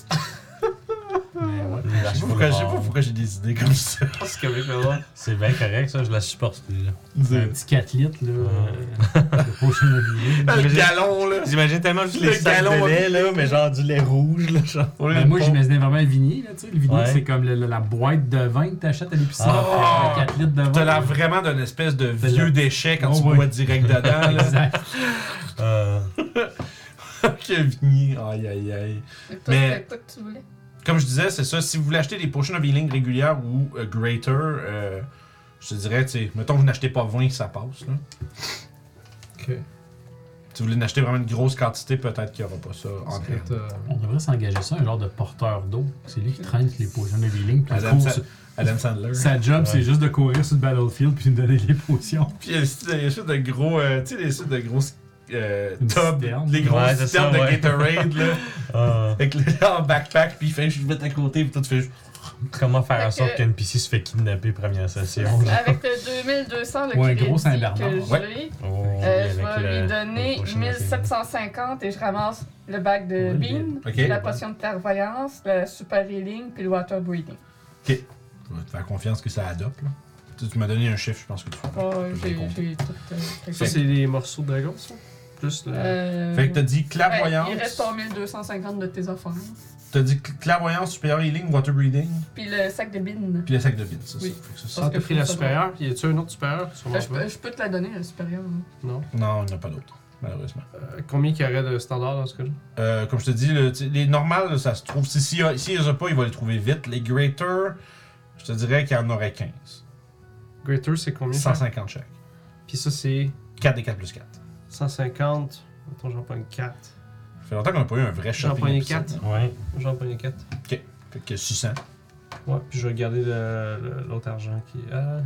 Mais ouais. Je sais pas pourquoi, je sais pas pourquoi j'ai des idées comme ça. Ah, c'est correct, là. C'est bien correct, ça, je la supporte. là. C'est un petit quatre litres, là. euh, de potion of healing. Le galon, là. J'imagine tellement juste Le les sacs galon, de lait, là, mais genre du lait rouge, là, genre. Ben, moi, j'imaginais vraiment un vignier, là, tu sais. Le vignier, Ouais. c'est comme le- le- la boîte de vin que t'achètes à l'épicerie. Ah. Un quatre litres de vin. T'as l'air vraiment d'un espèce de T'as vieux l'air- déchet quand Oh, tu ouais. bois direct dedans. Là. Exact. Euh, Quel vignier. Aïe, aïe, aïe. Fait que toi, Mais- c'était quoi que tu voulais? Comme je disais, c'est ça. Si vous voulez acheter des potions of healing régulières ou euh, greater, euh, je te dirais, tu sais, mettons que vous n'achetez pas vingt, ça passe. Là. Ok. Si vous voulez en acheter vraiment une grosse quantité, peut-être qu'il n'y aura pas ça en Est-ce que hand. t'as- On devrait s'engager ça, un genre de porteur d'eau. C'est lui qui traîne les potions de healing. Puis il Adam, court Sa- sur- Adam Sandler. sa job, Ouais. c'est juste de courir sur le battlefield puis de donner les potions. Puis il y a des espèces de gros, euh, tu sais, des espèces de gros euh, Une tubs, citerne. les gros Ouais, c'est citernes ça, de ouais. Gatorade, là, euh, avec le en backpack, puis il fait juste mettre à côté, puis toi tu fais juste. comment faire en Fait sorte que- qu'un N P C se fait kidnapper première session? genre? Avec le deux mille deux cents de Ou un crédit gros que Saint-Bernard. j'ai, Ouais. Oh, euh, oui, je avec vais le- lui donner le prochain mille sept cent cinquante et je ramasse le bac de Ouais, bean, Ok. la potion de clairvoyance, le super healing puis le water breathing. Tu vas te faire confiance que ça adopte, là. Tu, tu m'as donné un chiffre, je pense que tu feras. Oh, J'ai j'ai compris. j'ai tout. euh, Ça, fait. c'est les morceaux de dragon, ça? Plus le. Euh, Fait que t'as dit ouais, clairvoyance. il reste ton mille deux cent cinquante de tes affaires. T'as dit cl- clairvoyance, supérieur healing, water breathing, Puis le sac de bean. puis le sac de bits, c'est Oui. ça. Fait que ça, Ah, ça- Parce t'as que pris faut la ça supérieure? Y a-tu un autre supérieur? Sûrement Euh, je, pas. peux, je peux te la donner, la supérieure. hein. Non. Non, il n'y en a pas d'autre, malheureusement. Euh, combien qu'il y aurait de standard dans ce cas-là? Euh, comme je te dis, le- tu sais, les normales, là, ça se trouve. Si s'il y a- s'il les a pas, il va les trouver vite. Les greater, je te dirais qu'il y en aurait quinze. Greater, c'est combien? cent cinquante chaque. Puis ça, c'est quatre des quatre plus quatre. cent cinquante. Attends, j'en prends une quatre. fait longtemps qu'on n'a pas eu un vrai J'en shopping prenais épisode, quatre. là. Ouais. J'en prenais quatre. Fait que six cents. Ouais, puis je vais garder le- le- l'autre argent qui est. Ah.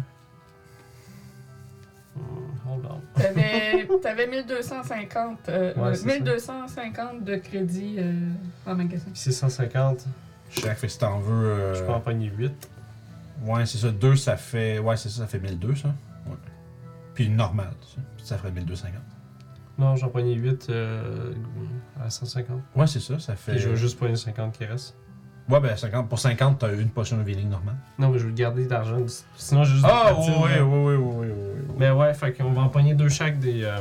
Hmm, hold on. T'avais, t'avais mille deux cent cinquante, euh, Ouais, euh, c'est ça. mille deux cent cinquante de crédit euh, en magasin. Puis six cent cinquante, Chaque, fait que si t'en veux. euh, je peux en pogner huit. Ouais, c'est ça. deux, ça fait. Ouais, c'est ça, ça fait mille deux cents, ça. Ouais. Puis normal, ça. Puis ça ferait mille deux cent cinquante. Non, j'en pognais huit euh, à cent cinquante. Ouais, c'est ça, ça fait. Puis je vais juste pogner cinquante qui reste. Ouais, ben cinquante. Pour cinquante, t'as une potion de healing normale. Non, mais je veux garder d'argent. Sinon, j'ai juste Ah, des oui, platines, oui, là. oui, oui, oui, oui, oui. Mais ouais, fait qu'on va en pogner deux chaque des. euh,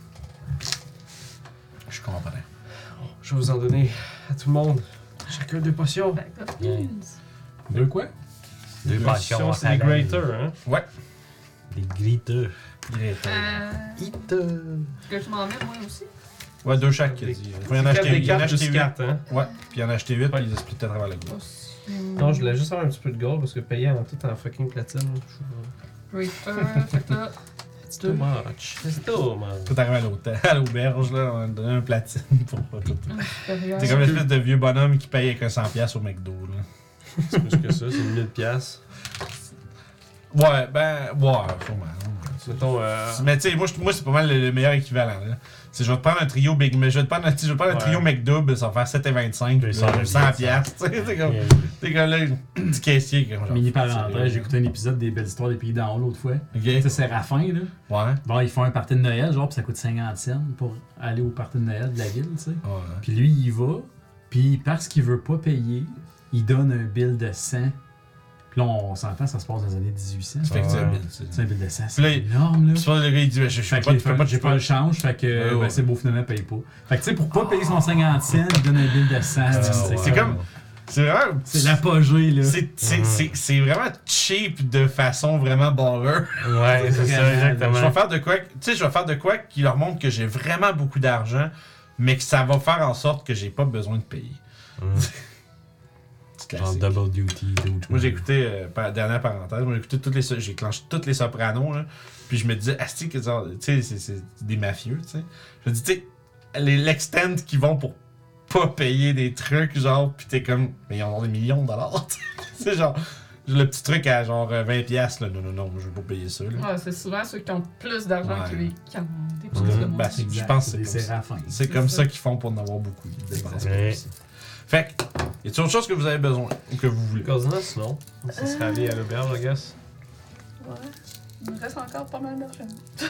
Je comprends. Je vais vous en donner à tout le monde. Chacun deux potions. Bag of beans. Deux quoi? Deux passions, c'est des greater, hein. Des glitters. Il est. Euh, Glitter. que je m'en mets moi aussi. Ouais, deux chaque, il a dit. Faut y en C'est quatre acheter, des il y en a cartes acheté plus huit. quatre, hein. Ouais, puis il y en a acheté huit, Ouais. puis il les a splittés à travers le groupe. Potion. Non, je voulais juste avoir un petit peu de gold parce que payer en tout en fucking platine. je- Greater. Fait que là, It's too much. It's too much. Tout arrivé à l'hôtel, à l'auberge, là, on a donné un platine pour pas tout. un supérieur. C'est comme l'espèce de vieux bonhomme qui paye avec un cent piastres au McDo, là. C'est plus que ça, c'est mille piastres. Ouais, ben, ouais, sûrement. Mettons, euh, Mais tu sais, moi, je- moi c'est pas mal le, le meilleur équivalent. Là. C'est je vais te prendre un trio Big mais je vais te prendre un, je vais te prendre un Ouais. trio McDouble, ça va faire sept et vingt-cinq, Puis puis cent cent piastres. Tu sais, c'est comme, c'est comme là, un petit caissier. Comme, genre, Mini c'est- parenthèse, j'ai écouté un épisode des Belles Histoires des Pays d'en haut l'autre fois. Ok. Tu sais, Séraphin, là. Ouais. Bon, ils font un party de Noël, genre, puis ça coûte cinquante cents pour aller au party de Noël de la ville, tu sais. Ouais. Puis lui, il y va, puis parce qu'il veut pas payer, il donne un bill de cent. Puis là, on s'entend, ça se passe dans les années dix-huit cents. Fait que c'est Ouais. un bill, c'est C'est un bill de cent, Puis là, c'est énorme, là. Puis le gars, il dit, ben, je, je Fait fais que pas, là, tu fais pas, j'ai tu pas le change, fait que Ouais, ouais. ben, c'est beau, finalement, paye pas. Fait que tu sais, pour pas payer son cinquante cents, il donne un bill de cent. Ah, c'est ouais. C'est comme- C'est vraiment. C'est l'apogée, là. C'est, c'est, c'est, c'est vraiment cheap de façon vraiment baller. Ouais, c'est ça, Je vais exactement. faire de quoi, tu sais, je vais faire de quoi qui leur montre que j'ai vraiment beaucoup d'argent, mais que ça va faire en sorte que j'ai pas besoin de payer. Mm. C'est Genre classique. double duty, dude. Moi j'ai écouté, euh, par- dernière parenthèse, moi j'ai écouté toutes les, so- j'ai clenché toutes les sopranos, là, puis je me disais, asti, que genre, tu sais, c'est, c'est des mafieux, tu sais. Je me dis, tu sais, les l'extent qui vont pour pas payer des trucs, genre, pis t'es comme, mais ils ont des millions de dollars, tu sais. C'est genre, le petit truc à genre euh, vingt piastres, là, non, non, non, moi je veux pas payer ça, là. Ouais, c'est souvent ceux qui ont plus d'argent Ouais. que les qui ont des Ouais. plus de monde. Ben, c'est- Exact, je pense que c'est des c'est comme ça. Séraphins. C'est C'est comme ça. ça qu'ils font pour en avoir beaucoup. Ils dépensent Ouais. pas aussi. Fait que, y a-t-il autre chose que vous avez besoin ou que vous voulez? Cosnos, non. Ça serait aller à l'auberge, I guess. Ouais. Il me reste encore pas mal d'argent.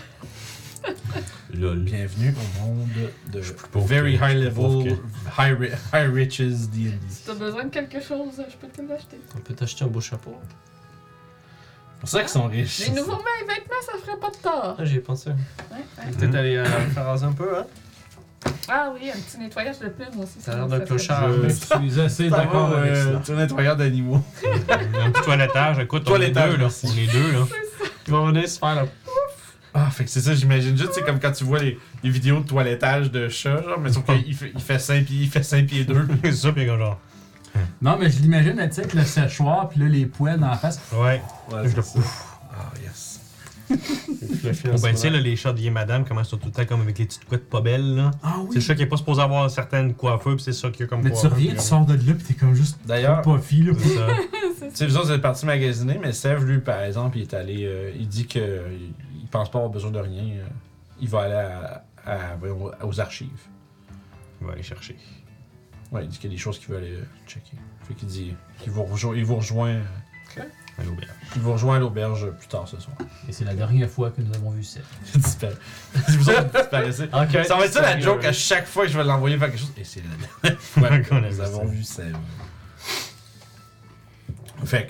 Lol. Bienvenue au monde de pauvre Very que- High je suis plus pauvre Level, high, ri- high Riches D and D. Si t'as besoin de quelque chose, je peux te l'acheter. On peut t'acheter un beau chapeau. C'est pour ça qu'ils sont riches. Les nouveaux vêtements, ça ferait pas de tort. Ah, j'y ai pensé. Ouais, ouais. Peut-être aller euh, faire raser un peu, hein. Ah oui, un petit nettoyage de plumes aussi. Ça a ça- l'air ça d'un ferait clochard. du bien. Je suis assez d'accord avec ça. Tu es un nettoyeur d'animaux. Un petit toilettage, écoute, on est Toilettage, deux, là. merci. On est deux, là. Ils vont venir se faire là. Ah, fait que c'est ça, j'imagine juste, c'est comme quand tu vois les, les vidéos de toilettage de chat, genre, mais sauf qu'il fait, il fait cinq pieds, il fait cinq pieds deux. C'est ça, pis comme genre. Non, mais je l'imagine, tu sais, avec le séchoir, puis là, les poêles dans la face. Ouais. Ouais, Je c'est le ça. Ah, yes. Bon, ben, tu sais, là, les chats de vieille madame, comment ils sont tout le temps comme avec les petites couettes pas belles, là. Ah C'est le chat qui est pas supposé avoir certaines coiffures, pis c'est ça qu'il y a comme Mais tu coiffure, reviens, puis tu sors de là, pis t'es comme juste D'ailleurs, pas fi, là. C'est ça. tu sais, vous autres, vous êtes partis magasiner, mais Sèvres, lui, par exemple, il est allé. euh, il dit qu'il il pense pas avoir besoin de rien. euh, il va aller à, à- voyons, aux archives. Il va aller chercher. Ouais, il dit qu'il y a des choses qu'il veut aller euh, checker. Fait qu'il dit qu'il vous, rejo- il vous rejoint. euh, À l'auberge. il vous rejoint à l'auberge plus tard ce soir. Et c'est la dernière fois que nous avons vu ça. Il disparaît. Si vous autres vous disparaissez. Ok. Ça va être ça la Sérieux, joke ouais. à chaque fois que je vais l'envoyer faire quelque chose. Et c'est la dernière fois que Qu'on a nous vu avons ça. vu Sèvres. Fait que.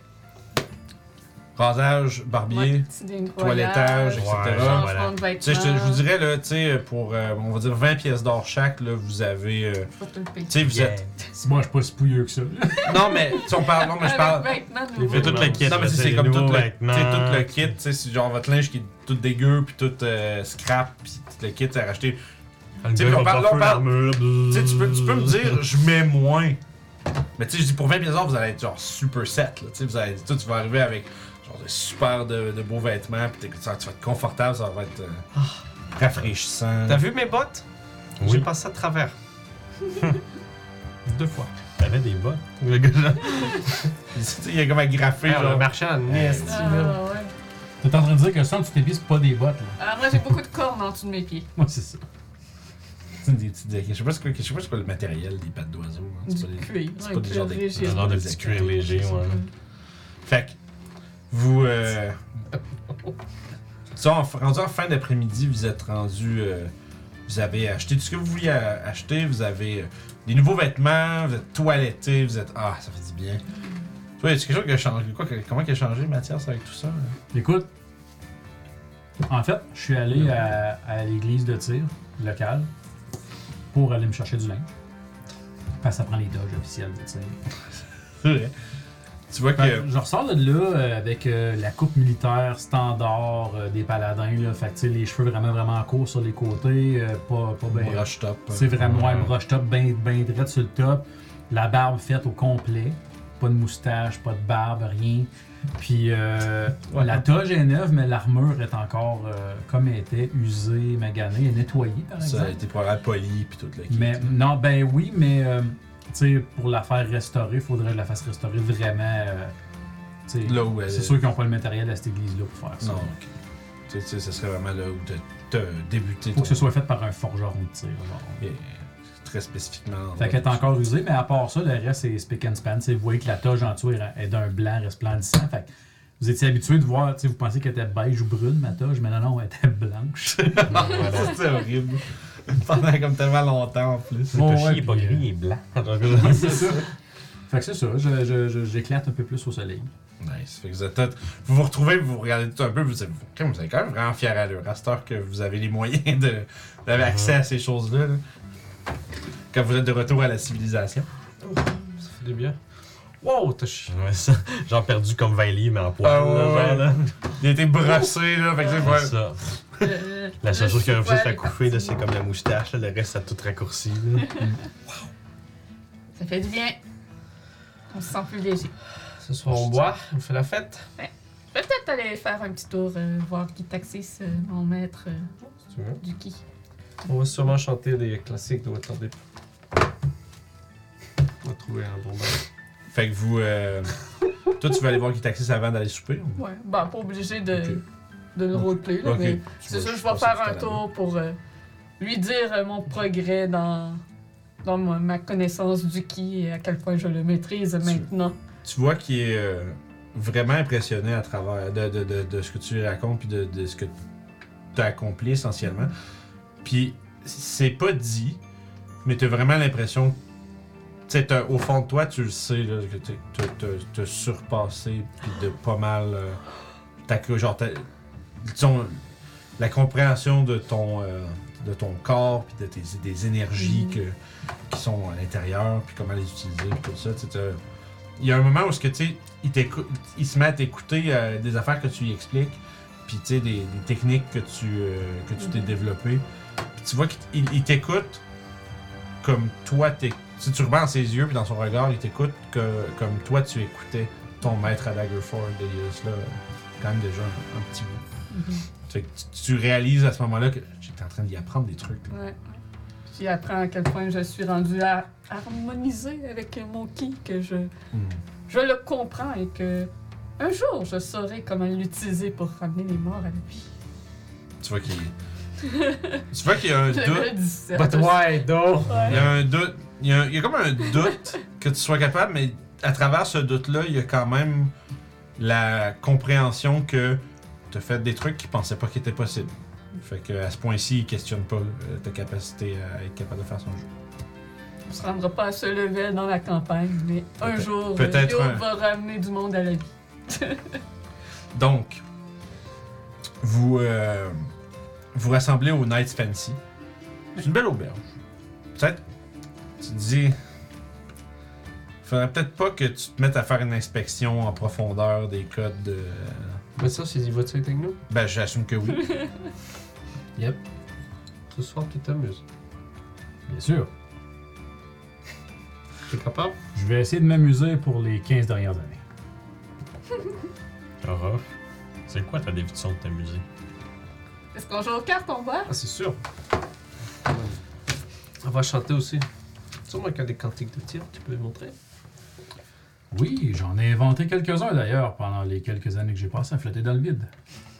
Rasage, barbier, Ouais, petit nettoyage, toilettage, et cetera. Ouais, changement voilà. de Tu vêtements. sais, je, te- je vous dirais, là, tu sais, pour, euh, on va dire vingt pièces d'or chaque, là, vous avez. euh, Faut te le payer. tu sais, vous êtes. Moi, je suis pas si pouilleux que ça. Non, mais, tu sais, on parle. Non, mais je parle. Avec vêtements Il nouveaux. fait tout le kit. Non, mais là, tu sais, c'est c'est les comme tout nouveaux le, vêtements. tu sais, tout le kit, tu sais, c'est genre votre linge qui est tout dégueu, puis tout euh, scrap, puis tout le kit à racheter. Le Tu sais, gars, on il va parle- pas on faire parle- l'armure. Tu sais, tu peux, tu peux me dire, je mets moins. Mais tu sais, je dis pour vingt pièces d'or, vous allez être genre super set, là. Tu sais, vous allez, toi, tu vas arriver avec genre des super de, de beaux vêtements, puis t'es- tu vas être confortable, ça va être euh, rafraîchissant. T'as vu mes bottes? Oui. J'ai passé à travers. Deux fois. T'avais des bottes. Le gars, genre. Il y a comme agrafé, Hey, on a genre. marché en esti, Ah, man. ouais. T'es en train de dire que sans tu t'es c'est pas des bottes, là. Alors, moi, j'ai beaucoup de cornes en dessous de mes pieds. Moi, c'est ça. C'est des petits- Je sais pas ce que je sais pas c'est quoi le matériel des pattes d'oiseau. hein. C'est Du pas des- cuir. c'est un pas des cuir genres de- rigide. Un genre de petit cuir léger, ouais. Fait que vous. Euh... ça, en, rendu en fin d'après-midi, vous êtes rendu. Euh, vous avez acheté tout ce que vous vouliez a- acheter. Vous avez euh, des nouveaux vêtements, vous êtes toiletté, vous êtes. Ah, ça fait du bien. Toi, y a quelque chose qui a changé? Quoi, que- comment qui a changé, Mathias, avec tout ça? Là? Écoute, en fait, je suis allé à, à l'église de tir locale pour aller me chercher du linge. Parce que ça prend les doges officiels de tir. C'est vrai. Tu vois Fait que. que je ressors de là euh, avec euh, la coupe militaire standard euh, des paladins. Là. Fait que tu sais, les cheveux vraiment vraiment courts sur les côtés, euh, pas, pas bien. Brush top. C'est vraiment Ouais. un brush top bien ben droit sur le top. La barbe faite au complet. Pas de moustache, pas de barbe, rien. Puis euh, Ouais. la toge est neuve, mais l'armure est encore euh, comme elle était, usée, maganée et nettoyée, par Ça a exemple. été probablement poli puis tout le kit. Mais non, ben oui, mais euh, tu sais, pour la faire restaurer, il faudrait que je la fasse restaurer vraiment. euh, tu sais, Là où elle c'est est. sûr qu'ils n'ont pas le matériel à cette église-là pour faire ça. Non, ok. Tu sais, tu sais, ce serait vraiment là où t'as débuté. Faut que ce soit fait par un forgeron de tir. Genre. Et très spécifiquement. Fait qu'elle est encore usée, mais à part ça, le reste c'est spick and span. T'sais, vous voyez que la toge en dessous est est d'un blanc resplendissant. Fait que vous étiez habitué de voir, t'sais, vous pensiez qu'elle était beige ou brune, ma toge, mais non, non, elle était blanche. C'est horrible. Pendant comme tellement longtemps en plus. Bon, Toshi, ouais, il est pas puis, gris, euh, il est blanc. c'est ça. Fait que c'est ça, je- je- je- j'éclate un peu plus au soleil. Nice. Fait que vous êtes tous- vous vous retrouvez, vous vous regardez tout un peu, vous êtes, vous êtes quand même vraiment fiers à l'heure. À cette heure que vous avez les moyens de. Vous avez accès à ces choses-là. Là. Quand vous êtes de retour à la civilisation. Ça fait du bien. Wow, t'as chi- Ouais, ça. Genre perdu comme vingt livres, mais en poil, Ah, là, ouais, genre, ouais. là. Il a été brossé, là. Fait que c'est C'est ouais. ça. Euh, La seule le chose qui a réussi à cheval est couper, là, parti. c'est comme la moustache, là. Le reste, ça a tout raccourci, là. Ça fait du bien. On se sent plus léger. Ce soir, on boit, on fait la fête. Je vais peut-être aller faire un petit tour, euh, voir qui taxis euh, mon maître euh, Si tu veux. du qui. On va sûrement chanter des classiques de Waterdeep. On va trouver un bon bail. Fait que vous. Euh... Toi, tu veux aller voir qui taxis avant d'aller souper? Ou... Ouais, ben pas obligé de, Ok. de le roleplay, là, Ok. mais Tu c'est vas- sûr, je je vais pensais faire que un c'était tour pour euh, lui dire euh, mon progrès dans, dans ma, ma connaissance du ki et à quel point je le maîtrise maintenant. Tu vois qu'il est euh, vraiment impressionné à travers de, de, de, de ce que tu lui racontes puis de, de ce que tu as accompli essentiellement. Puis c'est pas dit, mais tu as vraiment l'impression, tu sais, t'as- au fond de toi, tu le sais, là, que tu as surpassé puis de pas mal. Euh, t'as- genre, t'as- disons, la compréhension de ton, euh, de ton corps puis de tes, des énergies Mhm. que, qui sont à l'intérieur puis comment les utiliser puis tout ça. Tu sais, t'as- il y a un moment où ce que, tu sais, il, t'écou- il se met à t'écouter euh, des affaires que tu lui expliques, puis tu sais, des, des techniques que tu euh, que tu t'es Mhm. développées. Puis tu vois qu'il il- il t'écoute comme toi, t'es- si tu regardes dans ses yeux puis dans son regard, il t'écoute que, comme toi tu écoutais ton maître à Daggerford il y a cela, quand même déjà un, un petit bout. Mhm. Fait que tu, tu réalises à ce moment-là que j'étais en train d'y apprendre des trucs. là. Ouais. Puis apprends à quel point je suis rendu à harmoniser avec mon ki, que je, Hmm. je le comprends et que un jour je saurai comment l'utiliser pour ramener les morts à la vie. Tu vois qu'il tu vois qu'il y a un doute. J'avais dix-sept. But why, though? Il y a un doute. Il y a, il y a comme un doute que tu sois capable, mais à travers ce doute-là, il y a quand même la compréhension que tu as fait des trucs qu'il pensait pas qu'ils étaient possibles. Fait que à ce point-ci, il questionne pas euh, ta capacité à être capable de faire son jeu. On se rendra pas à ce level dans la campagne, mais un Peut-être- jour, peut-être Yo un- va ramener du monde à la vie. Donc, vous euh, vous rassemblez au Night's Fancy. C'est une belle auberge. Peut-être, tu te dis, faudrait peut-être pas que tu te mettes à faire une inspection en profondeur des codes de. Mais ça, c'est va-tu avec nous? Ben, j'assume que oui. Yep. Ce soir, tu t'amuses. Bien sûr. T'es capable? Je vais essayer de m'amuser pour les quinze dernières années. Orof. C'est quoi ta définition de t'amuser? Est-ce qu'on joue aux cartes en bas? Ah, c'est sûr. On va chanter aussi. Sûrement qu'il y a des cantiques de tir, tu peux me montrer? Oui, j'en ai inventé quelques-uns d'ailleurs pendant les quelques années que j'ai passées à flotter dans le vide.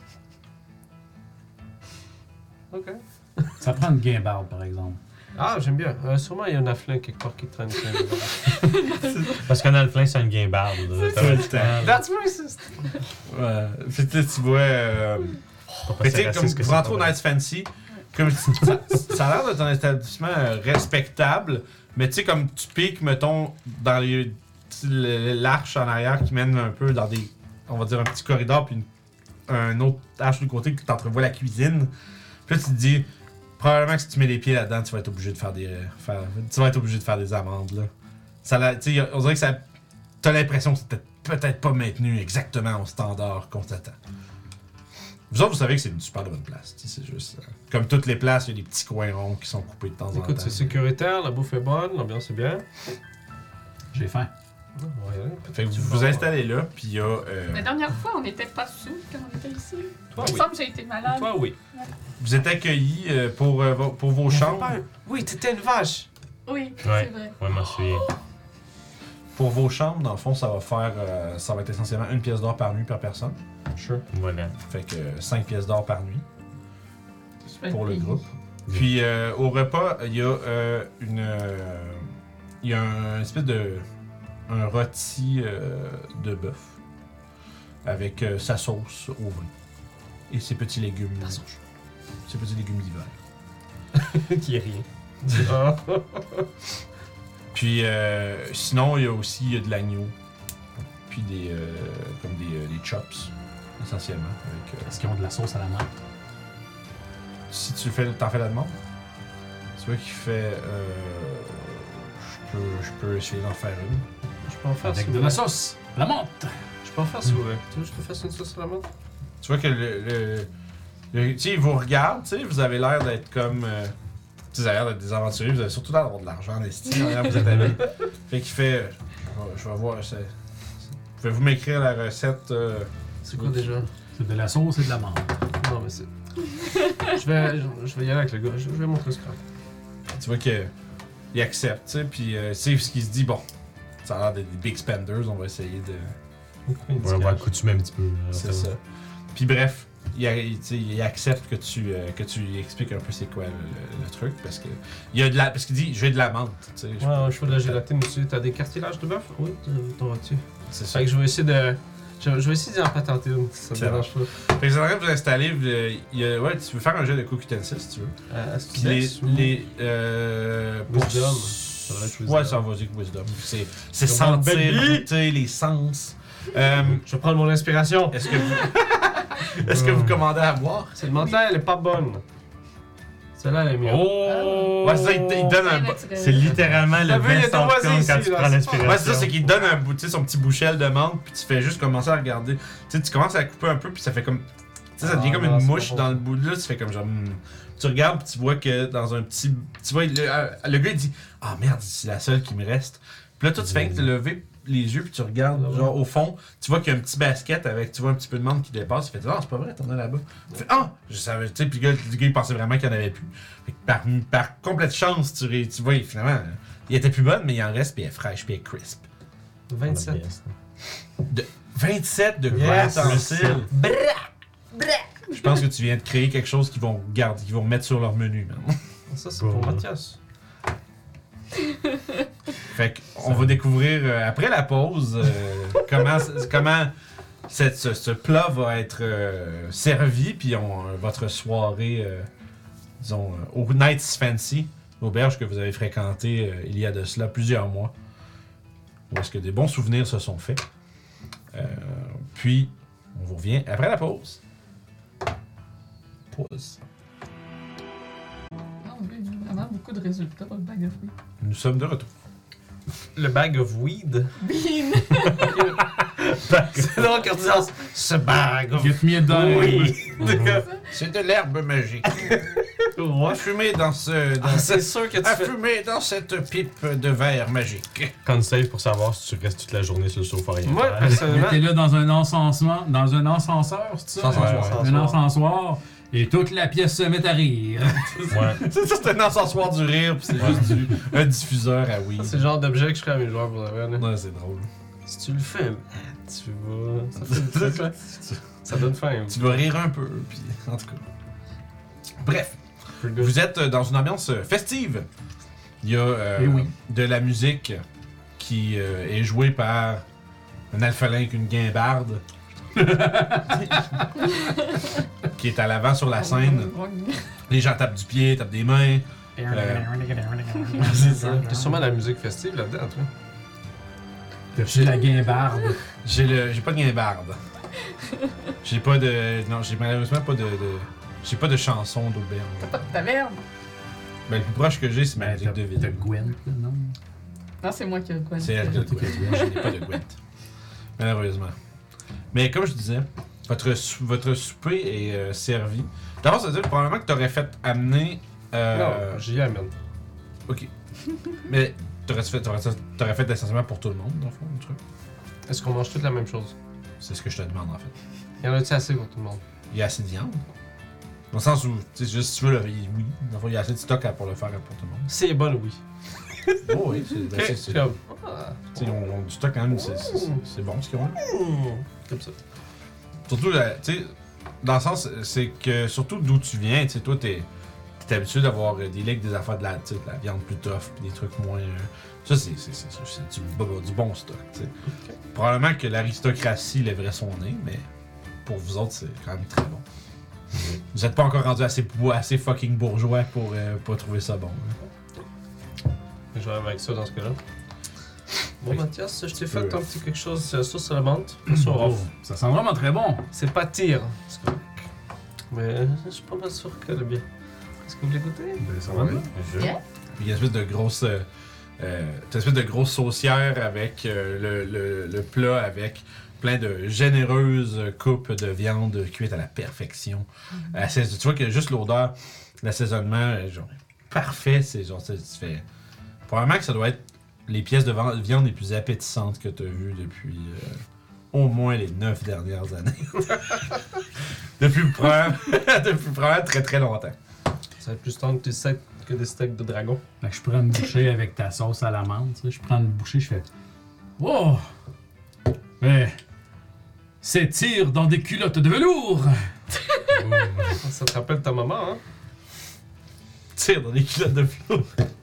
Ok. Ça prend une guimbarde, par exemple. Ah, j'aime bien. Euh, sûrement, il y a un afflin quelque part qui traîne. Parce qu'un alflin, c'est une guimbarde. là. T'as le temps. That's racist! Ouais. Puis tu sais, tu vois. Euh, Faut pas mais tu sais, ser comme raciste que vous c'est rentrez au pas Night Fancy, comme ça, ça a l'air d'être un établissement euh, respectable, mais tu sais, comme tu piques, mettons, dans les, l'arche en arrière qui mène un peu dans des, on va dire, un petit corridor, puis une, un autre arche du côté, que tu entrevois la cuisine. Puis là, tu te dis, probablement que si tu mets les pieds là-dedans, tu vas être obligé de faire des, euh, faire, tu vas être obligé de faire des amendes, là. Ça, la- tu sais, on dirait que ça, t'as l'impression que c'était peut-être pas maintenu exactement au standard qu'on s'attend. Vous autres, vous savez que c'est une super bonne place. tu sais, C'est juste. euh, comme toutes les places, il y a des petits coins ronds qui sont coupés de temps en temps. Écoute, c'est sécuritaire, la bouffe est bonne, l'ambiance est bien. J'ai faim. Ouais, Fait que vous vous installez là, puis il y a. euh, La dernière fois, on n'était pas sous quand on était ici. Toi, Il me oui. semble que j'ai été malade. Toi, oui. vous êtes accueillis euh, pour, euh, vo- pour vos chambres. Oui, t'étais une vache. Oui, Ouais. c'est vrai. Ouais, moi, je suis. Pour vos chambres, dans le fond, ça va faire. euh, ça va être essentiellement une pièce d'or par nuit par personne. Sure. Voilà. Fait que euh, cinq pièces d'or par nuit Je vais pour le payer. groupe. Puis euh, au repas, il y a euh, une. euh, Il y a un espèce de. Un rôti euh, de bœuf. Avec euh, sa sauce au vin. Et ses petits légumes. Ses petits légumes d'hiver. Qui est rien. Ah. Puis euh, sinon, il y a aussi il y a de l'agneau. Puis des. euh, comme des, euh, des chops, essentiellement. Avec, euh, Est-ce qu'ils ont de la sauce à la menthe? si tu fais, t'en fais la demande, tu vois qu'il fait. Euh, je peux, je peux essayer d'en faire une. Je peux en faire si Avec vous de voulez. la sauce à la menthe! Je peux en faire si vous voulez. Tu veux que je te fasse une sauce à la menthe? Tu vois que le. le, le- tu sais, il vous regarde, tu sais, vous avez l'air d'être comme. euh, tu sais, vous avez l'air d'être des aventuriers, vous avez surtout l'air d'avoir de l'argent en estime, vous êtes amis. Fait qu'il fait. euh, Je vais, je vais voir. c'est- Pouvez-vous m'écrire la recette euh, C'est quoi déjà? C'est de la sauce et de la menthe. Non, mais c'est. je, vais, je, je vais y aller avec le gars. Je, je vais montrer ce qu'il Tu vois qu'il accepte, tu sais, puis euh, c'est ce qu'il se dit, bon, ça a l'air d'être des big spenders, on va essayer de. On va voir accoutumer un petit peu. là, C'est ça. ça. Puis bref, il, a- il, tu sais, il accepte que tu, euh, que tu lui expliques un peu c'est quoi le, le- le truc, parce que il y a de la, parce qu'il dit, j'ai de la menthe, tu sais. Ouais, ouais, je fais de la gélatine aussi. T'as des cartilages de bœuf? Oui, t'en vois-tu? C'est ça. Fait que je vais essayer de. Je, je vais essayer d'en patenter une, si ça me C'est dérange pas. Fait que vous êtes en train de vous installer, vous, euh, il y a- ouais, tu veux faire un jeu de cook utensils si tu veux. Euh, est-ce Puis que les, Dex ou- les euh, pour- Wisdom. Ça va être wisdom. Ouais, ça va dire que wisdom. C'est, c'est Comme sentir, baby. goûter les sens. Euh, Je vais prendre mon inspiration. est-ce que vous, est-ce que vous commandez à boire? Cette menthe-là, elle est pas bonne. Celle-là, elle est mieux. Oh! Ouais, c'est ça, il, te- il donne un. bo- C'est littéralement T'as le vu, il y a best des oiseaux outcome quand ici, tu là, prends c'est l'inspiration. Ouais, c'est ça, c'est qu'il te donne un bout, tu sais, son petit bouchel de menthe, puis tu fais juste commencer à regarder. Tu sais, tu commences à couper un peu, puis ça fait comme. Tu sais, ça devient Ah, comme non, une c'est mouche pas bon. dans le bout de là, tu fais comme genre. hmm. Tu regardes, puis tu vois que dans un petit. Tu vois, le, euh, le gars, il dit, ah merde, c'est la seule qui me reste. Puis là, toi, tu fais que te lever les yeux, puis tu regardes, Ah ouais. genre au fond, tu vois qu'il y a un petit basket avec, tu vois, un petit peu de menthe qui dépasse. Tu fais, ah, c'est pas vrai, t'en as là-bas. Tu fais, ah, je savais, tu sais, puis le gars, le gars, il pensait vraiment qu'il n'y en avait plus. Fait que par, par complète chance, tu, ré- tu vois, finalement, euh, il était plus bonne, mais il en reste, puis elle est fraîche, puis elle est crisp. vingt-sept. vingt-sept de Yes. gros ustensiles. Je pense que tu viens de créer quelque chose qu'ils vont garder, qu'ils vont mettre sur leur menu, man. Ça, c'est pour Bon. Mathias. Fait qu'on va découvrir euh, après la pause euh, comment, comment cette, ce, ce plat va être euh, servi, puis on, euh, votre soirée, euh, disons, euh, au Night's Fancy, l'auberge que vous avez fréquentée euh, il y a de cela plusieurs mois, où est-ce que des bons souvenirs se sont faits. Euh, puis, on vous revient après la pause. Pause. Non, oui, vraiment beaucoup de résultats pour le bag of weed. Nous sommes de retour. Le bag of weed. Bean! C'est drôle qu'on dise ce bag of Get me a dime! weed. C'est de l'herbe magique. Ouais. À fumer dans ce. Dans Ah, cette, c'est sûr que tu à fais... fumer dans cette pipe de verre magique. Con save pour savoir si tu restes toute la journée sur le sofa rien Moi, faire. personnellement... T'es là dans un encensement, dans un encenseur, c'est ça? Encensoir. Un encensoir, et toute la pièce se met à rire. Ouais. C'est ça, c'est un encensoir du rire, pis c'est juste du, un diffuseur à weed. C'est le genre d'objet que je ferais à mes joueurs pour la vrai. là. Ouais, c'est drôle. Si tu le fais, tu vas... Ça, fait... ça, fait- ça donne faim. Tu vas rire un peu, puis en tout cas. Bref, vous êtes dans une ambiance festive. Il y a euh, Eh oui. de la musique qui euh, est jouée par un alphelin avec une guimbarde. Qui est à l'avant sur la scène. Les gens tapent du pied, tapent des mains. C'est ça. T'as sûrement de la musique festive là-dedans, toi. J'ai la guimbarde. J'ai le, j'ai pas de guimbarde. J'ai pas de, non, j'ai malheureusement pas de, de j'ai pas de chanson d'auberge. T'as pas de taverne? Ben, le plus proche que j'ai, c'est ma Ben, musique t'as de t'as ville. Gwen, là, non? Non, c'est moi qui ai le coin. C'est elle qui a le Gwent. Je n'ai pas de Gwent. Malheureusement. Mais comme je disais, votre, sou- votre souper est euh, servi. D'abord, ça veut dire probablement que tu aurais fait amener. Euh, Non, j'y amène. Ok. Mais t'aurais fait, t'aurais, t'aurais fait essentiellement pour tout le monde, dans le fond, le truc. Est-ce qu'on mange toute la même chose? C'est ce que je te demande, en fait. Y en a-tu assez pour tout le monde? Il y a assez de viande. Dans le sens où, tu sais, juste si tu veux, le, oui. Dans le fond, il y a assez de stock à- pour le faire pour tout le monde. C'est bon, oui. Oh oui, c'est, ben, c'est, c'est, Comme... Ah. tu sais, ils ont, ils ont du stock quand même, c'est, c'est, c'est- c'est bon ce qu'ils ont. Mmh. Comme ça. Surtout, la- tu sais, dans le sens, c'est que surtout d'où tu viens, tu sais, toi, t'es, t'es habitué d'avoir euh, des legs, des affaires de la, tu sais, de la viande plus tough, pis des trucs moins. euh, ça, c'est, c'est, c'est, c'est, c'est du, bon- du bon stock, tu sais. Probablement que l'aristocratie lèverait son nez, mais pour vous autres, c'est quand même très bon. Vous êtes pas encore rendu assez, bou- assez fucking bourgeois pour euh, pas trouver ça bon. hein. Je vais avec ça dans ce cas-là. Bon, Oui. Mathias, je t'ai Tu fait peux- un petit quelque chose euh, sauce à la menthe. Sur Oh, off. ça sent vraiment très bon. C'est pas tire. C'est correct. Mais je suis pas mal sûr que le bien. Est-ce que vous voulez goûter? Ben, ça va bien. Je- Yeah. Puis il y a une espèce de grosse. Euh, euh, une espèce de grosse saucière avec euh, le, le, le plat avec plein de généreuses coupes de viande cuite à la perfection. Assais- tu vois que juste l'odeur, l'assaisonnement, euh, genre, parfait. C'est genre, ça, tu fais. Probablement que ça doit être les pièces de van- viande les plus appétissantes que tu as vues depuis euh, au moins les neuf dernières années. depuis, probablement, depuis probablement très très longtemps. Ça va être plus tendre que des steaks, que des steaks de dragon. Fait que je prends une bouchée avec ta sauce à la menthe. tu sais. Je prends une bouchée, je fais. Wow! Mais. C'est tire dans des culottes de velours! Ça te rappelle ta maman, hein? Tire dans les culottes de flot.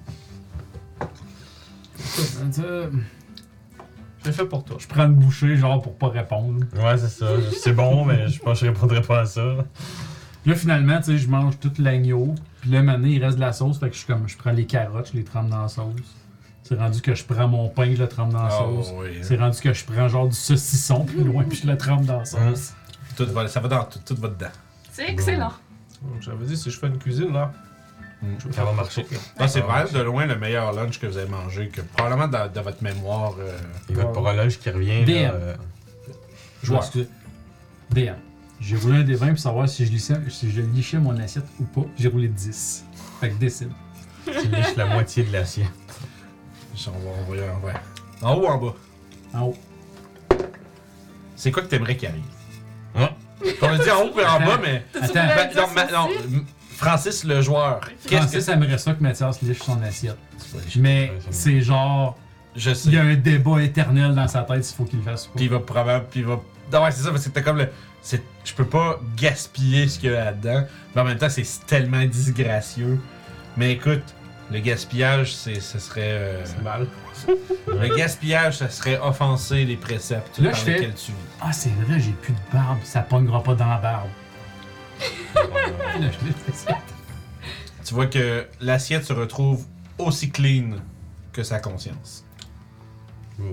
Euh, Je l'ai fait pour toi. Je prends une bouchée, genre, pour pas répondre. Ouais, c'est ça. C'est bon, mais je pense que je répondrais pas à ça. Puis là, finalement, tu sais, je mange tout l'agneau. Puis là, maintenant, il reste de la sauce. Fait que je suis comme, je prends les carottes, je les trempe dans la sauce. C'est rendu que je prends mon pain, je le trempe dans la sauce. Oh, oui. C'est rendu que je prends genre du saucisson plus loin, puis je le trempe dans la sauce. Tout va, ça va dans tout, tout va dedans. C'est excellent. Donc, j'avais dit, si je fais une cuisine, là, je vais Ça va faire marcher. Ah, c'est Ouais. vraiment de loin le meilleur lunch que vous avez mangé, que probablement dans, dans votre mémoire. Euh, Il y a votre horloge qui revient. D M. Là, euh, Joueur. Excusez. D M. J'ai roulé un des vingt pour savoir si je, lissais, si je lichais mon assiette ou pas. J'ai roulé dix. Fait que décide. tu liches la moitié de l'assiette. on va, on va, on va- En haut ou en bas? En haut. C'est quoi que t'aimerais qu'il arrive? Ah. On a dit en haut et en bas, mais. Attends, Ben, dire non, ma- ça non, aussi? M- Francis, le joueur. Qu'est-ce Francis que aimerait ça que Mathias liche son assiette. c'est? Mais Ouais, ça me- c'est genre. Je sais. Il y a un débat éternel dans sa tête s'il faut qu'il le fasse ou pas. Puis il va probablement. Puis il va. Non, ouais, c'est ça, parce que t'as comme le. c'est- Je peux pas gaspiller ce qu'il y a là-dedans. Mais en même temps, c'est tellement disgracieux. Mais écoute, le gaspillage, c'est, ce serait. euh, c'est mal. Le gaspillage, ça serait offenser les préceptes Là, par je fais- lesquels tu vis. Ah, c'est vrai, j'ai plus de barbe. Ça pognera pas dans la barbe. Là, je l'ai fait. Tu vois que l'assiette se retrouve aussi clean que sa conscience. Boum.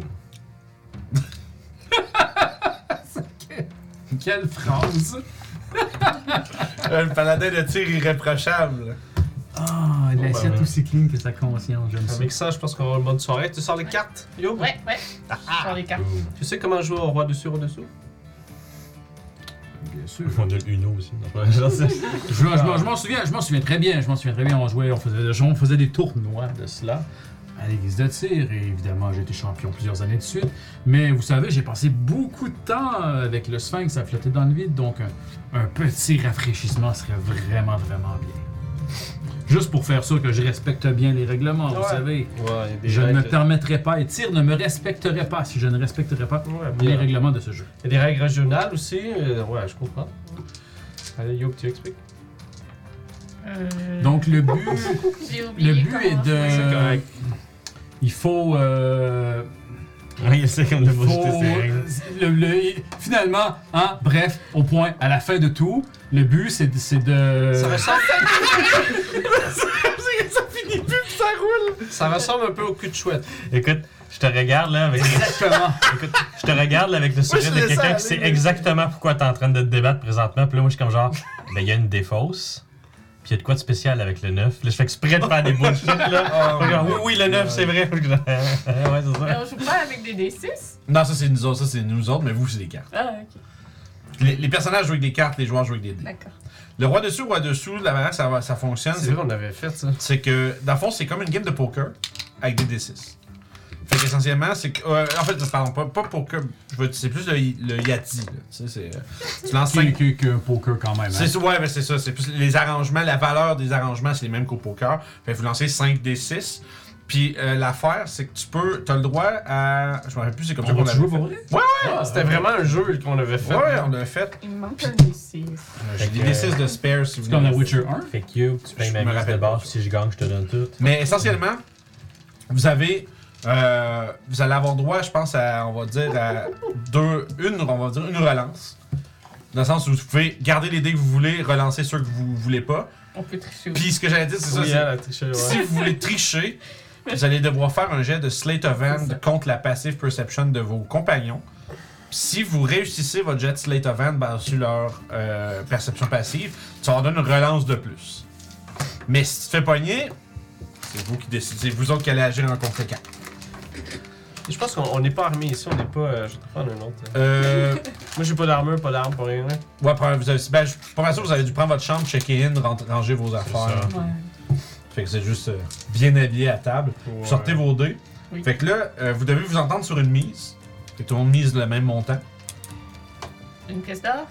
Quelle phrase! Un paladin de tir irréprochable. Ah, l'assiette ben, ouais. aussi clean que sa conscience, j'aime ça. Avec ça, je pense qu'on va avoir une bonne soirée. Tu sors les cartes, Yo? Ouais, ouais. Sur les cartes. Boum. Tu sais comment jouer au roi dessus, roi dessous? Bien sûr. On a le Uno aussi. Non, genre, c'est- Je, je m'en- je m'en souviens, je m'en souviens très bien. Je m'en souviens très bien. On jouait, on faisait, on faisait des tournois de cela à l'église de tir. Et évidemment, j'ai été champion plusieurs années de suite. Mais vous savez, j'ai passé beaucoup de temps avec le Sphinx à flotter dans le vide. Donc, un, un petit rafraîchissement serait vraiment, vraiment bien. Juste pour faire sûr que je respecte bien les règlements, vous Ouais. savez. Ouais, il y a des Je ne me règles. permettrai pas, et Tyr ne me respecterait pas si je ne respecterais pas Ouais, les bien. règlements de ce jeu. Il y a des règles régionales aussi. euh, ouais, je comprends. Allez, Yo, tu expliques. Euh, Donc, le but, j'ai oublié le but comment est de. C'est correct. Il faut. Euh, Oui, c'est comme de faut bullshiter ses règles. le- le- finalement, hein, bref, au point, à la fin de tout, le but c'est de. c'est de- Ça ressemble, Ça finit plus que ça roule! ça ressemble un peu au cul de chouette. Écoute, je te regarde là avec. Exactement. Écoute, je te regarde là, avec le sourire je de laisse quelqu'un aller, qui sait mais- exactement pourquoi t'es en train de te débattre présentement. Puis là, moi, je suis comme genre, ben, il y a une défausse. Puis il y a de quoi de spécial avec le neuf. Là, je fais exprès de faire des bullshit là. Oh, Genre, oui, oui, le neuf, c'est vrai. ouais, c'est Mais ça. on joue pas avec des D six? Non, ça c'est nous autres, ça c'est nous autres, mais vous c'est des cartes. Ah, ok. Les, les personnages jouent avec des cartes, les joueurs jouent avec des dés. D'accord. Le roi dessus, roi dessous, la manière que ça, va- ça fonctionne, C'est c'est, vrai, on avait fait ça. c'est que, dans le fond, c'est comme une game de poker avec des D six. Fait qu'essentiellement, c'est que. euh, en fait, pardon, pas, pas poker, je veux- c'est plus le, le Yati. Là. Tu sais, c'est. euh, tu lances Qui cinq. qui- qui un poker quand même. C'est Hein. ça, ouais, ben c'est ça. C'est plus les arrangements, la valeur des arrangements, c'est les mêmes qu'au poker. Fait que vous lancez cinq D six. Puis euh, l'affaire, c'est que tu peux. T'as le droit à. Je me rappelle plus, c'est comme ça On qu'on va l'avait jouer fait. pour vrai? Ah, C'était vraiment un jeu qu'on avait fait. Ouais, on l'a fait. Il me manque un D six. Euh, J'ai Fait des que- D six de spare si vous C'est comme la voulez. Witcher un. Fait que you, tu payes Je ma me mise de rappelle base. pas. Si je gagne, je te donne tout. Mais essentiellement, vous avez. euh, vous allez avoir droit, je pense, à, on va dire, à deux, une, on va dire, une relance. Dans le sens où vous pouvez garder les dés que vous voulez, relancer ceux que vous voulez pas. On peut tricher aussi. Puis ce que j'allais dire, c'est ça, Oui, c'est hein, la tricherie, ouais. si vous voulez tricher, vous allez devoir faire un jet de Slate of Hand C'est ça. contre la passive perception de vos compagnons. Si vous réussissez votre jet de Slate of Hand ben, sur leur euh, perception passive, ça leur donne une relance de plus. Mais si tu te fais pogner, c'est vous qui décidez. C'est vous autres qui allez agir en conséquence. Je pense qu'on n'est pas armé ici, on n'est pas. euh, je vais te prendre un autre. Euh. Moi, j'ai pas d'armure, pas d'arme, pas rien. Là. Ouais, première- vous avez, ben, je suis pas mal sûr que vous avez dû prendre votre chambre, checker in, rent- ranger vos affaires. ça. Ouais. Fait que c'est juste euh, bien habillé à table. Vous sortez vos dés. Oui. Fait que là, euh, vous devez vous entendre sur une mise. Fait que tout le monde mise le même montant. Une pièce d'or?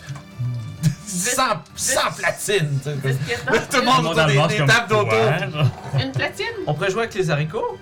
Sans, sans platine, tu sais. dix pièces d'or? Tout le monde autour des, des tables d'auto. Une platine? On pourrait jouer avec les haricots?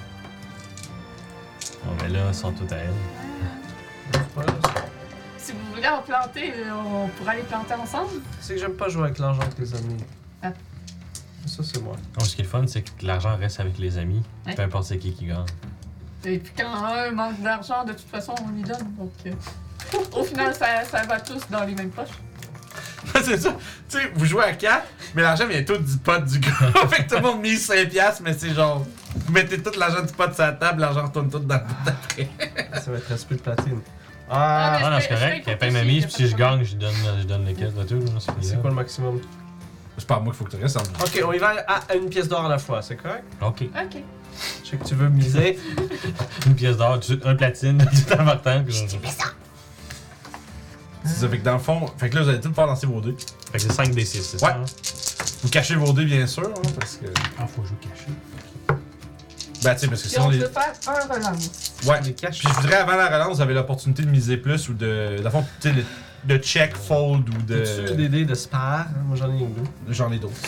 Bon, ben là, ils sont tous à elle. Ouais, Si vous voulez en planter, euh, on pourra les planter ensemble. c'est que j'aime pas jouer avec l'argent avec les amis. Ah. Ça, c'est moi. Non, ce qui est le fun, c'est que l'argent reste avec les amis. Ouais. Peu importe c'est qui qui gagne. Et puis quand un manque d'argent, de toute façon, on lui donne. Donc, euh, au final, ça, ça va tous dans les mêmes poches. C'est ça. Tu sais, vous jouez à quatre, mais l'argent vient tout du pot du gars. Fait que tout le monde mise cinq piastres, mais c'est genre. Vous mettez tout l'argent du pot sur la table, l'argent retourne tout dans le pot après. Ça va être reste plus de platine. Ah, Ah, mais Ah non, je c'est paye- je correct. paye Elle pour paye ma toucher, mise, y a puis pas si de je problème. gagne, je donne, je donne le caisse de tout. là, c'est c'est quoi le maximum? C'est pas à moi qu'il faut que tu restes en dessous. Ok, on y va à une pièce d'or à la fois, c'est correct? Ok. Ok. Je sais que tu veux miser. Une pièce d'or, tout de suite, un platine, tout en partant. puis je- C'est ça. Fait que dans le fond, fait que là, vous allez tout faire lancer vos dés. Fait que c'est cinq D six, c'est Ouais. ça? hein? Vous cachez vos dés, bien sûr, hein, parce que. Ah, faut jouer caché. Ben, tu sais, parce que Puis sinon on les. peut faire un relance. Ouais. Les caches. Puis je voudrais, avant la relance, vous avez l'opportunité de miser plus ou de. Dans le fond, tu sais, le- de check, fold ou de. As-tu des dés de spare? Moi, j'en ai une deux. J'en ai d'autres.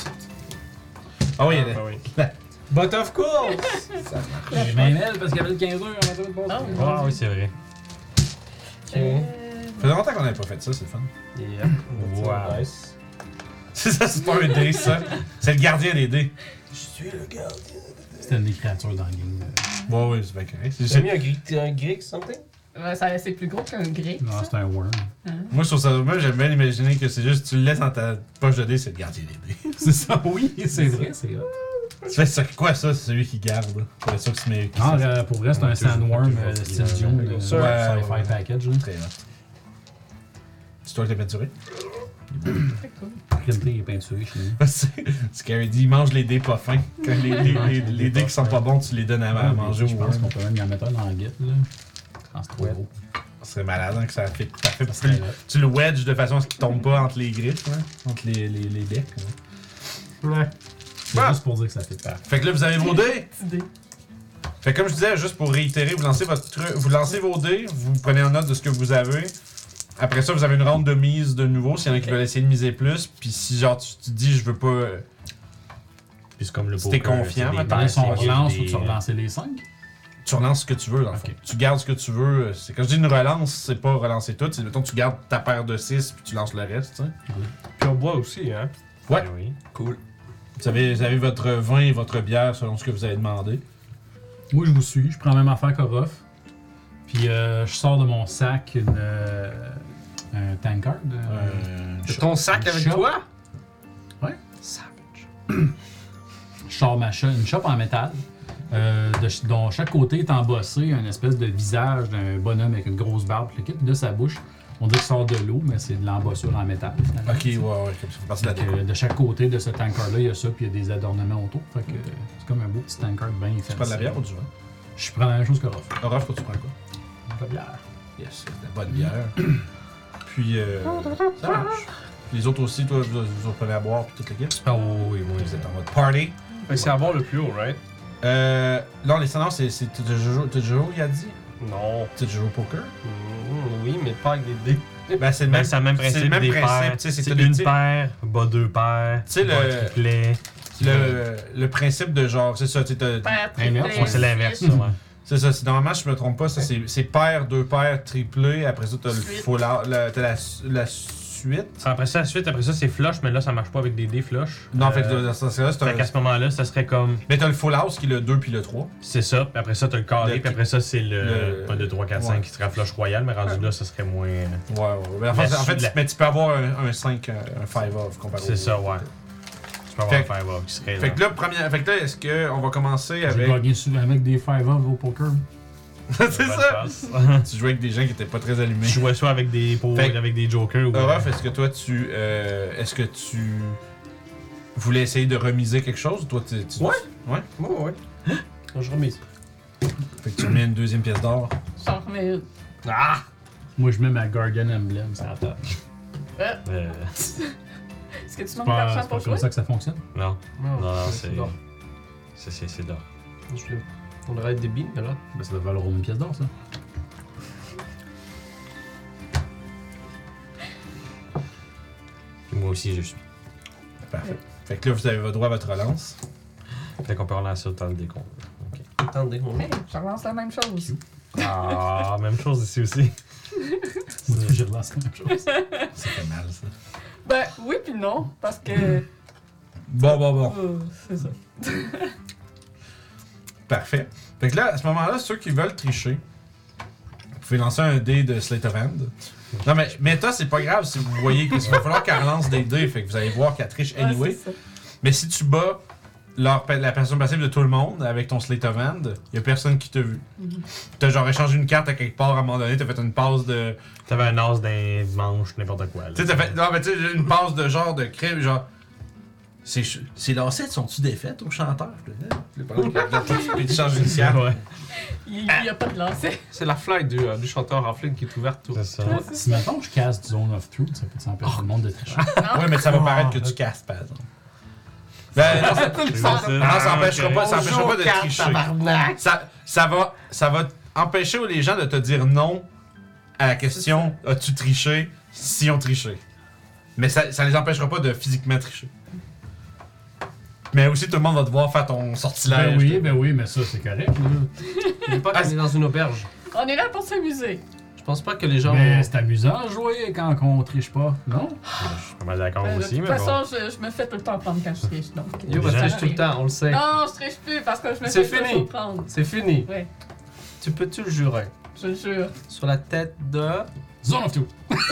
Ah oui, il y en a. oui. But of course! Ça marche. J'ai même elle parce qu'il y avait le quinze heures en même temps de Ah, passer. oui. Ah oui, c'est vrai. Euh, Ça fait longtemps qu'on n'avait pas fait ça, c'est le fun. Yeah. Wow. Nice. C'est ça, c'est pas un dé, ça. C'est le gardien des dés. Je suis le gardien. C'était une des créatures dans le game. euh. Ouais, ouais, c'est bien correct. C'est- J'ai mis un Greek, un Greek something? ouais, ça- c'est plus gros qu'un grec. Non, ça. c'était un worm. Moi, je trouve ça. Moi, j'aime bien imaginer que c'est juste, tu le laisses dans ta poche de dés, c'est le gardien des dés. C'est ça, oui, c'est vrai, c'est hot. Tu fais ça, quoi ça? C'est celui qui garde. Pour être sûr que tu mets. qui Ah, ça- euh, pour vrai, c'est un Ouais, toujours- sandworm toujours euh, de évident. style Dune, Bien euh, sûr. Ouais, sci-fi ouais. package. là. Très hot. C'est toi qui l'as peinturé? Très cool. Printé et peinturé chez nous. C'est Scary dit, il mange les dés pas fins. Quand les, les, les, les dés qui sont pas bons, tu les donnes à, à manger Je au pense worm. qu'on peut même y en mettre un dans la guette, là. Je pense que c'est trop gros. serait malade hein, que ça fait parfait parce que tu, tu le wedges de façon à ce qu'il tombe pas entre les griffes, hein, entre les, les, les becs. Hein. Ouais. C'est Ah. juste pour dire que ça fait peur. Fait que là, vous avez vos dés. Petite idée. Fait que comme je disais, juste pour réitérer, vous lancez votre truc, vous lancez vos dés, vous prenez en note de ce que vous avez. Après ça, vous avez une ronde de mise de nouveau, s'il y en a qui veulent essayer de miser plus. Puis si genre tu te dis je veux pas. euh, Puis c'est comme le Si t'es poker, confiant, c'est des mettons, Là, si on paires, c'est relance, des- faut que tu relances les cinq. Tu relances ce que tu veux, dans le fond. Ok. Tu gardes ce que tu veux. C'est quand je dis une relance, c'est pas relancer tout. C'est mettons tu gardes ta paire de six puis tu lances le reste, tu sais. Puis on boit aussi, hein. Ouais. Ben oui. Cool. Vous avez, vous avez votre vin et votre bière selon ce que vous avez demandé. Moi, je vous suis. Je prends la même affaire qu'Orof. Puis euh, je sors de mon sac une, euh, un tankard. euh, Euh, C'est ton sac une avec shop. toi? Ouais. Savage. Je sors ma cho- une chope en métal, euh, de ch- dont chaque côté est embossé, un espèce de visage d'un bonhomme avec une grosse barbe, puis le kit. Puis de sa bouche, on dit qu'il sort de l'eau, mais c'est de l'embossure en métal. finalement. Ok, ouais, ouais, comme ça fait partie de la Fait que, déco. de chaque côté de ce tankard-là, il y a ça, puis il y a des adornements autour. Fait que euh, c'est comme un beau petit tankard bien fait. Tu prends de la bière ou du vin? Je prends la même chose que Rof. Orof, toi, tu prends quoi? De la bière. Yes, c'est de la bonne bière. Puis, euh, ça marche. Les autres aussi, toi, vous, vous prenez à boire puis toute l'équipe. Ah oui, moi. Vous êtes en mode party. Fait que c'est à boire le plus haut, right? Euh, non, les standards, c'est c'est- t'as déjà joué- t'as déjà joué, il a dit? Non. T'as déjà joué au poker? Mmh, oui, mais pas avec des dés. Ben, c'est le Ben, même, c'est le même c'est principe le même des principe, paires. tu sais, c'est C'est que t'as une des- paire, bas deux paires, Tu sais, bas le- un triplet. Le, le principe de genre, c'est ça, tu sais, t'as- Père, Inverse, triplé, Ouais, c'est l'inverse, fiche. ça, ouais. c'est ça, c'est normalement, je me trompe pas, ça c'est c'est paire, deux paires, triplé, après ça t'as le Suite. full out, la- t'as la, la suite. Après ça, ensuite, après ça, c'est flush, mais là, ça marche pas avec des dés flush. Non, Euh, fait que dans ce sens-là, c'est Fait qu'à un. ce moment-là, ça serait comme. Mais t'as le full house qui est le deux puis le trois. C'est ça, puis après ça, t'as le carré, Le- puis après ça, c'est le- le un, deux, trois, quatre, cinq ouais. qui serait flush royal, mais rendu là, ça serait moins. Ouais, ouais. Mais en fait, La en fait, suite, la- mais tu peux avoir un, un cinq, un, un five off comparé au- C'est ça, ouais. Tu peux avoir Fait un que- five off qui serait Fait là. que là, première, fait que là, est-ce que on va commencer J'ai avec. gagné souvent avec des five off au poker. c'est ça! Passe. Tu jouais avec des gens qui étaient pas très allumés. Je jouais soit avec des pauvres, Fait que- avec des jokers ou. Orof, est-ce que toi tu. euh, est-ce que tu. voulais essayer de remiser quelque chose ou toi tu. tu- Ouais. Ouais? Ouais, ouais. Je remise. Fait que tu remets une deuxième pièce d'or. J'en remets une. Ah! Moi, je mets ma Guardian Emblem sur la table. Euh, Est-ce que tu C'est manques pas, d'argent c'est pour pas comme jouer? ça que ça fonctionne. non, Non, non, non, c'est c'est. d'or. C'est c'est- c'est d'or. Je- On aurait des billes, là. Ben, ça doit valoir une pièce d'or, ça. Puis moi aussi, je suis. Parfait. Fait que là, vous avez votre droit à votre relance. Fait qu'on peut relancer autant le décompte. Ok. Attendez, on Hey, je relance la même chose. Ah, même chose ici aussi. Moi, j'ai relancé la même chose. Ça fait mal, ça. Ben oui puis non, parce que... Bon, bon, bon. Euh, c'est ça. Parfait. Fait que là, à ce moment-là, ceux qui veulent tricher, vous pouvez lancer un dé de Slate of Hand. Non, mais méta, c'est pas grave si vous voyez qu'il va falloir qu'elle relance des dés, fait que vous allez voir qu'elle triche anyway. Ouais, c'est ça. Mais si tu bats leur, la personne passive de tout le monde avec ton Slate of Hand, y a personne qui t'a vu. Mhm. T'as genre échangé une carte à quelque part à un moment donné, t'as fait une passe de. T'avais un as d'un manche, n'importe quoi. là. Tu sais, t'as fait. Non, mais tu sais, une passe de genre de crime, genre. Ces ch- ces lacets sont-tu défaites au chanteur? Puis tu changes une carte. Ouais, Il n'y a pas de lancer. C'est la fly du, euh, du chanteur en flame qui est ouverte. Tout. c'est ça. Ouais, c'est Si ça. maintenant je casse Zone of Truth, ça peut empêcher le monde de tricher. Ouais, mais ça va paraître que tu casses, par exemple. Ben, non, ça, C'est ça, ça. non, ça empêchera Ok. pas, ça empêchera pas de tricher. Ça, ça, va, ça va empêcher les gens de te dire non à la question « As-tu triché? » s'ils ont triché. Mais ça, ça les empêchera pas de physiquement tricher. Mais aussi, tout le monde va devoir faire ton sortilège. Ben oui, ben oui, mais ça, c'est correct, là. Je pas qu'on est dans une auberge. On est là pour s'amuser. Je pense pas que les gens. Mais vont- c'est amusant de jouer quand on triche pas, non? Je suis pas mal d'accord Euh, de aussi, toute mais façon, bon. je, je me fais tout le temps prendre quand je triche, donc... Yo, bah, Déjà- triche tout le temps, on le sait. Non, je triche plus parce que je me C'est fais fini. toujours prendre. C'est fini. Ouais, Tu peux-tu le jurer? je le jure. Sur la tête de. Zone of Truth!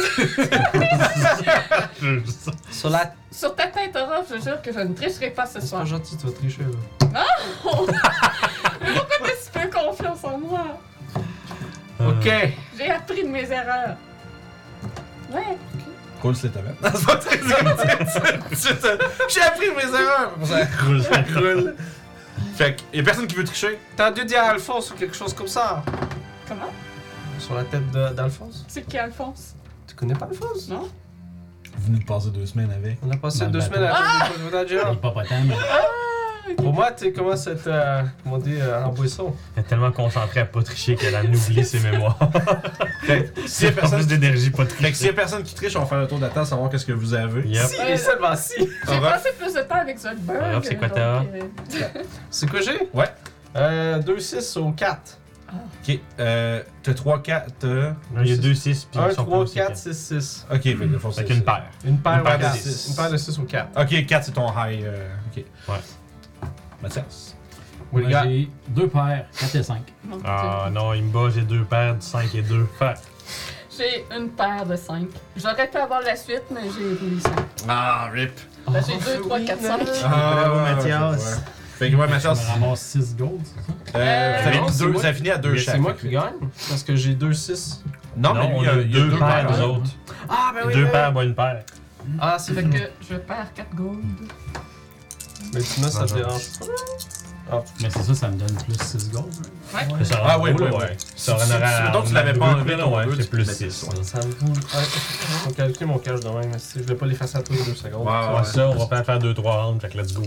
Sur la. Sur ta tête, Aura, je jure que je ne tricherai pas ce C'est soir. pas gentil, tu vas tricher là. Pourquoi t'as si peu confiance en moi? Ok! J'ai appris de mes erreurs. Ouais. Roule c'est ta mère. Non, c'est pas très J'ai appris de mes erreurs. Ça roule, ça roule. Fait que, y a personne qui veut tricher. T'as dû dire à Alphonse ou quelque chose comme ça. Comment? sur la tête de- d'Alphonse. C'est qui, Alphonse? Tu connais pas Alphonse? Non? Vous venez de passer deux semaines avec. On a passé Dans le deux bateau. semaines à la tête de Les Géant. hippopotames. Pour moi, tu commences à être, euh, comment dire, euh, en boisson. Elle est tellement concentrée à pas tricher qu'elle en oublie ses mémoires. Fait que s'il y a C'est personne plus d'énergie pas Fait que s'il y tricher. a personne qui triche, on va faire le tour de la table, savoir qu'est-ce que vous avez. Yep. Si, et seulement si. J'ai Alright. passé plus de temps avec Zuckerberg. Alright, c'est quoi donc, t'as? euh, C'est quoi j'ai? Ouais. Euh, deux six au quatre. Ok, euh, t'as trois, quatre, t'as... Il y a deux six puis un, ils sont trois, plus quatre, c'est six, six. Ok, fait que le fond, Fait c'est... qu'une paire. Une paire Une au paire de quatre. six. Une paire de six au quatre. Ok, quatre c'est ton high, euh... ok. Ouais. Mathias. Oui, Moi, les gars. j'ai deux paires, quatre et cinq. mon Dieu. Ah non, il me bat, j'ai deux paires, du cinq et deux. Fait. J'ai une paire de cinq. J'aurais pu avoir la suite, mais j'ai roulé cinq. Ah, rip. Ben, j'ai deux, trois, quatre, cinq. Ah, Bravo, ouais, Mathias. ouais. Fait que ouais, Je Mathias, me ramasse six gold, c'est ça? euh, Euh, ça, non, finit c'est deux, moi ça finit à deux Mais chaque. c'est moi qui gagne, parce que j'ai deux six. Non, mais lui, on il y a, a il y a deux paires, nous paires. autres. Ah, ben Deux paires, moi une paire. Ah, c'est Fait fait que je perds quatre gold. Mais sinon, ça te Non, dérange pas. Mais c'est ça, ça me donne plus six gold. Ouais. Mais ça Ah rend oui, beau, oui, là, oui. ouais. Si Ça tu- en si- aurait donc tu l'avais pas enlevé, ton ouais, deux, c'est tu plus le mettais six. sur. Ça me roule. Je vais calculer mon cash de même, mais si je vais pas l'effacer à tous les deux secondes. Ouais, Ouais, ça, on va pas faire deux trois rounds, fait que let's go.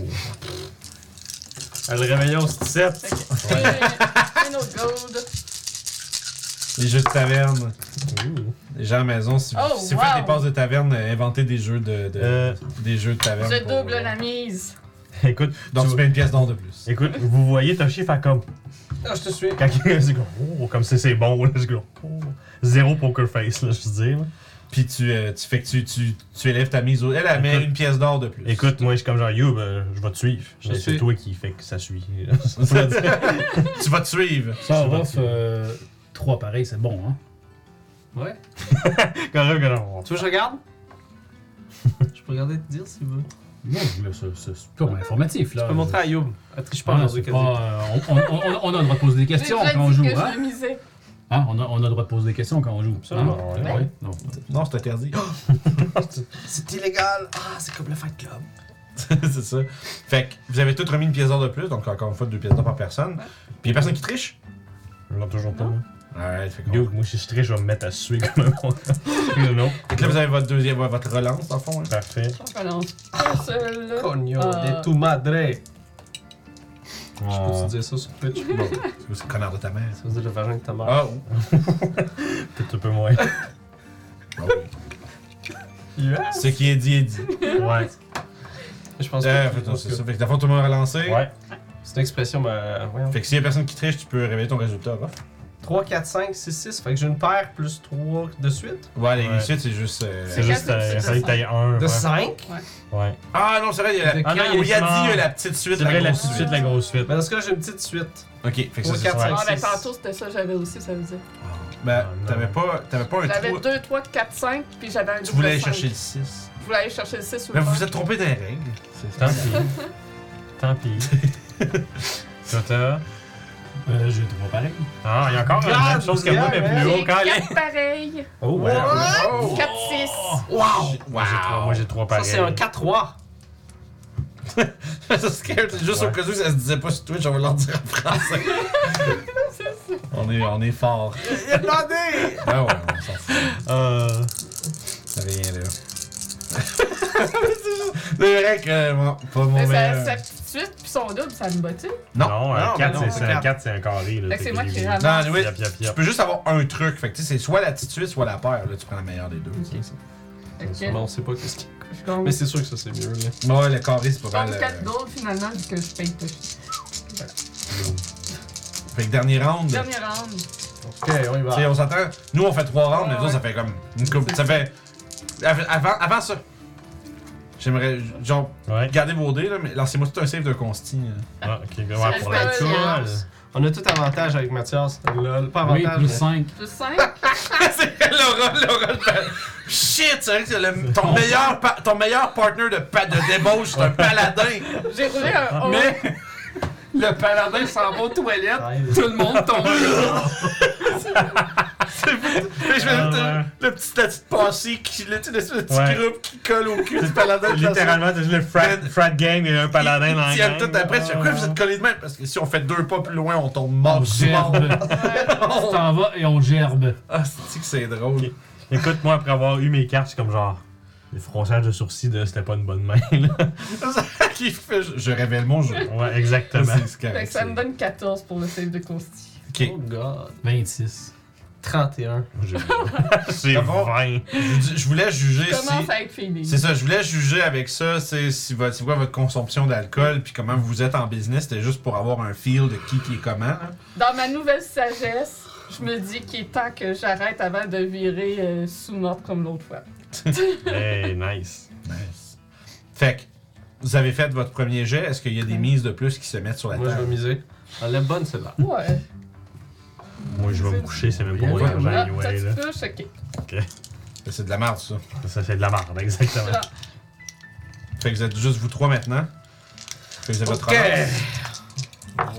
Ah, le réveillon, c'est sept. Fait que j'ai une autre gold. Les jeux de taverne. Ouh. Les gens à la maison, si, Oh, si vous wow. faites des passes de taverne, euh, inventez des jeux de, de- Euh. des jeux de taverne. Je pour, double euh, la mise. Écoute, Donc tu- tu mets une pièce d'or de plus. écoute, vous voyez Toshi faire comme. Ah, je te suis. Quand il c'est comme, oh, comme si c'est bon, là, je go. Oh. Zéro poker face, là, je veux dire. là. Puis tu, euh, tu fais que tu, tu, tu élèves ta mise au. Elle, elle met Écoute. une pièce d'or de plus. Écoute, moi, je suis comme genre, you, ben, je vais te suivre. Je Mais suis. c'est toi qui fait que ça suit. tu vas te suivre. Ça, Ça va, rough, euh, trois pareils, c'est bon, hein? Ouais. Quand même, quand même. Tu veux que je regarde? Je peux regarder et te dire s'il veut. Non, là, c'est- c'est c'est pas informatif, là. Je peux montrer à Youb. Elle triche pas Ah, aujourd'hui, c'est qu'elle dit. pas, euh, on, on, on, on a le droit de poser des J'ai questions déjà quand on dit joue, que hein? je misais. Hein? On, a, on a le droit de poser des questions quand on joue. Absolument, Hein? ouais. Ouais. Non. Non, c'est interdit. C'est illégal. Ah, c'est comme le Fight Club. c'est ça. Fait que vous avez tous remis une pièce d'or de plus, donc encore une fois deux pièces d'or par personne. Puis il y a personne qui triche. Non, toujours pas. Non. Ouais, fait que. Yo, moi, si je triche, je vais me mettre à suer comme un bon. Non. Fait que là vous avez votre deuxième, votre relance dans le fond. Hein. Parfait. Je relance un seul. Coño Euh. de tu madre. Je On- peux-tu dire ça sur Twitch? Bon, c'est le connard de ta mère. Ça veut dire le vagin de ta mère. Ah, oh. Peut-être un peu moins. Ah oui. Yes! Ce qui est dit est dit. Ouais. Je pense Euh, que fait, non, c'est ça. Fait que dans le fond, tout le monde a relancé. Ouais. c'est une expression, mais. Voyons. Fait que s'il y a personne qui triche, tu peux révéler ton résultat. Ruff. trois, quatre, cinq, six, six. Fait que j'ai une paire plus trois de suite. Ouais, les Ouais. suites, c'est juste. euh, C'est juste, quatre, euh, c'est il fallait que t'ailles un. De ouais. cinq? Ouais. Ah non, c'est vrai, il y a la. De Ah non, quatre. il y a Oui, il a justement- dit il y a la petite suite, C'est vrai, la grosse petite suite, la grosse suite. Mais dans ce cas-là, j'ai une petite suite. Ok, fait que ça, Trois, c'est quatre, ça. cinq. Ah, ben six. tantôt c'était ça, j'avais aussi, ça veut dire. Ben, Ah, non. t'avais pas, t'avais pas un J'avais trou. deux, trois, quatre, cinq, puis j'avais un Tu double voulais aller cinq. chercher le six. Je voulais aller chercher le six ou Mais le vous vous cinq. êtes trompé dans les règles. C'est Tant pis. Tant pis. Toi, t'as. Euh, j'ai trois pareils. Ah, il y a encore la Regarde, même chose que moi, mais regarde, plus haut J'ai quand quatre pareils. Oh, ouais. Oh! quatre, six. Wow! Moi, j'ai trois, moi, j'ai trois Ça, pareils. c'est un quatre trois. Ça scared, c'est juste Ouais. au cas où ça se disait pas sur Twitch, on va leur dire en français. on est, on est fort. Il a demandé! Ah ouais, on s'en fout. Euh. Ça rien là. C'est vrai que bon, pas mon Mais meilleur. sa, sa petite suite, puis son double, ça me bat-tu? Non. Non, un non, mais quatre, non, c'est- c'est c'est un quatre. quatre, c'est un carré. là. Fait que c'est moi qui les- ramasse. Non, anyway, Yap, yap, tu yap. peux juste avoir un truc. Fait que tu sais, c'est soit la petite suite, soit la paire. Là, tu prends la meilleure des deux. Ok. Fait que Sûrement, on sait pas qu'est-ce qui. je gagne. Mais c'est sûr que ça, c'est mieux, là. Ouais, le carré, c'est pas Je mal. gagne euh, quatre gold finalement, vu que je paye Toshi. Fait que dernier round. Dernier round. Ok, on y Tu sais, va. on s'entend. Nous, on fait trois rounds, mais Ouais, nous autres, ça ouais. fait comme une coupe. Ça fait. Avant, avant ça, j'aimerais, genre, Ouais. gardez vos dés, là, mais lancez-moi tout un save de consti. euh. Ah, ok. Ouais, C'est pour pas la colle. alliance. On a tout avantage avec Mathias. Lol. Pas Oui, avantage. plus mais- cinq. Plus cinq. c'est Laura, Laura, le pa- Shit, c'est vrai que c'est le- ton, meilleur pa- ton meilleur partner de, pa- de débauche, c'est un paladin. J'ai roulé un onze. Mais le paladin s'en va aux toilettes, Treize. tout le monde tombe. Mais je Ah, me dis, ouais. le petit la petite passée, qui, le, tu sais, le petit Ouais. groupe qui colle au cul du paladin. de la Littéralement, t'as juste le frat, frat gang et un paladin dans la Ils tiennent gang. tout après. Tu fais quoi, vous êtes collés de même? Parce que si on fait deux pas plus loin, on tombe mort. On gerbe. mort. Tu t'en vas et on gerbe. Ah, c'est que c'est drôle. Ok. Écoute, moi, après avoir eu mes cartes, c'est comme genre. Les fronçages de sourcils de c'était pas une bonne main, là. Qui fait, je, je révèle mon jeu. Ouais, exactement. C'est c'est Fait correct. que ça me c'est- donne quatorze pour le save de consti. Ok. Oh god. vingt-six. trente et un. J'ai C'est D'abord, vingt. Je, je voulais juger Je commence si. à être feeling. C'est ça, je voulais juger avec ça, c'est si votre, c'est quoi votre consommation d'alcool, puis comment vous êtes en business, c'était juste pour avoir un feel de qui qui est comment. Hein. Dans ma nouvelle sagesse, je me dis qu'il est temps que j'arrête avant de virer euh, sous note comme l'autre fois. Hey, nice. Nice. Fait que, vous avez fait votre premier jet, est-ce qu'il y a des mises de plus qui se mettent sur la Moi, je vais table? miser. Elle est bonne, celle-là. Ouais. Moi, je vais me coucher, c'est même pas Ouais, mon argent, Ah, anyway, ça là. tu touches, ok. C'est de la merde, ça. Ça, c'est de la merde, exactement. Ah, Fait que vous êtes juste vous trois maintenant. Fait que vous avez votre Ok. avance.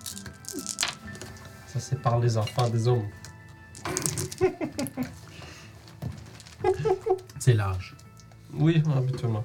Ça, c'est par les enfants des hommes. C'est l'âge. Oui, habituellement.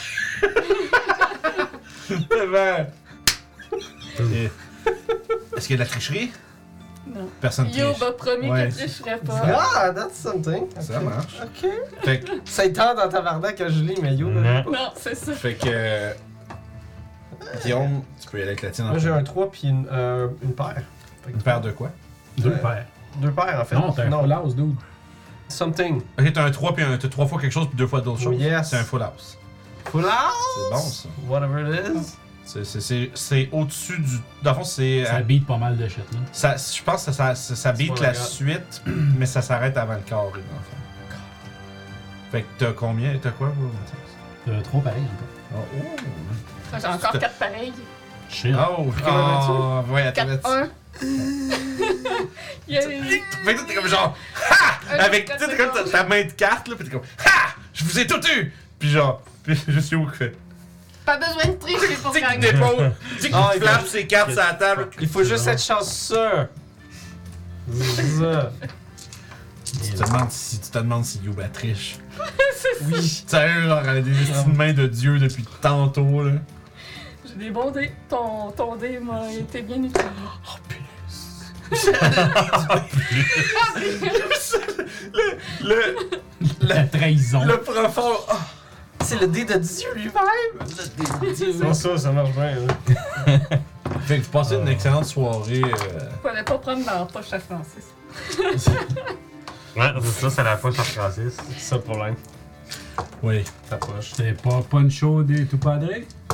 Ben. Et- Est-ce qu'il y a de la tricherie? non. Personne Yo, triche. bah, promis Ouais. que je tricherais pas. Ah, that's something. Ça marche. Ok. Fait que, Ça y tente dans ta bardaque que je lis, mais yo. là. Non. Non, c'est ça. fait que euh, Guillaume, tu peux y aller avec la tienne. en Moi, j'ai premier. un trois puis une, euh, une paire. Fait que- Une paire de quoi? Deux Ouais. paires. Deux paires, en fait. Non, t'as un full house, dude. Something. Ok, t'as un trois puis un, t'as trois fois quelque chose puis deux fois d'autres Oh, choses. yes. C'est un full house. Full house. C'est bon ça. Whatever it is. C'est, c'est, c'est, c'est au-dessus du. Dans le fond, c'est. Ça euh, beat pas mal de shit, là. ça, je pense que ça, ça, ça beat pas la grave. suite, mais ça s'arrête avant le carré, dans le fond. Fait que t'as combien? T'as quoi, vous, Mathias? T'as trop pareil encore. Oh, oh. J'ai encore quatre pareils. Shit. Oh, Comment oh, ouais, attends, quatre là-dessus. un. Il y a une- Fait que toi, t'es comme genre, ha! Un Avec, tu quatre sais, t'es comme ta, secondes. ta main de carte, là, pis t'es comme, ha! Je vous ai tout eu! Pis genre, pis je suis où fait. Pas besoin de tricher pour Tu sais qu'il gagner. dépose, tu sais Ah, qu'il il flappe faut- ses cartes sur la table. Il faut juste être chanceux. Ça. Tu te demandes si, tu te demandes si Yuba triche. Oui. Sérieux, genre, elle a des petites mains de Dieu depuis tantôt, là. J'ai des bons dés. Ton, ton dé m'a été bien utile. Oh, Le, La trahison. le profond. oh, C'est le dé de Dieu lui-même. C'est ça, ça marche bien, là. Fait que vous passez une excellente soirée. euh, Fallait pas prendre dans la poche à Francis. Ouais, c'est ça, c'est la poche à Francis. C'est ça le problème. Oui. Ta poche. C'est pas Poncho de tout padre?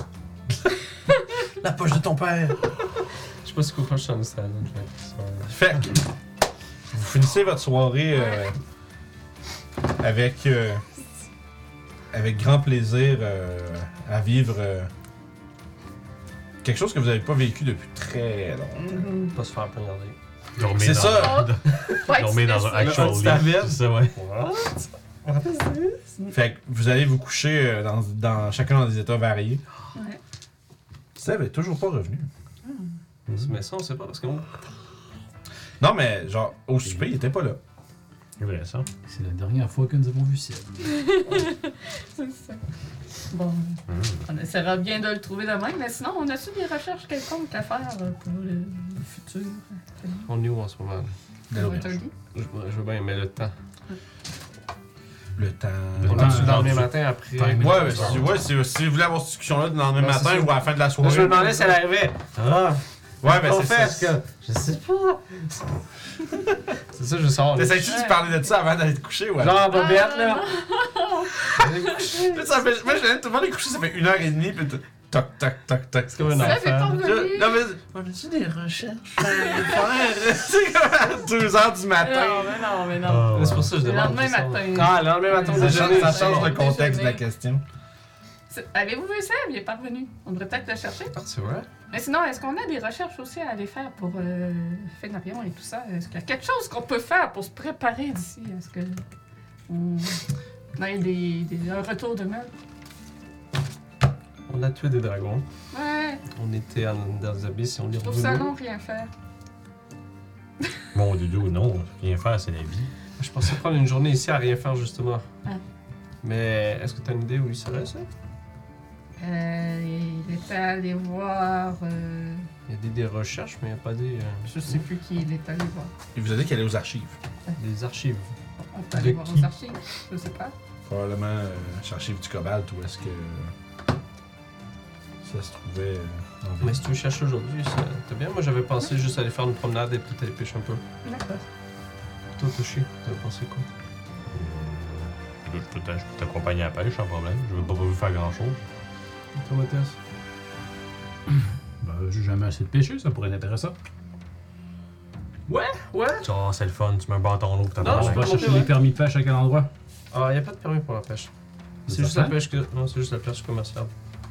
La poche de ton père. Je sais pas si quoi je suis en stade. Fait que vous finissez votre soirée euh, avec euh, avec grand plaisir euh, à vivre euh, quelque chose que vous n'avez pas vécu depuis très longtemps. Mhm. Pas se faire poignarder. Dormir C'est dans ça. Pas être Dormir dans un stressé. actual Un petit lit. tablet. C'est ça, ouais. What? Fait que vous allez vous coucher euh, dans, dans chacun dans des états variés. Ouais. Steve est toujours pas revenu. Mais ça, on sait pas parce que. Non, mais genre, au souper, il était pas là. C'est vrai, ça. C'est la dernière fois que nous avons vu ça. C'est ça. Bon, on essaiera bien de le trouver demain, mais sinon, on a-tu des recherches quelconques à faire euh, pour le, le futur? On est où en ce moment? De Ça va être un l'auberge. lit? Je, je veux bien, mais le temps. Le temps. Le On temps. a-tu le lendemain rendu. matin après? Time. Ouais, mais si, ouais, si, si vous voulez avoir cette discussion-là le lendemain Ouais, matin c'est ça. ou à la fin de la soirée. Je me demandais si elle arrivait. Ah! Ouais, ben On c'est fait, ça. parce que. Je sais pas. C'est ça, je sors. T'essayes-tu de parler de ça avant d'aller te coucher, ouais? Genre, Bobette, Ah, là. Là, ça fait, moi, je viens de tout le monde est couché, ça fait une heure et demie, pis t- toc, toc, toc, toc. C'est comme un Ça fait pas enfant. Je- revenu. Non, mais on a-tu des recherches à faire? C'est comme à deux heures du matin. Non, mais non, mais non. Ah, Mais C'est pour ça que je Le demande. lendemain tout ça. matin. Ah, le lendemain matin, Ça Ça déjà. change, ça déjeuner. change le Déjeuner. contexte de la question. C'est- Avez-vous vu ça? Il est pas revenu. On devrait peut-être le chercher. Ah, c'est vrai? Mais sinon, est-ce qu'on a des recherches aussi à aller faire pour euh, Fénarion et tout ça? Est-ce qu'il y a quelque chose qu'on peut faire pour se préparer d'ici? Est-ce que on on a des, des, un retour de meurtre? On a tué des dragons. Ouais, On était en- dans les abysses et on les je trouve ça revenus. long rien faire. Mon doudou, non. Rien faire, c'est la vie. Je pensais prendre une journée ici à rien faire, justement. Ah. Mais est-ce que tu as une idée où il serait, ça? Euh, il était allé voir. Euh, Il y a des, des recherches, mais il n'y a pas des, euh, je sais plus qui il est allé voir. Il vous a dit qu'elle est aux archives. des archives. On peut De aller voir qui? aux archives. Je sais pas. Probablement euh, chez Archives du Cobalt, où est-ce que ça se trouvait euh, en ville. Mais si tu veux chercher aujourd'hui, ça- t'as bien. Moi, j'avais pensé juste aller faire une promenade et peut-être aller pêcher un peu. D'accord. Toi, Toshi, t'avais pensé quoi? Je peux t'a- je peux t'accompagner à la pêche, sans problème. Je veux pas vous faire grand-chose. Toi, Mathias? Ben, j'ai jamais assez de pêcher, ça pourrait être intéressant. Ouais, ouais. Oh, c'est le fun, tu mets un bâton l'eau pour Non, t'en je On peux va monter, chercher ouais. les permis de pêche à quel endroit? Ah, il n'y a pas de permis pour la pêche. C'est C'est juste la certain? pêche que. Non, c'est juste la pêche commerciale.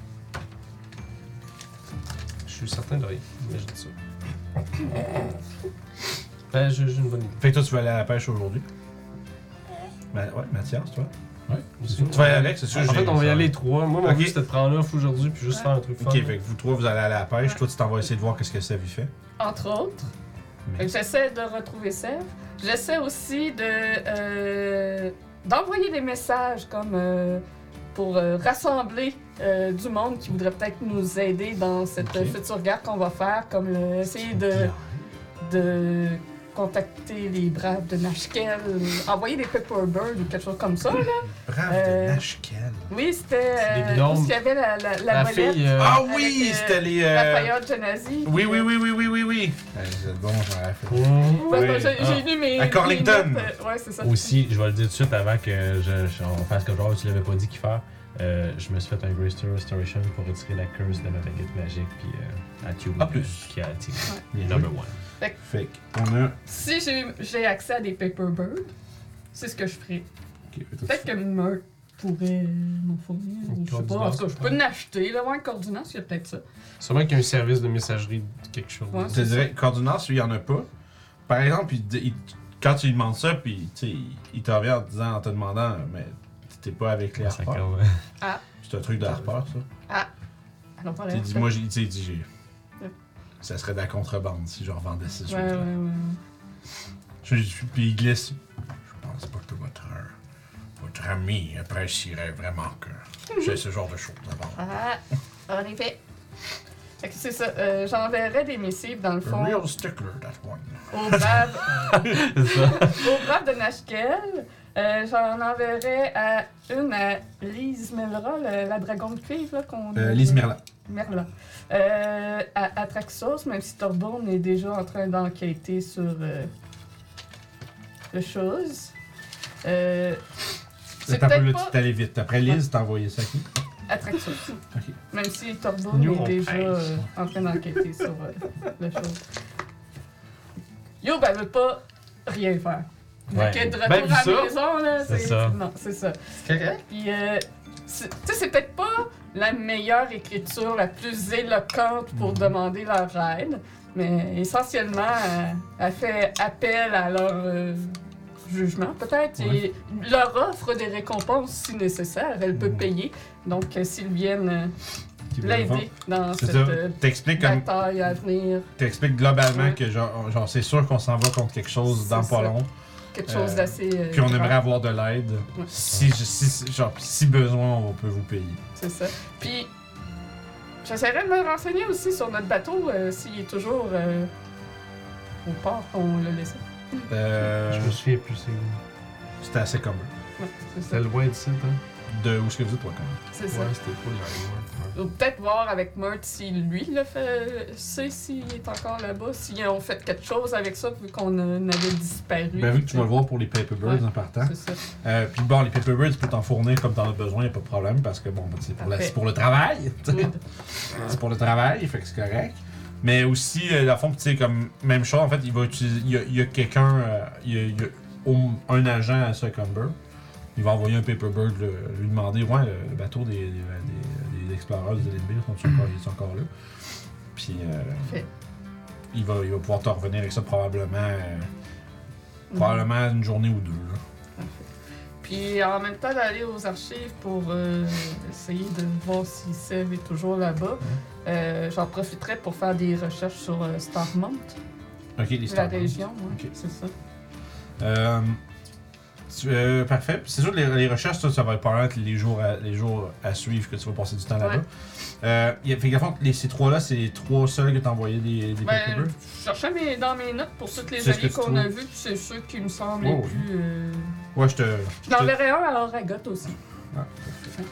Je suis certain de rien, mais je dis ça. Ben, j'ai j'ai une bonne idée. Fait que toi, tu vas aller à la pêche aujourd'hui? Ma- ouais, Mathias, toi? Ouais. C'est sûr. Tu vas y aller avec, c'est sûr. En j'ai- fait, on va y ça- aller les trois. Moi, mon Ok. but, c'était de prendre l'offre aujourd'hui puis juste Ouais. faire un truc fun. Ok, fait que vous trois, vous allez aller à la pêche. Toi, tu t'en vas essayer de voir qu'est-ce que Sèvres fait. Entre autres. Mais- Fait que j'essaie de retrouver Sèvres. J'essaie aussi de euh, d'envoyer des messages comme euh, pour euh, rassembler euh, du monde qui voudrait peut-être nous aider dans cette Ok. future guerre qu'on va faire, comme le- essayer de, de contacter les braves de Nashkel, envoyer des Pepperbird ou quelque chose comme ça. Là. Brave Euh, de Nashkel. Oui, c'était C'est des euh, gnomes. où est-ce qu'il y avait la, la, la, La molette, fille. euh, Ah avec, oui, euh, c'était les. euh, Raphaël Genasi. Oui, oui, oui, oui, oui, oui, oui. Ouais, c'est bon, je m'en rappelle. mmh. Ouais, Oui. ben, j'ai Ah. j'ai lu mes. À mes Corlington. notes, euh, ouais, c'est ça. Aussi, je vais le dire tout de suite avant que je, je- on fasse que genre tu l'avais pas dit qu'il faire. Euh, je me suis fait un Greater Restoration pour retirer la curse de ma baguette magique puis euh, à Tube Ah, plus. qui a tiré. Bien Number joué. one. Fait qu'on a. Si j'ai j'ai accès à des Paperbird, c'est ce que je ferai. Ok, fait que Peut-être que Mert pourrait m'en fournir. ou Je sais pas. En tout cas, je peux en acheter. Là, ouais, coordonnance, il y a peut-être ça. Sûrement qu'il y a un service de messagerie de quelque chose. Ouais. Je te dirais, Coordinace, lui, il y en a pas. Par exemple, il, il- quand tu lui demandes ça, puis tu sais, il, il te revient en te disant, en te demandant, mais t'es pas avec les Ça harpeurs. compte, ouais. C'est un truc de harpeur, ça. Alors, pas Tu sais, dis, moi, j'ai, tu sais, dis, j'ai. Ça serait de la contrebande si je revendais ces Ouais, choses-là. ouais, ouais. Je- je- Puis il glisse. Je pense pas que votre, votre ami apprécierait vraiment que j'ai ce genre de choses à vendre. Ah, en effet. Fait que c'est ça. euh, J'enverrai des missives, dans le fond, Real stickler, that one. aux braves, C'est ça. aux braves de Nashkel. Euh, J'en enverrai à une à Lise Melra, le- la dragon de cuivre là, qu'on Euh, Lise Merlin. Merlin. Euh, à, à Traxos, même si Thorborn est déjà en train d'enquêter sur euh, le chose. Euh, c'est T'as pas peut-être le pas petit aller vite. Après Lise, t'as envoyé ça à qui? à Traxos. Ok. Même si Thorborn New est on déjà pace. euh, en train d'enquêter sur euh, le chose. Yo, ben, elle veut pas rien faire. Ouais. Donc, de retour Ben, vu à ça, la maison, là, c'est c'est... ça. Non, c'est ça. C'est correct? Puis, euh, c'est- tu sais, c'est peut-être pas la meilleure écriture, la plus éloquente pour demander leur aide, mais essentiellement, euh, elle fait appel à leur euh, jugement, peut-être, et leur offre des récompenses si nécessaire. Elle peut Mhm. payer. Donc, euh, s'ils viennent euh, Qui veut le vendre? l'aider dans C'est cette ça. euh, T'expliques comme. bataille à venir, T'expliques globalement Ouais. que genre, genre c'est sûr qu'on s'en va contre quelque chose dans C'est pas ça. long. quelque Euh, chose d'assez... euh, Puis on grave. aimerait avoir de l'aide. Ouais. Si, je- si, genre, si besoin, on peut vous payer. C'est ça. Puis, j'essaierai de me renseigner aussi sur notre bateau, euh, s'il est toujours euh, au port qu'on l'a laissé. Euh, Je me souviens plus, c'est où. C'était assez commun. Ouais, c'est ça. C'était loin d'ici, hein? De où est-ce que vous êtes, toi, quand même? C'est ça. Ouais, c'était trop loin. Ouais. Ou peut-être voir avec Mert si lui le fait, sait s'il est encore là-bas, s'ils ont fait quelque chose avec ça vu qu'on euh, avait disparu. Ben, vu que tu vas le voir pour les Paperbirds Ouais. en partant. C'est ça. Euh, puis bon, les Paperbirds, tu peux t'en fournir comme t'en as besoin, y a pas de problème, parce que bon, ben, c'est pour, la- Parfait. c'est pour le travail. tu sais. Good. C'est pour le travail, fait que c'est correct. Mais aussi, euh, dans le fond, tu sais, comme même chose, en fait, il va utiliser. Il y a, il y a quelqu'un, euh, il y a, il y a au- un agent à Succumber. Il va envoyer un Paperbird le- lui demander, ouais, le, le bateau des, des, des, des Explorers de Limbir, sont encore, ils sont encore là. Puis euh, Parfait. il va, il va pouvoir te revenir avec ça probablement, euh, Mhm. probablement une journée ou deux. Là. Puis en même temps d'aller aux archives pour euh, essayer de voir si Sev est toujours là-bas, euh, j'en profiterai pour faire des recherches sur euh, Starmount. Ok, les La Starbucks. région, ouais, Ok. c'est ça. Euh, tu- euh, parfait. Puis c'est sûr que les, les recherches, ça, ça va pas être les jours, à, les jours à suivre que tu vas passer du temps là-bas. Ouais. Euh, y a- fait que, à fond, les, ces trois-là, c'est les trois seuls que t'as envoyé des, des Ben, paper birds? je cherchais mes, dans mes notes pour toutes les C'est ce que alliés tu qu'on a trouves? vus, puis c'est ceux qui me semblent les Oh, plus. Euh... Ouais, je te. Je l'enverrai un à Oragot aussi. Ah, parfait.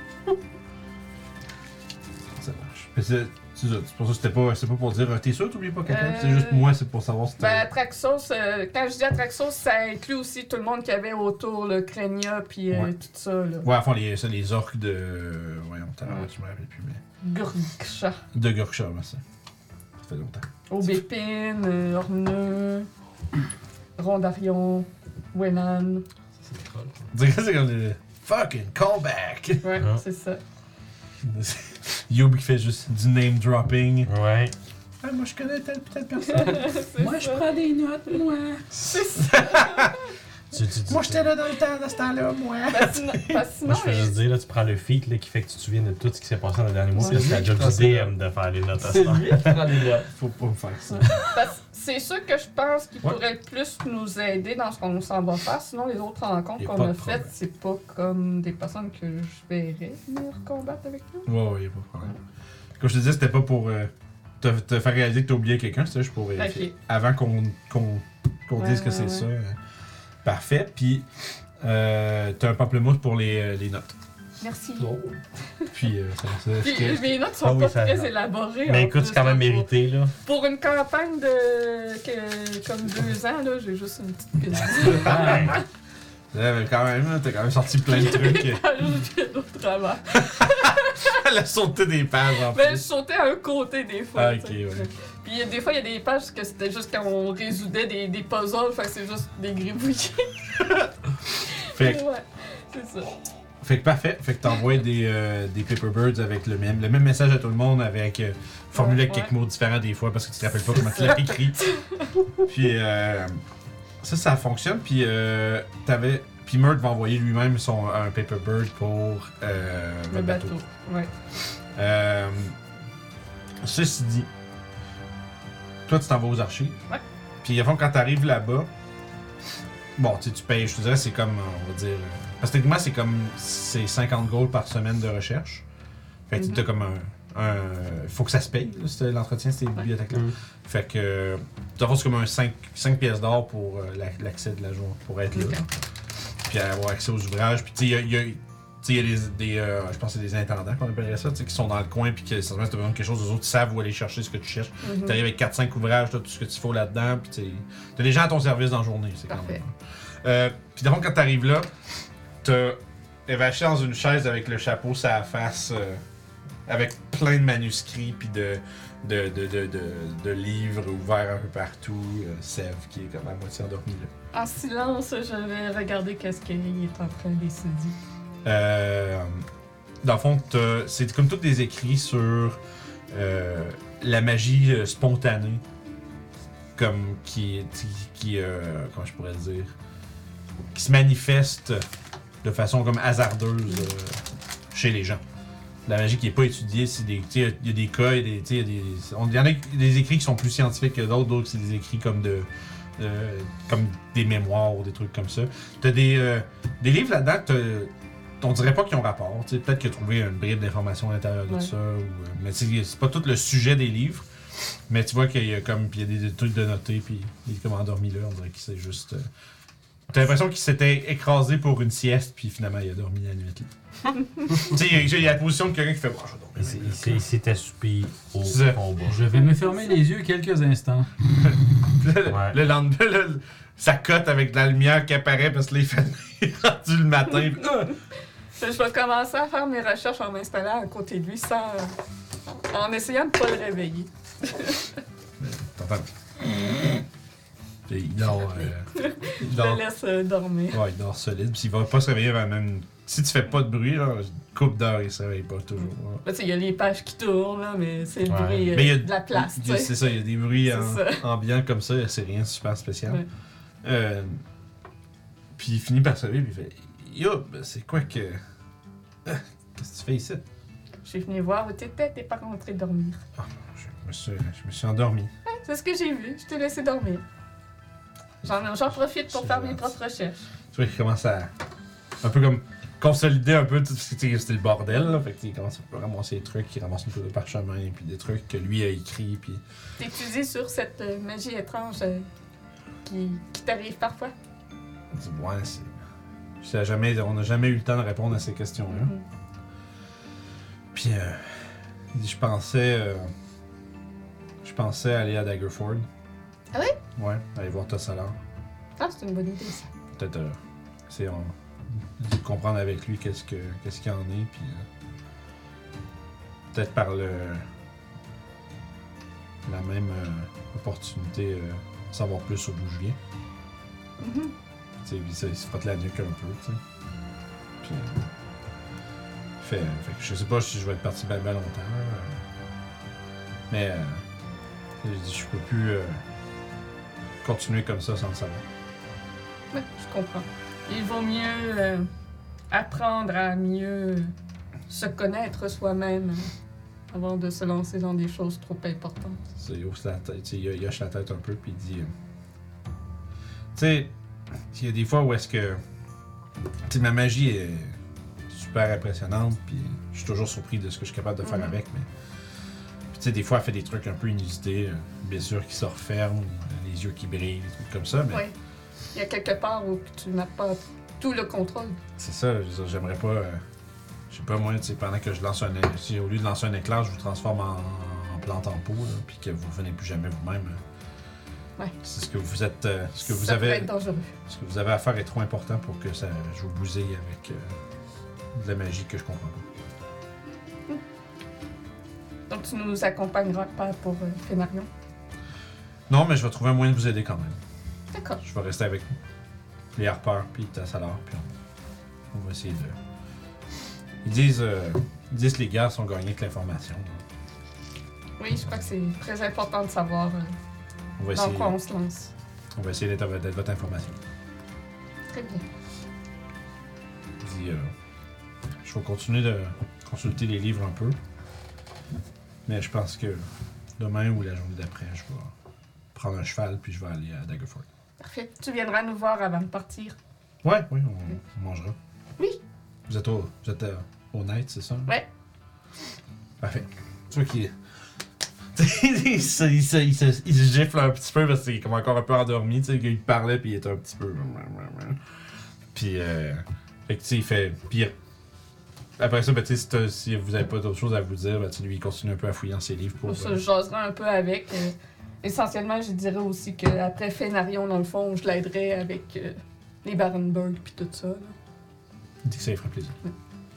Ça marche. Mais c'est c'est ça, c'est pour ça que c'était pas, c'est pas pour dire, euh, t'es sûr, t'oublies pas quelqu'un? Euh, C'est juste moi, c'est pour savoir si Ben, t'as. Atraxos, euh, quand je dis Atraxos, ça inclut aussi tout le monde qui avait autour, le Crania, puis euh, Ouais. tout ça, là. Ouais, à fond, les, ça, les orques de. Voyons, t'as Ouais. je me rappelle plus, mais. Gurksha. De Gorksha, ouais, ça. Ça fait longtemps. Aubépine, euh, Orneux, Rondarion, Wenan. Ça, c'est le troll. On dirait que c'est comme des. Fucking callback! Ouais, Ah. c'est ça. Youb qui fait juste du name dropping. Ouais. Ah, moi je connais telle telle personne. C'est Moi, je ça. prends des notes, moi. C'est ça. Tu, tu, tu, Moi j'étais là dans le temps, dans ce temps-là, moi. Parce que sinon, parce que sinon, Moi, je fais juste dire, là, tu prends le feat là, qui fait que tu te souviens de tout ce qui s'est passé dans le dernier mois. Ouais. puis là, c'est la job C'est du lui D M de faire les notes à C'est ça. lui qui prend les notes. Faut pas me faire ça. parce que c'est sûr que je pense qu'il Ouais. pourrait le plus nous aider dans ce qu'on s'en va faire. Sinon, les autres rencontres Y a qu'on pas a de faites, problème. c'est pas comme des personnes que je verrais venir combattre avec nous. Ouais, ouais, y'a pas de problème. Comme je te disais, c'était pas pour euh, te, te faire réaliser que t'as oublié quelqu'un, c'était juste pour vérifier. Ok. Avant qu'on qu'on qu'on Ouais, dise que ouais, c'est ouais. ça. euh, parfait. Puis, euh, t'as un pamplemousse pour les, euh, les notes. Merci. Non. Puis, euh, ça, ça, Puis, c'était- mes notes sont Ah oui, pas ça- très élaborées. Mais en écoute, plus, c'est quand même là, pour- mérité, là. Pour une campagne de que- comme deux ans, là, j'ai juste une petite piste. Ouais, mais quand même, là, t'as quand même sorti plein de trucs. J'ai d'autres travers. Elle a sauté des pages en Mais je plus. sautais à un côté des fois. Ah, ok, tu sais. ouais. Puis il y a des fois, il y a des pages que c'était juste quand on résoudait des, des puzzles, fait que c'est juste des gribouillis. Fait que, Ouais, c'est ça. fait que parfait. Fait que t'envoies des, euh, des Paper Birds avec le même, le même message à tout le monde, avec euh, formulé avec Ouais, quelques mots différents des fois parce que tu te rappelles pas comment tu l'as écrit. Puis euh, ça, ça fonctionne. Puis euh, t'avais. Puis Murd va envoyer lui-même son un Paper Bird pour euh, Le votre bateau. bateau. Ouais. Euh, ceci dit, toi, tu t'en vas aux archives. Ouais. Puis, à fond, quand t'arrives là-bas, bon, tu sais, tu payes, je te dirais, c'est comme, on va dire. euh, Parce que techniquement, c'est comme. C'est cinquante gold par semaine de recherche. Fait que Mhm. t'as comme un. un faut que ça se paye, là, c'est l'entretien de ces bibliothèques-là. Mhm. Fait que. euh, tu c'est comme un cinq, cinq pièces d'or pour euh, la- l'accès de la journée, pour être là. Ok. Puis avoir accès aux ouvrages. Puis, tu sais, il y a. il y a tu sais, il y a des, des euh, je pense que c'est des intendants qu'on appellerait ça, tu sais, qui sont dans le coin, puis que certainement, si t'as besoin de quelque chose, les autres savent où aller chercher ce que tu cherches. Mhm. T'arrives avec quatre cinq ouvrages, t'as tout ce que tu faut là-dedans, puis tu sais, t'as des gens à ton service dans la journée, c'est quand Parfait. même. Euh, puis d'abord, quand t'arrives là, t'as évaché dans une chaise avec le chapeau sur la face, euh, avec plein de manuscrits, puis de, de, de, de, de, de livres ouverts un peu partout. Euh, Sève qui est comme à moitié endormi là. En silence, je vais regarder qu'est-ce qu'il est en train d'étudier. Euh, dans le fond, t'as- c'est comme tous des écrits sur euh, la magie euh, spontanée, comme qui, qui, qui euh, comment je pourrais dire, qui se manifeste de façon comme hasardeuse euh, chez les gens. La magie qui n'est pas étudiée, c'est des, tu sais, il y a des cas, il y a des, tu sais, il y a des, on- il y en a des écrits qui sont plus scientifiques que d'autres, d'autres c'est des écrits comme de euh, comme des mémoires ou des trucs comme ça. T'as des, euh, des livres là-dedans que t'as- on dirait pas qu'ils ont rapport. Tu sais, peut-être qu'il a trouvé une bribe d'information à l'intérieur de Ouais. ça. Ou, euh, mais tu sais, c'est pas tout le sujet des livres. Mais tu vois qu'il y a comme puis il y a des, des trucs de noter, puis il est comme endormi là. On dirait qu'il s'est juste. euh, T'as l'impression qu'il s'était écrasé pour une sieste, puis finalement il a dormi la nuit. là. Tu sais, il y a- il y a la position de quelqu'un qui fait bon, je vais dormir. Il s'est- il s'est- il s'est assoupi au C'est ça. combat. Je vais me fermer les yeux quelques instants. Puis là, Ouais. le lendemain, là, ça cote avec de la lumière qui apparaît parce que là, il fait il est rendu le matin. puis, ah! Je vais commencer à faire mes recherches en m'installant à côté de lui sans. en essayant de pas le réveiller. T'entends? Puis il dort. euh, il Je dort. le laisse euh, dormir. Ouais, il dort solide. Puis il va pas se réveiller avant même. Si tu fais pas de bruit, là, une coupe d'heure, il se réveille pas toujours. là. Là, tu sais, il y a les pages qui tournent, là, mais c'est le Ouais. bruit euh, Mais il y a de la place, il tu y a- sais. C'est ça, il y a des bruits en- C'est ça. ambiants comme ça, c'est rien de super spécial. Ouais. Euh, puis il finit par se réveiller, puis il fait Yo, ben, c'est quoi que. Ah, qu'est-ce que tu fais ici? Je suis venu voir où t'étais, t'es pas rentré dormir. Je me suis, je me suis endormi. C'est ce que j'ai vu. Je t'ai laissé dormir. J'en, j'en profite pour C'est faire mes gentil. propres recherches. Tu vois qu'il commence à. Un peu comme. Consolider un peu tout ce que c'était le bordel, là. Fait que, il commence à ramasser des trucs, il ramasse une peu de parchemin, puis des trucs que lui a écrit, puis. T'étudies sur cette euh, magie étrange euh, qui, qui t'arrive parfois. Il dit, ouais, c'est. ça a jamais, on n'a jamais eu le temps de répondre à ces questions-là. Mhm. Puis, euh, il dit, je pensais. euh, je pensais aller à Daggerford. Ah ouais? Ouais, aller voir Tossalar. Ah, c'est une bonne idée, ça. Peut-être, euh, c'est on, de comprendre avec lui qu'est-ce que qu'est-ce qu'il en est, puis euh, peut-être par le la même euh, opportunité, euh, savoir plus sur d'où je viens. Mhm. Tu sais, il, se- il se frotte la nuque un peu, tu sais. Puis, euh, fait, fait que je sais pas si je vais être parti bien ben longtemps, là, euh, mais euh, je dis, je peux plus euh, continuer comme ça sans le savoir. Ouais, je comprends. Il vaut mieux euh, apprendre à mieux se connaître soi-même euh, avant de se lancer dans des choses trop importantes. C'est- Il hausse la tête, tu sais, il hoche la tête un peu, puis il dit. euh, Tu sais, il y a des fois où est-ce que. Tu sais, ma magie est super impressionnante, puis je suis toujours surpris de ce que je suis capable de faire Mhm. avec, mais. Puis tu sais, des fois, elle fait des trucs un peu inusités, euh, une blessure qui se referme, euh, les yeux qui brillent, des trucs comme ça, mais. Oui. Il y a quelque part où tu n'as pas tout le contrôle. C'est ça, je veux dire, j'aimerais pas. euh, je sais pas, moi, tu sais, pendant que je lance un. Si au lieu de lancer un éclair, je vous transforme en, en plante en pot, là, puis que vous ne revenez plus jamais vous-même. euh, Ouais. C'est ce que vous êtes. euh, ce que vous ça peut avez. être dangereux. Ce que vous avez à faire est trop important pour que ça, je vous bousille avec euh, de la magie que je comprends pas. Donc tu nous accompagneras pas pour euh, Fénarion. Non, mais je vais trouver un moyen de vous aider quand même. D'accord. Je vais rester avec vous. Les Harper, puis Tassalar, puis on, on va essayer de. Ils disent, euh, ils disent que les guerres sont gagnées avec l'information. Oui, je crois que c'est très important de savoir euh, On va dans essayer, quoi on se lance. on va essayer d'être, d'être votre information. Très bien. Il dit, euh, je vais continuer de consulter les livres un peu. Mais je pense que demain ou la journée d'après, je vais prendre un cheval puis je vais aller à Daggerford. Parfait. Tu viendras nous voir avant de partir. Ouais, oui, on, on mangera. Oui. Vous êtes au, vous êtes, euh, au night, c'est ça? Ouais. Parfait. Tu vois qu'il. il, se, il, se, il, se, il se gifle un petit peu parce qu'il est comme encore un peu endormi, tu sais, qu'il parlait puis il était un petit peu. Puis, euh. Fait que, tu sais, il fait. Puis, après ça, ben, tu sais, si, t'as- si vous avez pas d'autre chose à vous dire, ben, tu sais, lui, il continue un peu à fouiller dans ses livres pour. On se euh, jasera un peu avec. euh, essentiellement, je dirais aussi qu'après Fénarion, dans le fond, je l'aiderai avec euh, les Barenberg puis tout ça. là. Il dit que ça lui ferait plaisir. Ouais.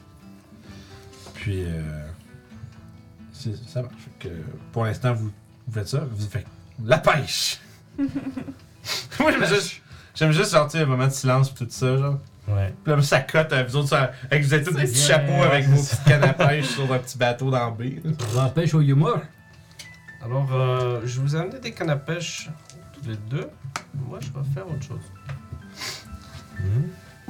Puis, euh, c'est- ça marche. Fait que, pour l'instant, vous, vous faites ça. Vous faites la pêche! Moi, j'aime juste, j'aime juste sortir un moment de silence pis tout ça, genre. Ouais. Puis là, ça cote, euh, vous autres, ça, avec vous avez tous des petits C'est chapeaux ça. avec vos petites cannes à pêche sur un petit bateau dans le baie. là. On l'empêche au humour. Alors, euh, je vous ai amené des cannes à pêche tous les deux. Moi, je vais faire autre chose. Mhm.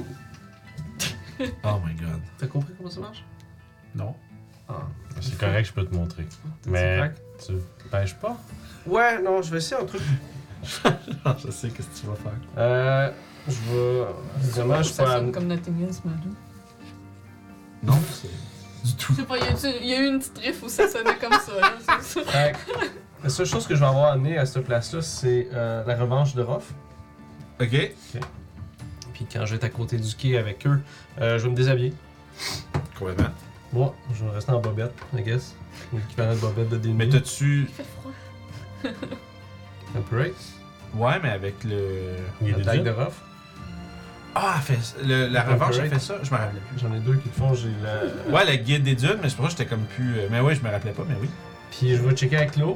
Oh my god. T'as compris comment ça marche? Non. Ah. C'est correct, je peux te montrer. T'as Mais- dit crack? Tu pêches pas? Ouais, non, je vais essayer un truc. Je sais qu'est-ce que tu vas faire. Euh, je vais. Évidemment, je ça peux sonne amener. comme Nottingham ce matin. Non, c'est. Du tout. Je sais pas, il y, a eu- il y a eu une petite riff où ça sonnait comme ça. Là, c'est ça. Fait que, la seule chose que je vais avoir amené à cette place-là, c'est euh, la revanche de Roth. Ok. Puis quand je vais être à côté du quai avec eux, euh, je vais me déshabiller. Complètement. Moi, je vais rester en bobette, I guess. L'équivalent de bobette de déni. Mais t'as-tu. Il fait froid. Un peu right? Ouais, mais avec le. Il La est taille de déjà. Roth. Ah, elle fait... le- la Un revanche, peu elle right. fait ça? Je me rappelais plus. J'en ai deux qui le font, j'ai la. Ouais, le guide des dunes, mais c'est pour ça que j'étais comme plus. euh, Mais oui, je me rappelais pas, mais oui. Puis je vais checker avec l'eau.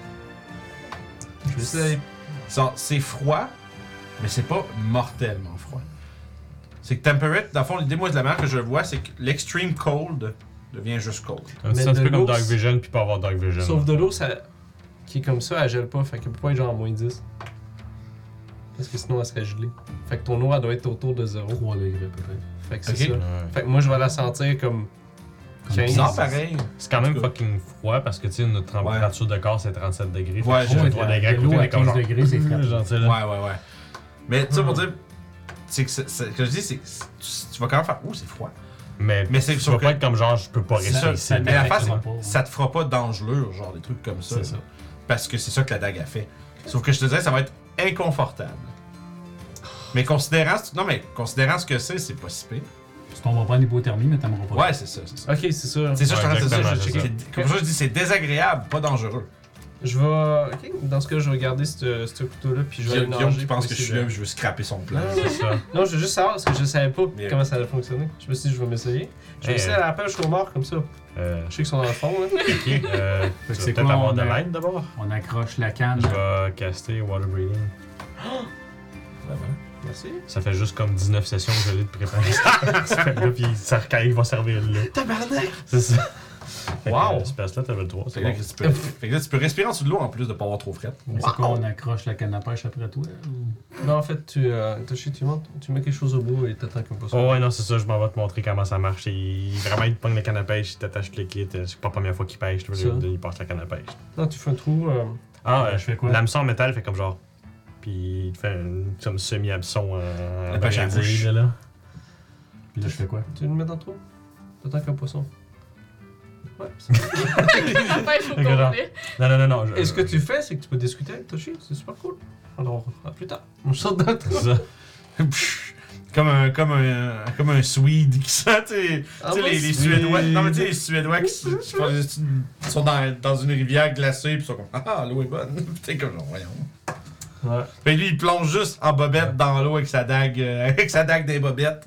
Je vais essayer. Ça- C'est froid, mais c'est pas mortellement froid. C'est que Temperate, dans le fond, l'idée, moi, de la manière que je le vois, c'est que l'extreme cold devient juste cold. Un Mais petit de peu comme l'eau, Dark c'est- Vision puis pas avoir Dark Vision. Sauf de l'eau, ça. Qui est comme ça, elle gèle pas. Fait qu'elle peut pas être genre moins dix. Parce que sinon, elle serait gelée. Fait que ton eau, elle doit être autour de zéro. trois degrés peut-être. Fait que c'est Ok. ça. Ouais. Fait que moi, je vais la sentir comme quinze. Bizarre pareil. C'est quand même En tout cas. fucking froid parce que tu sais, notre température de corps c'est trente-sept degrés. Ouais, Fait que j'ai j'ai trois degrés à côté, l'eau à mais comme quinze genre- degrés, c'est frais. Genre, tu sais, là. Ouais, ouais, ouais. Mais tu sais, pour dire, c'est que, c'est- c'est- que je dis, c'est que tu, tu vas quand même faire, ouh, c'est froid. Mais, Mais c'est tu sûr vas que- pas être comme genre, je peux pas C'est rester ça. ici. ça Mais la face, directement pas. ça te fera pas d'engelure, genre des trucs comme ça. C'est ça. Parce que c'est ça que la dague a fait. Sauf que je te dirais, ça va être inconfortable. Mais considérant, non, mais considérant ce que c'est, c'est pas si pire. Tu tomberas pas en hypothermie, mais t'aimeras pas. Ouais, c'est ça. C'est ça, Ok, c'est ça. c'est ça, je suis en train de te dire. exactement, je- c'est c'est- Comme ça, je dis, c'est désagréable, pas dangereux. Je vais. Ok, dans ce cas, je vais garder ce ce couteau-là, puis je vais aller Guillaume nager. qui pour pense que je suis essayer là, de- puis je veux scraper son plan. Non, C'est ça. Non, je veux juste savoir, parce que je savais pas Bien. comment ça allait fonctionner. Je me suis dit, je vais m'essayer. Je vais Eh, essayer à la pêche au mort, comme ça. Euh, Je sais qu'ils sont dans le fond, là. ok. Euh, tu vas c'est peut-être quoi, avoir on de a- l'aide d'abord. On accroche la canne. Je vais caster Water Breathing. Merci. Ça fait juste comme dix-neuf sessions que je l'ai de préparer. Ça fait là, puis ça, quand il va servir là. Tabarnak! C'est ça. Fait que, Wow. euh, Space là, t'avais le trois. Fait C'est que, là, bon. tu peux, fait que là, tu peux respirer en dessous de l'eau en plus de pas avoir trop fret. Mais c'est quoi, on accroche la canne à pêche après toi? ou- Non, en fait, tu, euh, Toshi, tu montes, tu mets quelque chose au bout et t'attends comme pas ça. Oh ouais, non, c'est ça, je m'en vais te montrer comment ça marche. Il, vraiment, il te pogne le canne à pêche, il t'attache le kit. C'est pas la première fois qu'il pêche, tu Ça. vois, il passe la canne à pêche. Non, tu fais un trou. euh, Ah, Ouais, euh, je fais quoi? L'hameçon en métal fait comme genre. Puis il te fait une comme semi-hameçon euh, La pêche à bandille, bouche. là, là. Puis là, je fais quoi? Tu veux le mettre dans le trou? T'attends qu'un poisson. Ouais, c'est La pêche au Fait que genre- complet. Non, non, non, non. je- Et ce que tu fais, c'est que tu peux discuter avec Toshi, c'est super cool. Alors, à plus tard. On sort dans le trou. C'est ça. Pfff. Comme un, comme un, comme un Swede qui sent, tu sais, Ah, tu sais, moi, les, les c'est- Suédois. Non, mais tu sais, les Suédois qui, qui font des études- sont dans, dans une rivière glacée, puis ils sont comme, ah, l'eau est bonne. Puis t'es comme, genre, voyons. Ouais. Fait que lui, il plonge juste en bobette dans l'eau avec sa dague, euh, avec sa dague des bobettes.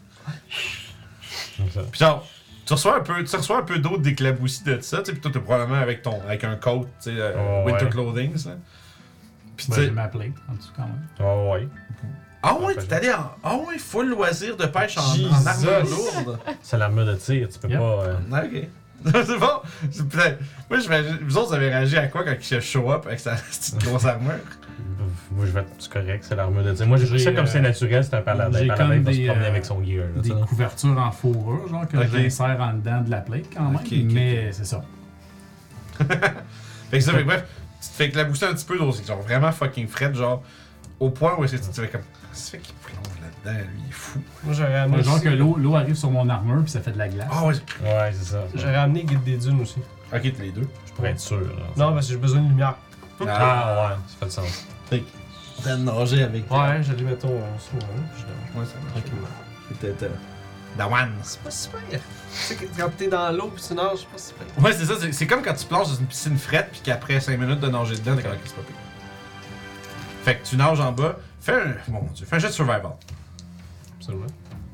C'est ça. Puis genre, tu reçois un peu, tu reçois un peu d'eau d'éclaboussis de ça, tu sais, puis toi, t'es probablement avec ton, avec un coat, tu sais, euh, Oh, winter ouais. clothing, ça. Puis Ben, tu j'ai sais, ma plate en dessous quand même. Oh ouais. ah ouais, t'es allé en, ah ouais, full loisir de pêche en, en Jesus. armure lourde. C'est l'armure de tir, tu peux Yep. pas. euh, Ah, ok. C'est bon. C'est peut-être- Moi, j'imagine. Vous autres, vous avez réagi à quoi quand il se show up avec sa petite grosse armure? Moi, je vais être c'est correct, c'est l'armure de tir. Moi, j'ai pris J'ai, ça comme euh, c'est naturel, c'est un paladin. j'ai Un paladin comme va se des, promener euh, avec son gear. là, Des tu sais. couvertures en fourrure, genre, que Ok. j'insère en dedans de la plate quand même. Ok, ok, mais c'est ça. Fait que ça, fait que bref, tu te fais éclabousser un petit peu d'eau, c'est genre vraiment fucking fret, genre au point où est-ce que tu te fais comme. Qu'est-ce que fait qu'il plonge là-dedans, lui, il est fou. Moi, j'aurais amené. genre aussi- que l'eau l'eau arrive sur mon armure puis ça fait de la glace. Ah ouais, Ouais, c'est ça. J'aurais amené Guide des Dunes aussi. ok, t'es les deux. Je pourrais être sûr. là, Non, parce que j'ai besoin de lumière. Ah ouais, ça fait du sens. T'as nager avec. Ouais, j'allais mettre ton son, hein, je nage. Ouais, ça marche. Tranquillement. C'était. Dawan. C'est pas super. Tu sais, que quand t'es dans l'eau pis tu nages, c'est pas super. Ouais, c'est ça, c'est- c'est comme quand tu plonges dans une piscine frette, puis qu'après cinq minutes de nager dedans, t'es comme, ok, c'est pas pire. Fait que tu nages en bas, fais un. Mon dieu, fais un jet de survival. Absolument.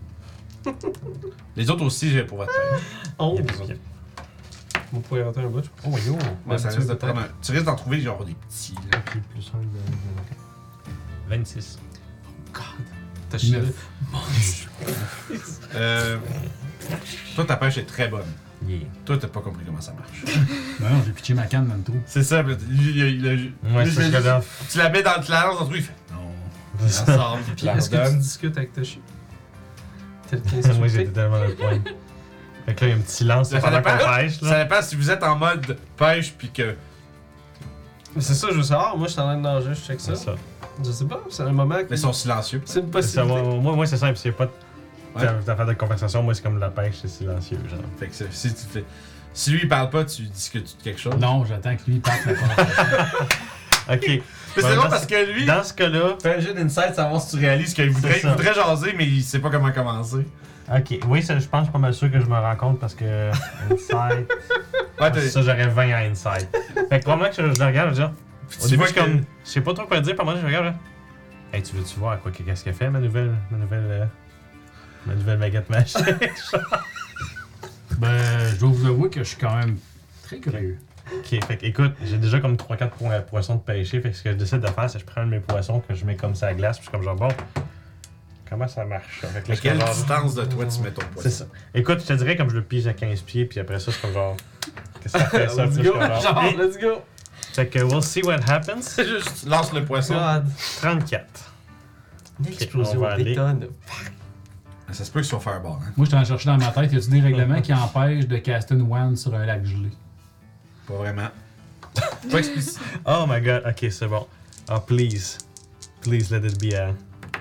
Les autres aussi, j'ai pour votre père. Oh! Il y a des autres. On pourrait inventer un bot. Oh yo! Ouais, ça tu risque de peut-être. prendre un- Tu risques d'en trouver genre des petits, là. Ok, plus un de. vingt-six. God. T'as chié. Neuf. Euh. Toi, ta pêche est très bonne. Yeah. Toi, t'as pas compris comment ça marche. Ben non, j'ai pitché ma canne dans le trou. C'est ça, puis lui, il a- il a- Ouais, lui, c'est je ce me que là. dis, tu la mets dans le classe dans le trou, il fait non. Il en C'est ça. sort, puis il la Est-ce que tu redonne. discutes avec Toshi? Tel qu'un Moi, j'étais insulté? tellement le point. Fait que là, il y a un petit silence Ça pendant dépend. qu'on pêche, Ça là. dépend si vous êtes en mode pêche, puis que. Mais c'est ça, je veux savoir. Moi, je suis en train de nager, je check ça. C'est ça. Je sais pas, c'est un moment que. Mais ils sont silencieux. C'est une C'est ça, possibilité. moi, moi, moi, c'est simple, s'il n'y a pas de Ouais. d'affaire de conversation, moi, c'est comme la pêche, c'est silencieux, genre. Fait que c'est- si tu fais. Si lui il parle pas, tu discutes de quelque chose. Non, j'attends que lui parte la conversation. Ok. Mais c'est Ouais, drôle dans parce ce- que lui. Dans ce cas-là, Fais un jeu d'insight, savoir si tu réalises qu'il voudrait, C'est il ça. voudrait jaser, mais il sait pas comment commencer. ok. Oui, ça, je pense, je suis pas mal sûr que je me rends compte parce que. Insight. Ouais, t'as. ça, j'aurais vingt à Insight. Fait que probablement que je, je le regarde, je dis. Au Tu début, vois je suis comme. que- Je sais pas trop quoi dire, par moi, je regarde, je. Hey, tu veux-tu voir quoi, qu'est-ce qu'elle fait, ma nouvelle. Ma nouvelle. euh, ma nouvelle baguette machine? Ben, je dois vous avouer que je suis quand même très curieux. Ok, fait que, écoute, j'ai déjà comme trois quatre po- poissons de pêcher. Fait que ce que je décide de faire, c'est que je prends un de mes poissons que je mets comme ça à la glace. Puis je suis comme genre, bon, comment ça marche? Fait que là, À je suis quelle comme genre- distance de toi tu mets ton poisson? C'est ça. Écoute, je te dirais comme je le pige à quinze pieds, puis après ça, c'est comme genre. Qu'est-ce que ça fait ça? Let's Puis je go, suis comme genre, Hey. let's go! Fait que we'll see what happens. C'est juste, tu lances le poisson. God! trente-quatre. Une on explosion va aller. détonne. Ça se peut que ce soit Fireball. Hein? Moi, je t'en cherchais dans ma tête. Y a-tu des règlements qui empêchent de caster une wand sur un lac gelé? Pas vraiment. Pas explicite. Oh my god, ok, c'est bon. Oh, please. Please let it be a.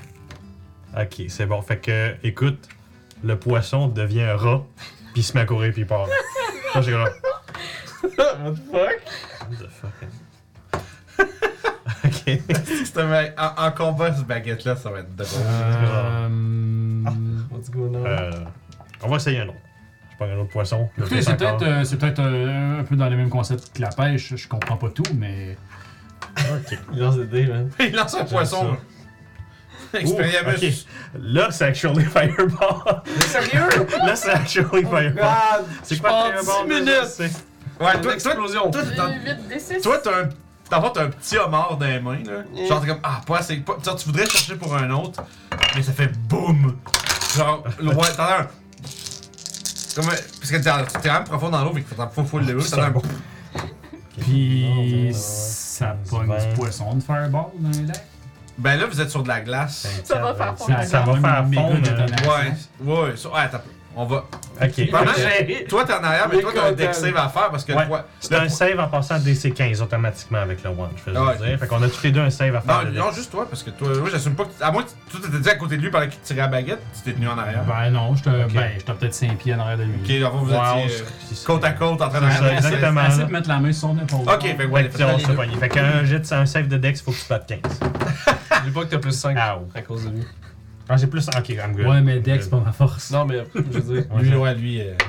Ok, c'est bon. Fait que, écoute, le poisson devient un rat, puis il se met à courir, puis il part. Ça, j'ai comme. What the fuck? What the fuck? Ok. C'est un- en, en combat, cette baguette-là, ça va être drôle. Euh... What's going on? Euh, on va essayer un autre. Je prends un autre poisson. Le Écoutez, teste c'est encore. peut-être euh, c'est peut-être euh, un peu dans les mêmes concepts que la pêche. Je comprends pas tout, mais... Ok. Il lance des dés, man. Il lance un poisson. Experiamus. Ouh, ok. Là, c'est actually Fireball. Sérieux? Là, c'est actually Fireball. God! C'est Je quoi pars Fireball? dix là, minutes. je sais. Ouais, Une toi, toi, explosion. toi, J'ai t'as- huit D six. toi, t'as un. Dans le fond, t'as un petit homard dans les mains, là. Yeah. Genre, t'es comme, ah, pas assez. Pas... Genre, tu voudrais chercher pour un autre, mais ça fait boum. Genre, loin, t'en as un. Comme un... Parce que t'es t'es quand même profond dans l'eau, fait qu'il faut, faut, faut le lever. T'en as un. Puis... Non, ça c'est pogne vingt. du poisson de fireball dans les lacs. Ben là, vous êtes sur de la glace. Ça va faire fondre Ça, la ça va glace. faire Méga fondre. détonation. Ouais, ouais. So, ouais, attends. On va. Ok. Pendant- J'ai- Toi, t'es en arrière, mais Il est toi, t'as un content. deck save à faire parce que Ouais. toi. C'est un save en passant à D C quinze automatiquement avec le one, je fais Ah ouais. juste dire. Fait qu'on a tous les deux un save à faire. Non, de non, deck. juste toi, parce que toi, moi, j'assume pas que. À moins que toi, t'étais dit à côté de lui pendant qu'il tirait la baguette, tu t'es tenu en arrière. Ben non, j'étais Ok. ben, j'étais peut-être cinq pieds en arrière de lui. Ok, alors vous Ouais, on étiez se- euh, c'est- côte à côte en train de C'est ça, regarder. exactement. Assez là. de mettre la main sur son épaule. Ok, fait que ouais, Ouais, puis on les se deux. pogne. Fait qu'un jet, c'est un save de dex, faut que tu battes quinze. Dis pas que t'as plus cinq Ow. à cause de lui. Ah, j'ai plus. Ok, I'm good. Ouais, mais I'm Dex, c'est good. pas ma force. Non, mais je veux dire. Ouais, Lui, je- ouais, lui. euh,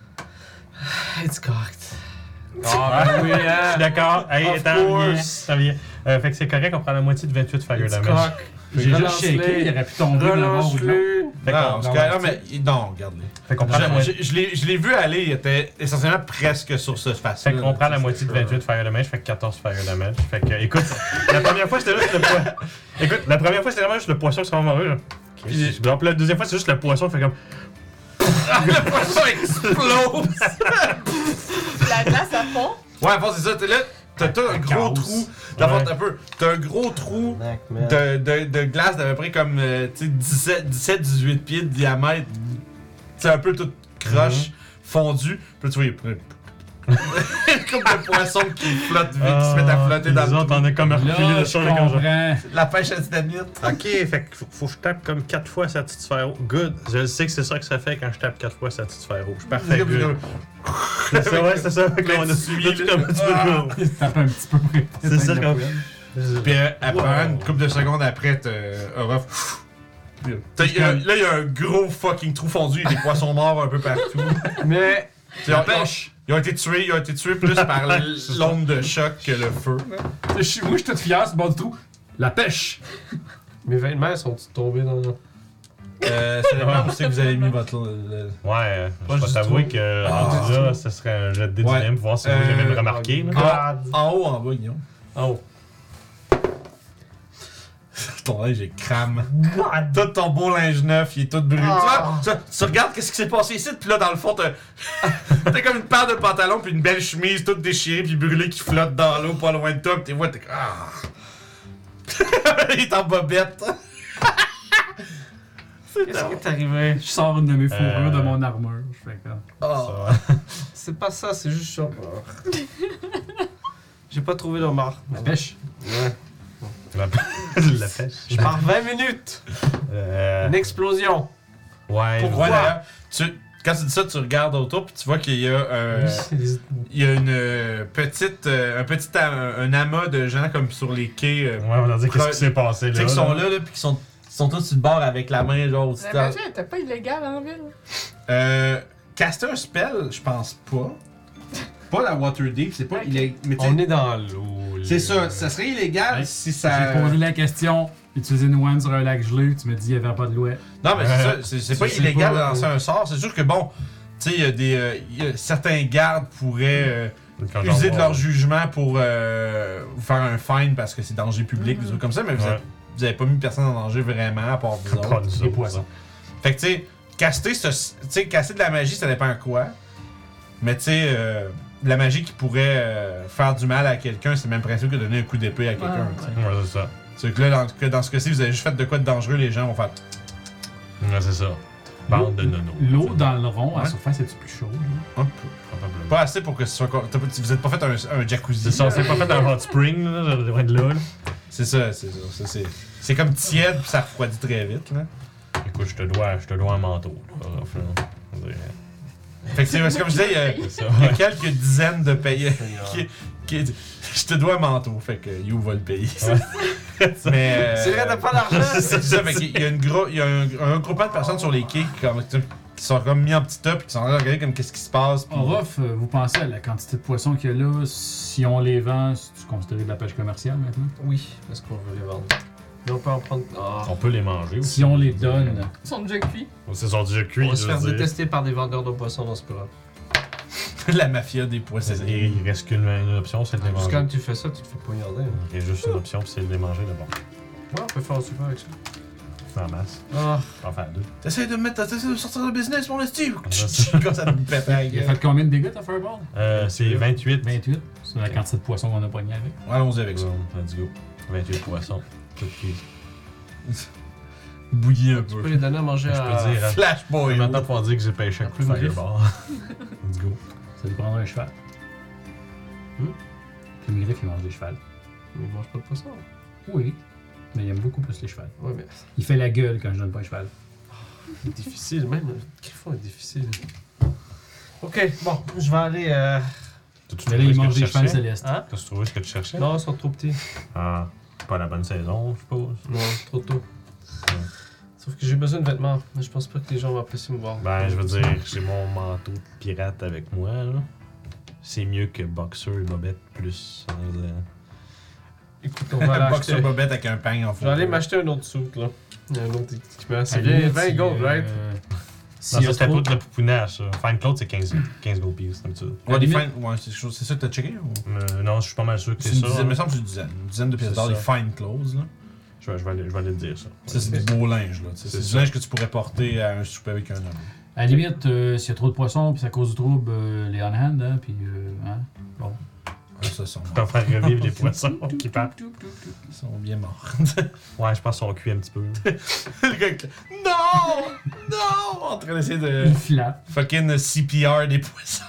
It's cocked. Ah, Ah, oui, Je suis hein. d'accord. Hey, Of attends, course. viens, t'en viens. Euh, fait que c'est correct, on prend la moitié de vingt-huit fire It's damage. cocked. J'ai juste Relance-les. shaké, il aurait pu tomber d'un bord ou de l'autre. Relance-le. Fait qu'on Non, non, c'est correct. non, Non, mais il- non, regarde-les. fait qu'on prend la Je, moitié. je- je l'ai- je l'ai vu aller, il était essentiellement presque sur ce face. Fait qu'on prend la moitié de vingt-huit fire damage, fait que quatorze fire damage. Fait que, écoute, la première fois c'était juste le poisson. Écoute, la première fois c'était vraiment juste le poisson qui s'en va mourir. Puis, donc, la deuxième fois c'est juste le poisson qui fait comme. Le poisson explose! La glace à fond. Ouais, en fait, c'est ça. T'es là, t'as t'as un gros Chaos. trou. Dans le fond, Ouais. t'as un peu. T'as un gros trou Tac, man. de, de, de glace d'à peu près comme euh, tu sais, dix-sept, dix-sept, dix-huit pieds de diamètre. C'est un peu tout croche, fondu. Puis là, tu vois, il y a plein- une couple de poissons qui flottent vite, qui se mettent à flotter dans les le autres, trou. on a comme reculé Là, de je ça. comme genre. comprends. La pêche à dynamite. Ok, fait que faut, faut que je tape comme quatre fois sa petite sphère rouge. Good. Je sais que c'est ça que ça fait quand je tape quatre fois sa petite sphère rouge. Parfait, C'est comme- good. C'est ça, ouais, c'est ça. Fait que là, on a suivi, là, tout comme un petit peu Ah. cool. Il se tape un petit peu pour C'est ça, éteindre la comme- poêle. Puis euh, après, Wow. une couple de secondes après, t'as Orof. T'as- il y a- Là, il y a un gros fucking trou fondu, il y a des poissons morts un peu partout. Mais. Ils ont, ils ont été tués, ils ont été tués plus par l'onde de choc que le feu. Je suis- Moi, je suis tout fier, c'est bon du tout. La pêche. Mes vingt mètres sont tombés dans. Euh, ça dépend où c'est que vous avez mis votre. le- Ouais, euh, Pas je vais du t'avouer tout. que Ah. rendu là, ce serait un jet de dé Ouais. dynamique pour voir si vous Euh, avez même remarqué. là. En, en haut, en bas, Guillaume. Oh. Ton linge est crame. Tout ton beau linge neuf, il est tout brûlé. Tu vois, tu, tu regardes qu'est-ce qui s'est passé ici, puis là, dans le fond, t'as t'as comme une paire de pantalons, puis une belle chemise toute déchirée, puis brûlée qui flotte dans l'eau pas loin de toi, puis t'es vois, t'es comme. Ah. Il est en bobette. Qu'est-ce qui est arrivé? Je sors une de mes fourrures Euh. de mon armure. Je fais comme. Oh. Ça. C'est pas ça, c'est juste ça. J'ai pas trouvé le marre. La pêche. Ouais. La, la pêche. Je pars vingt minutes. Euh, Une explosion. ouais. Pourquoi je- d'ailleurs? Tu, quand tu dis ça, tu regardes autour, puis tu vois qu'il y a. euh, Il y a une euh, petite, euh, un petit am- un amas de gens comme sur les quais euh, Ouais, on va dire qu'est-ce qui s'est passé tu là. sais, qui sont là. là, là puis qui sont, qui sont tous sur le bord avec la main, genre au La magie était pas illégale en ville. Euh. Caster un spell, je pense pas. Pas la Waterdeep, c'est pas Ok. illégal. Mais tu sais, On est dans l'eau. c'est là. ça, ça serait illégal Ouais. si ça. J'ai posé la question. Utiliser une wand sur un lac gelé, tu me dis qu'il n'y avait pas de loi. Non, mais c'est Ouais. ça, c'est, c'est pas Je sais illégal pas, de lancer un sort. C'est sûr que bon, tu sais, il y a des. euh, il y a- certains gardes pourraient euh, Quand j'en user de vois. leur jugement pour euh, vous faire un fine parce que c'est danger public, Mhm. des trucs comme ça, mais vous, Ouais. êtes- vous avez pas mis personne en danger vraiment à part vous Pas autres. nous Les autres, poissons. Fait que tu sais, caster, ce- tu sais, caster de la magie, ça dépend à quoi. Mais tu sais, euh, de la magie qui pourrait euh, faire du mal à quelqu'un, c'est le même principe que donner un coup d'épée à quelqu'un. Ouais, tu sais. ouais. Ouais, c'est ça. C'est que là, dans, que dans ce cas-ci, vous avez juste fait de quoi de dangereux, les gens vont faire. Ouais, c'est ça. Bande de nono. L'eau dans le rond, à Ouais. la surface, est-tu plus chaude? là? Un peu. Probablement. Pas assez pour que ce soit. co- t'as pas- Vous êtes pas fait un, un jacuzzi. C'est ça, c'est pas fait un hot spring, là, ça devrait être là. là. C'est ça, c'est ça. ça, c'est, c'est comme tiède puis ça refroidit très vite. Là. Écoute, je te dois, je te dois un manteau. Là, Ruff, là. On dirait. Fait que c'est, c'est comme je disais, il y a, C'est ça. il y a quelques dizaines de pays. Seigneur. qui, qui- je te dois un manteau, fait que You va le payer. Ouais. Mais. euh, C'est vrai, t'as pas d'argent! C'est ça, fait qu'il y a, une gros, il y a un, un regroupement de personnes sur les quais qui, comme, qui sont comme mis en petit top et qui sont en train de regarder comme qu'est-ce qui se passe. puis- Orof, euh, vous pensez à la quantité de poissons qu'il y a là? Si on les vend, c'est considéré de la pêche commerciale maintenant? Oui, est-ce qu'on veut les vendre? Mais on peut en prendre. Ah. On peut les manger aussi. Si on les donne, Ils sont déjà cuits. C'est sont déjà cuits. On va se je faire veux dire. détester par des vendeurs de poissons dans ce cas-là. La mafia des poissons. Et il reste qu'une une option, c'est de les Parce que manger. quand tu fais ça, tu te fais poignarder. hein. Il y a juste une option, puis c'est de les manger d'abord. Ouais, on peut faire un super avec ça. En masse. Ah, On va en faire deux. T'essayes de me mettre, t'essayes de sortir le business, mon esti! ça. Quand ça me pète à la il a gueule. fait combien de dégâts ta Fireball? Euh, c'est vingt-huit. vingt-huit. C'est la quantité de poissons qu'on a pogné avec. Allons-y avec ça. Boom, let's go. vingt-huit poissons. Tout cuit. Bouillir un tu peu. peux les donner à manger Je à. peux dire, hein. Flash boy! Maintenant, pour dire que j'ai pêché un coup de Plus griffe. fireball. Let's go. Ça lui prendra un cheval. Hmm? Puis le griffe, il mange des chevals. Mais il mange pas de poisson. Oui, mais il aime beaucoup plus les chevals. Ouais, mais Il fait la gueule quand je donne pas un cheval. c'est difficile, même le griffon est difficile. Ok, bon, je vais aller. Euh... T'as-tu Mais là, trouvé il ce que mange tu des chevals cherchais? célestes. Hein? T'as-tu trouvé ce que tu cherchais? Non, ils sont trop petits. Ah, pas la bonne saison, je suppose. Non, trop tôt. Sauf que j'ai besoin de vêtements, mais je pense pas que les gens vont apprécier me voir. Ben, je veux dire, j'ai mon manteau de pirate avec moi, là. C'est mieux que Boxer et Bobette plus. hein, euh, Écoute, on va aller Box sur acheter. Bobette avec un pain en Je fond. vais aller m'acheter un autre suit, là. Un autre équipement. C'est À la bien limite, vingt si, gold, euh, right? S'il Non, y ça a c'était trop... tout le poupounage, ça. Fine Cloth, c'est quinze, quinze gold pieces, d'habitude. Ouais, À des la fine. Ouais, c'est, chose- c'est ça que t'as checké ou? Euh, non, je suis pas mal sûr que C'est c'est une ça. dizaine, il me hein. semble que c'est une dizaine. Une dizaine de pièces C'est d'or, des ça. fine clothes, là. Je vais, je, vais aller, je vais aller te dire ça. Ça, c'est du beau linge, là. tu sais. C'est C'est du ça. linge que tu pourrais porter à un souper avec un homme. À la limite, euh, s'il y a trop de poissons puis ça cause du trouble, euh, les on-hand, hein, puis... Euh, hein? Bon. Ah, ça, sont, Je vais faire revivre les poissons qui partent. ils sont bien morts. Ouais, je pense qu'ils sont cuits un petit peu. Le gars qui- Non! Non! En train d'essayer de Une flappe. fucking C P R des poissons.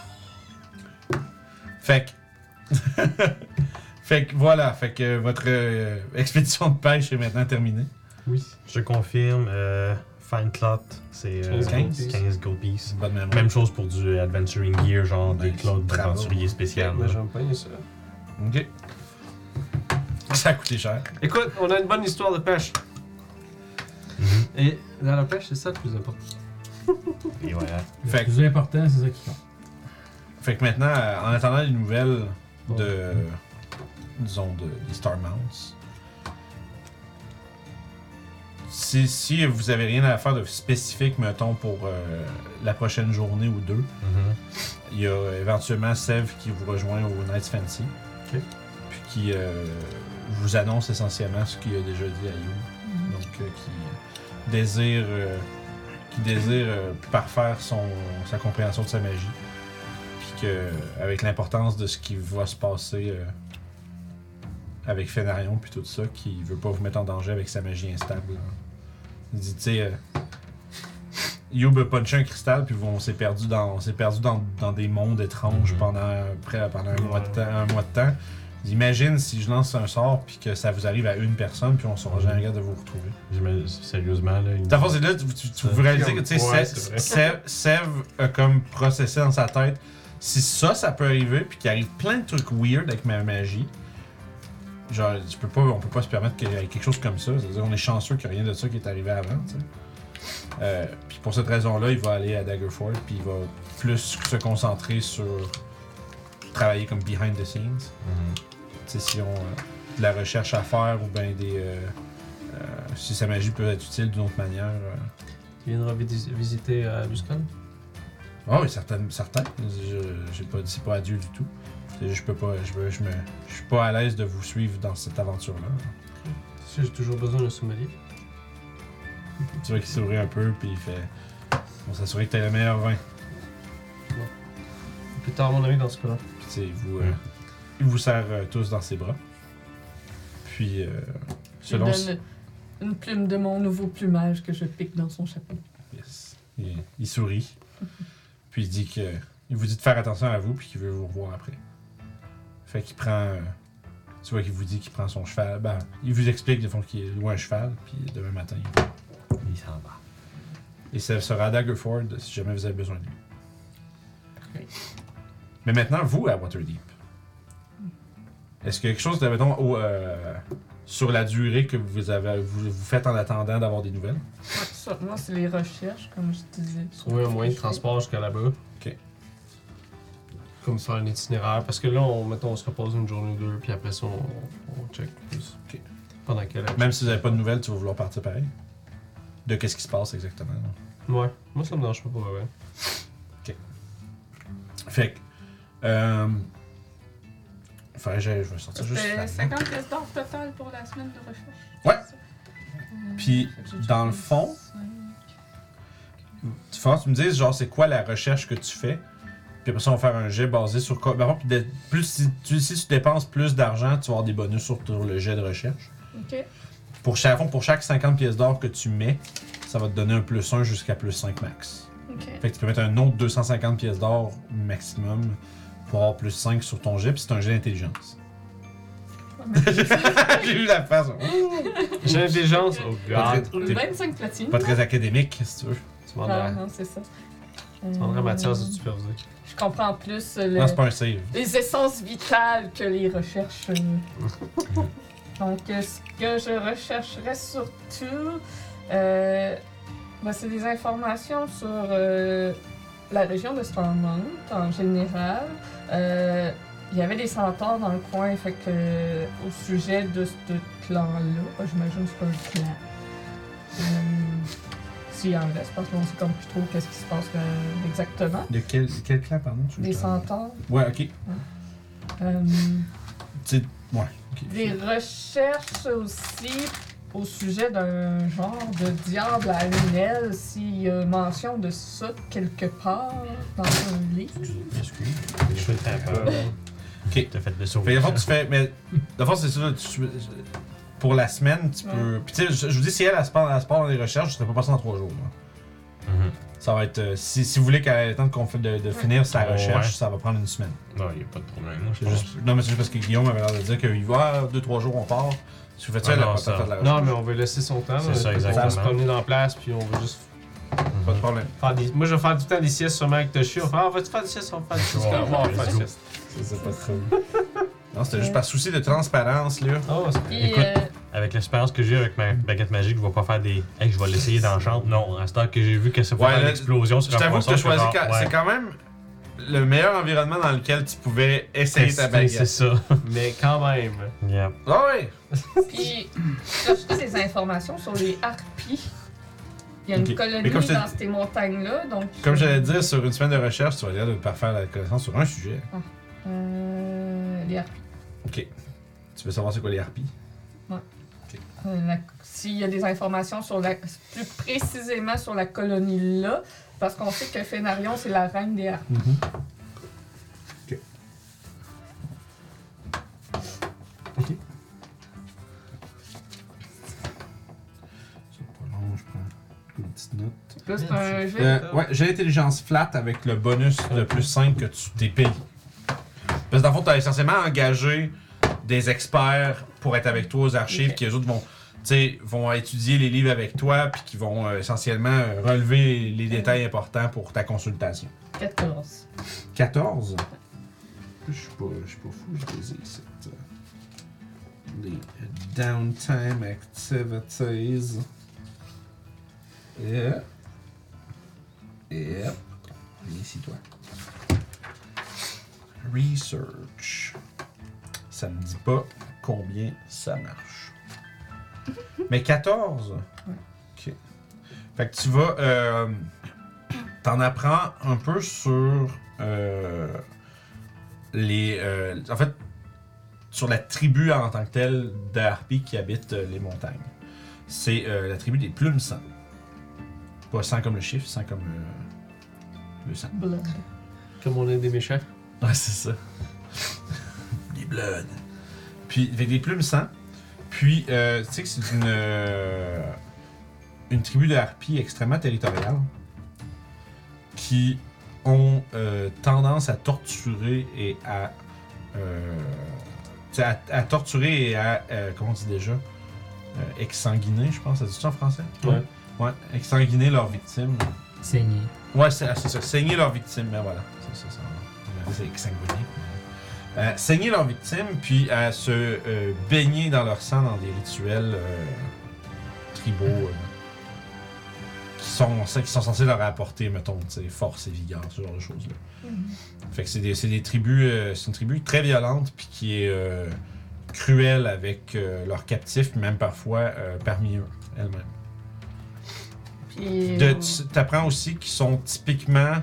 Fait que. Fait que voilà, fait que votre euh, expédition de pêche est maintenant terminée. Oui. Je confirme, euh, Fine Cloth, c'est euh, quinze. quinze gold pieces. Bonne mémoire. Même chose pour du Adventuring Gear, genre des Nice. cloths Bravo. d'aventurier spécial. Mais là. je vais me pogner ça. Ok. Ça a coûté cher. Écoute, on a une bonne histoire de pêche. Mhm. Et dans la pêche, c'est ça le plus important. Et voilà. Le Fait que- plus important, c'est ça qui compte. Fait que maintenant, euh, en attendant les nouvelles de. disons, de, des Star Mounts. Si, si vous avez rien à faire de spécifique, mettons, pour euh, la prochaine journée ou deux, Mhm. il y a éventuellement Sev qui vous rejoint au Night's Fancy. Ok. Puis qui euh, vous annonce essentiellement ce qu'il a déjà dit à You. Donc, euh, qui désire, euh, qui désire euh, parfaire son, sa compréhension de sa magie. Puis que, avec l'importance de ce qui va se passer euh, avec Fénarion, puis tout ça, qui veut pas vous mettre en danger avec sa magie instable. là. Il dit, tu sais, euh, Youb a punché un cristal, puis on s'est perdu dans, on s'est perdu dans, dans des mondes étranges Mhm. pendant, près, pendant un, mois de Ouais. temps, un mois de temps. Imagine si je lance un sort, puis que ça vous arrive à une personne, puis on saura jamais capable de vous retrouver. J'imagine- Sérieusement, là. il- Dans le fond, c'est là, tu, tu, tu vous réalisez que, tu sais, Ouais, Sev- c'est vrai. Sev, Sev a comme processé dans sa tête, si ça, ça peut arriver, puis qu'il arrive plein de trucs weird avec ma magie, genre, tu peux pas, on peut pas se permettre qu'il y ait quelque chose comme ça. C'est-à-dire, on est chanceux qu'il n'y a rien de ça qui est arrivé avant, tu sais. Euh, puis pour cette raison-là, il va aller à Daggerford, puis il va plus se concentrer sur travailler comme behind the scenes. Mhm. Tu sais, si on a de la recherche à faire ou bien des. euh, euh, si sa magie peut être utile d'une autre manière. euh. Tu viendras vis- visiter euh, Luskan? Ah oui, certain. certain. Je, j'ai pas dit c'est pas adieu du tout. C'est juste, je peux pas. Je, veux- je, me, je suis pas à l'aise de vous suivre dans cette aventure-là. Tu sais, j'ai toujours besoin d'un sommelier. Tu vois qu'il sourit un peu, puis il fait. On va s'assurer que t'as le meilleur vin. Plus tard, mon ami, dans ce cas-là. Puis tu sais, il vous, euh, il vous serre euh, tous dans ses bras. Puis, euh, Je selon. donne une plume de mon nouveau plumage que je pique dans son chapeau. Yes. Il, il sourit. Puis il dit que. Il vous dit de faire attention à vous, puis qu'il veut vous revoir après. Fait qu'il prend. euh, Tu vois qu'il vous dit qu'il prend son cheval. Ben, il vous explique, de fond, qu'il loue un cheval, puis demain matin, il, il s'en va. Et ça sera à Daggerford si jamais vous avez besoin de lui. Oui. Mais maintenant, vous, à Waterdeep. Est-ce qu'il y a quelque chose, de, mettons, au, euh, sur la durée que vous, avez, vous, vous faites en attendant d'avoir des nouvelles? Ouais, ça, moi, c'est les recherches, comme je disais. Trouver un moyen de transport jusqu'à là-bas. Ok. Comme faire un itinéraire. Parce que là, on, mettons, on se repose une journée ou deux, puis après ça, on, on check plus. Ok. Pendant quelle heure? Même si vous n'avez pas de nouvelles, tu vas vouloir partir pareil? De qu'est-ce qui se passe exactement? Là. Ouais. Moi, ça me dérange pas pour vrai. Fait que. Euh, Faudrait que j'aille- je vais sortir juste. C'était la- cinquante pièces d'or total pour la semaine de recherche. Ouais. c'est ça? Euh, Puis, fait que j'ai dans déjà le fait fond, cinq. Tu faut que tu me dises, genre, c'est quoi la recherche que tu fais. Puis après ça, on va faire un jet basé sur quoi. Par contre, de- plus, si, tu, si tu dépenses plus d'argent, tu vas avoir des bonus sur, sur le jet de recherche. Ok. Pour chaque, pour chaque cinquante pièces d'or que tu mets, ça va te donner un plus un jusqu'à plus cinq max. Ok. Fait que tu peux mettre un autre deux cent cinquante pièces d'or maximum pour avoir plus cinq sur ton jet, puis c'est un jet d'intelligence. J'ai eu la face. J'ai l'intelligence. Oh Pas god. très, t'es vingt-cinq platines. pas très académique, si tu veux. Tu Ah, demanderas. non, c'est ça. Tu demanderas Euh, Mathias de superviser. Je comprends plus euh, le- Non, c'est pas un save. les essences vitales que les recherches. euh. Donc, euh, ce que je rechercherais surtout, euh, ben, c'est des informations sur euh, la région de Stormont en général. Euh, Il y avait des centaures dans le coin, fait que euh, au sujet de ce clan-là, ben, j'imagine que c'est pas un clan. Euh, S'il y en reste, parce qu'on sait comme plus trop qu'est-ce qui se passe euh, exactement. De quel, quel clan, pardon? tu veux Des que- centaures. Ouais, ok. Euh, Tu sais, ouais, ok. Des recherches aussi au sujet d'un genre de diable à une aile, s'il y a mention de ça quelque part dans un livre. Excuse. Je fais ta peur. Ok. T'as fait de Fait sauver. que, dans le fond, tu fais. Mais, dans le fond, c'est ça. tu- pour la semaine, tu Ouais. peux. Puis, tu sais, je, je vous dis, si elle, elle se part, elle se part dans les recherches, je serais pas passé en trois jours. Là. Mhm. Ça va être. euh, si, si vous voulez qu'elle ait le temps de, conf- de, de finir sa Ouais. recherche, ça va prendre une semaine. Non, il n'y a pas de problème. là, je C'est pense. juste, non, mais c'est juste parce que Guillaume avait l'air de dire qu'il va, deux, trois jours, on part. Si vous faites ça, Ah elle a non, pas le temps de ça- faire de la recherche. Non, mais on veut laisser son temps. C'est là. ça, On va se exactement. promener dans la place, puis on va juste Pas de problème. faire des. Moi, je vais faire tout le temps des siestes sûrement avec Toshi. On va faire, ah, vas-tu faire des siestes? On va faire des siestes. Ouais, On va faire des ouais, siestes. C'est ça, pas trop. Non, c'était juste par souci de transparence, là. Oh, c'est Puis, Écoute, euh, Avec l'expérience que j'ai avec ma baguette magique, je vais pas faire des. Hey, je vais l'essayer dans la chambre. Non, à ce temps que j'ai vu que ça pouvait Ouais, faire là, l'explosion Je sur un t'avoue que poisson, t'as je fais choisi. genre, quand- ouais. C'est quand même le meilleur environnement dans lequel tu pouvais essayer ta C'est baguette. ça. Mais quand même. Yeah. Ah ouais! puis chercher des informations sur les harpies. Il y a une Ok. Mais colonie comme je te- dans ces montagnes-là, donc... Comme j'allais dire, sur une semaine de recherche, tu vas aller de parfaire la connaissance sur un sujet. Euh, les harpies. Ok. Tu veux savoir c'est quoi les harpies? Euh, la- S'il y a des informations sur la... plus précisément sur la colonie là, parce qu'on sait que Fénarion, c'est la reine des harpies. Ok. Ok. C'est pas long, je prends une petite note. Là, c'est un jeu. Euh, ouais, j'ai l'intelligence flat avec le bonus de plus cinq que tu t'es payé. Parce que dans le fond, tu as essentiellement engagé des experts pour être avec toi aux archives Ok. qui, eux autres, vont, tu sais, vont étudier les livres avec toi puis qui vont euh, essentiellement euh, relever les, les détails importants pour ta consultation. quatorze. quatorze. Je suis pas, je suis pas fou, je les ai ici. Les downtime activities. Yep. Yep. Viens ici, toi. Research. Ça me dit pas combien ça marche. Mais quatorze? Ok. Fait que tu vas. Euh, T'en apprends un peu sur. Euh, les. euh, en fait, sur la tribu en tant que telle de harpies qui habite euh, les montagnes. C'est euh, la tribu des plumes sang. Pas sang comme le chiffre, sang comme euh, le sang. Blood. Comme on est des méchants. Ouais, c'est ça. Les bloods. Puis, avec des plumes sang. Puis, euh, tu sais que c'est une, euh, une tribu de harpies extrêmement territoriale. qui ont euh, tendance à torturer et à, euh, tu sais, à, à torturer et à, euh, comment on dit déjà, euh, exsanguiner, je pense, ça dit ça en français? Ouais. Ouais, exsanguiner leurs victimes. Saigné. Ouais, c'est c'est ça, saigner leurs victimes, ben voilà, c'est ça, ça. On avait dit exsanguiner. Euh, saigner leurs victimes, puis à se euh, baigner dans leur sang dans des rituels euh, tribaux euh, qui, sont, qui sont censés leur apporter, mettons, force et vigueur, ce genre de choses-là. Mm-hmm. Fait que c'est des, c'est des tribus, euh, c'est une tribu très violente, puis qui est euh, cruelle avec euh, leurs captifs, puis même parfois euh, parmi eux, elles-mêmes. Puis. De, tu t'apprends aussi qu'ils sont typiquement.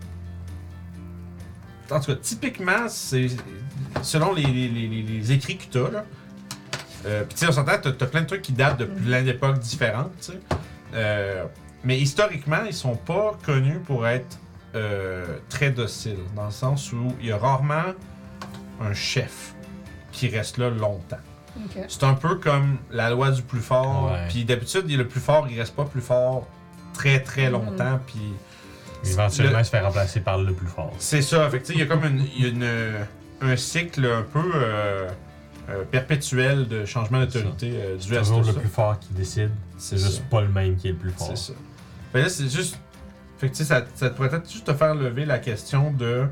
En tout cas, typiquement, c'est. Selon les, les, les, les écrits que t'as, là. Euh, Puis, tu sais, on s'entend, t'as, t'as plein de trucs qui datent de plein d'époques différentes, tu sais. Euh, mais historiquement, ils sont pas connus pour être euh, très dociles. Dans le sens où il y a rarement un chef qui reste là longtemps. Okay. C'est un peu comme la loi du plus fort. Ouais. Puis d'habitude, le plus fort, il reste pas plus fort très très longtemps. Puis Éventuellement, le- se faire remplacer par le plus fort. c'est ça. Fait que tu sais, il y a comme une, il y a une, un cycle un peu euh, euh, perpétuel de changement d'autorité euh, dû C'est à toujours ça. le plus fort qui décide. C'est C'est juste ça. pas le même qui est le plus fort. C'est ça. Fait que là, c'est juste. Fait que tu sais, ça, ça pourrait peut-être juste te faire lever la question de.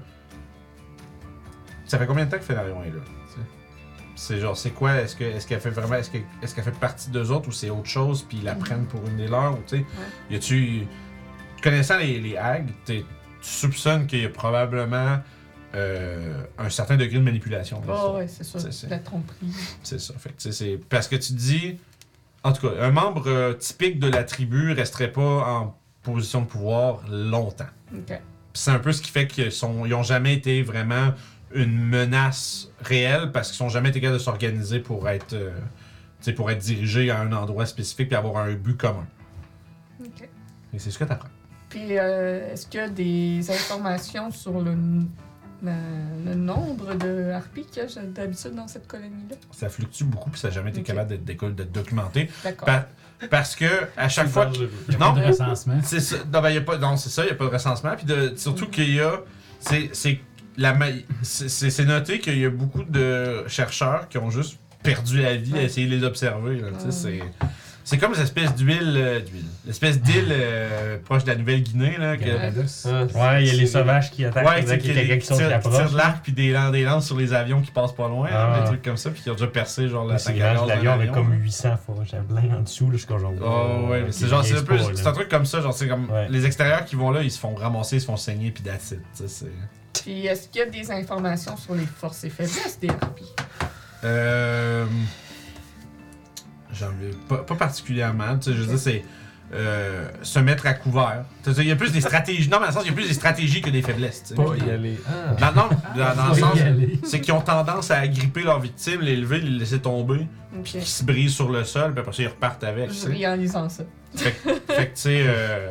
Ça fait combien de temps que Fenarion est là? Tu sais? C'est genre, c'est quoi? Est-ce que est-ce qu'elle fait vraiment. Est-ce, que, est-ce qu'elle fait partie d'eux autres ou c'est autre chose puis ils la prennent pour une des leurs? Ou tu sais. Y a-tu. Connaissant les, les hags, t'es- tu soupçonnes qu'il y a probablement euh, un certain degré de manipulation. dans Oh, ça. ouais, c'est ça. C'est- c'est- La tromperie. C'est ça. Fait que, tu sais, c'est parce que tu te dis, en tout cas, un membre euh, typique de la tribu resterait pas en position de pouvoir longtemps. Ok. Puis c'est un peu ce qui fait qu'ils sont, ils ont jamais été vraiment une menace réelle parce qu'ils sont jamais été capables de s'organiser pour être, euh, tu sais, pour être dirigés à un endroit spécifique et avoir un but commun. Ok. Et c'est ce que tu apprends. Puis, euh, est-ce qu'il y a des informations sur le, le, le nombre de harpies qu'il y a d'habitude dans cette colonie-là? Ça fluctue beaucoup puis ça n'a jamais été Ok. capable d'être, d'être- d'être documenté. D'accord. Pa- parce que à chaque fois. Il y a Non. pas de recensement. C'est ça. Non, ben, y a pas, non, c'est ça, il n'y a pas de recensement. Puis de, surtout qu'il y a. C'est, c'est, la, ma- c'est, c'est c'est noté qu'il y a beaucoup de chercheurs qui ont juste perdu la vie à Ouais. essayer de les observer. Là, tu sais, Ouais. c'est, c'est comme cette espèce d'huile. euh, d'huile. L'espèce d'île euh, proche de la Nouvelle-Guinée. Là, que, Galados. Ouais, il y a les sauvages qui attaquent. ouais, il tu y a sais, qui, quelqu'un qui sont qui tirent, qui tirent approchent. de l'arc puis des, lan- des lances sur les avions qui passent pas loin. Ah. Là, des trucs comme ça. Puis qui ont déjà percé genre la C'est tank à l'image gaz de d'un l'avion avec avion, comme là. huit cents fois plein en dessous, là, jusqu'à genre. Oh, ouais, mais c'est genre, c'est un peu, c'est un truc comme ça, genre, c'est comme Ouais. les extérieurs qui vont là, ils se font ramasser, ils se font saigner, puis that's it, tu sais, c'est. Puis, est-ce qu'il y a des informations sur les forces et faiblesses des harpies? Euh. J'en ai pas, pas particulièrement, tu sais, je veux dire, c'est. Euh, se mettre à couvert. Tu sais, il y a plus des stratégies. Non, mais dans le sens, il y a plus des stratégies que des faiblesses, tu sais. Pas Puis- y aller. Ah. Non, non, dans, dans le Faut y sens, aller. c'est qu'ils ont tendance à agripper leurs victimes, les lever, les laisser tomber, Ok. qui se brisent sur le sol, puis après ça, ils repartent avec, tu Je sais. ris en lisant ça. Fait, que- fait que, tu sais. Euh...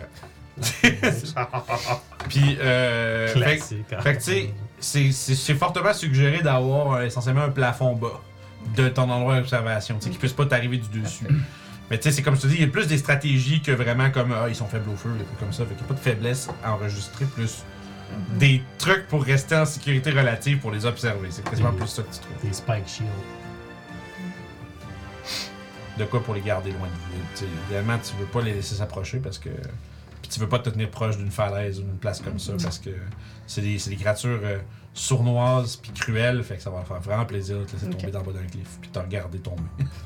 Puis, euh. fait que- Classique. hein. fait que, tu sais, c'est- c'est c'est fortement suggéré d'avoir euh, essentiellement un plafond bas de ton endroit d'observation, tu sais, qui puisse pas t'arriver du dessus. Mais tu sais, c'est comme je te dis, il y a plus des stratégies que vraiment comme ah, ils sont faibles au feu, des trucs comme ça. Fait qu'il n'y a pas de faiblesse à enregistrer, plus des trucs pour rester en sécurité relative pour les observer. C'est quasiment Mm. plus ça que tu trouves. Des spike shields. De quoi pour les garder loin de vous. Tu sais, évidemment, tu veux pas les laisser s'approcher parce que. Puis tu veux pas te tenir proche d'une falaise ou d'une place comme ça parce que c'est des, c'est des créatures euh, sournoises puis cruelles. Fait que ça va leur faire vraiment plaisir de te laisser Ok. tomber dans le bas d'un cliff puis de te regarder tomber.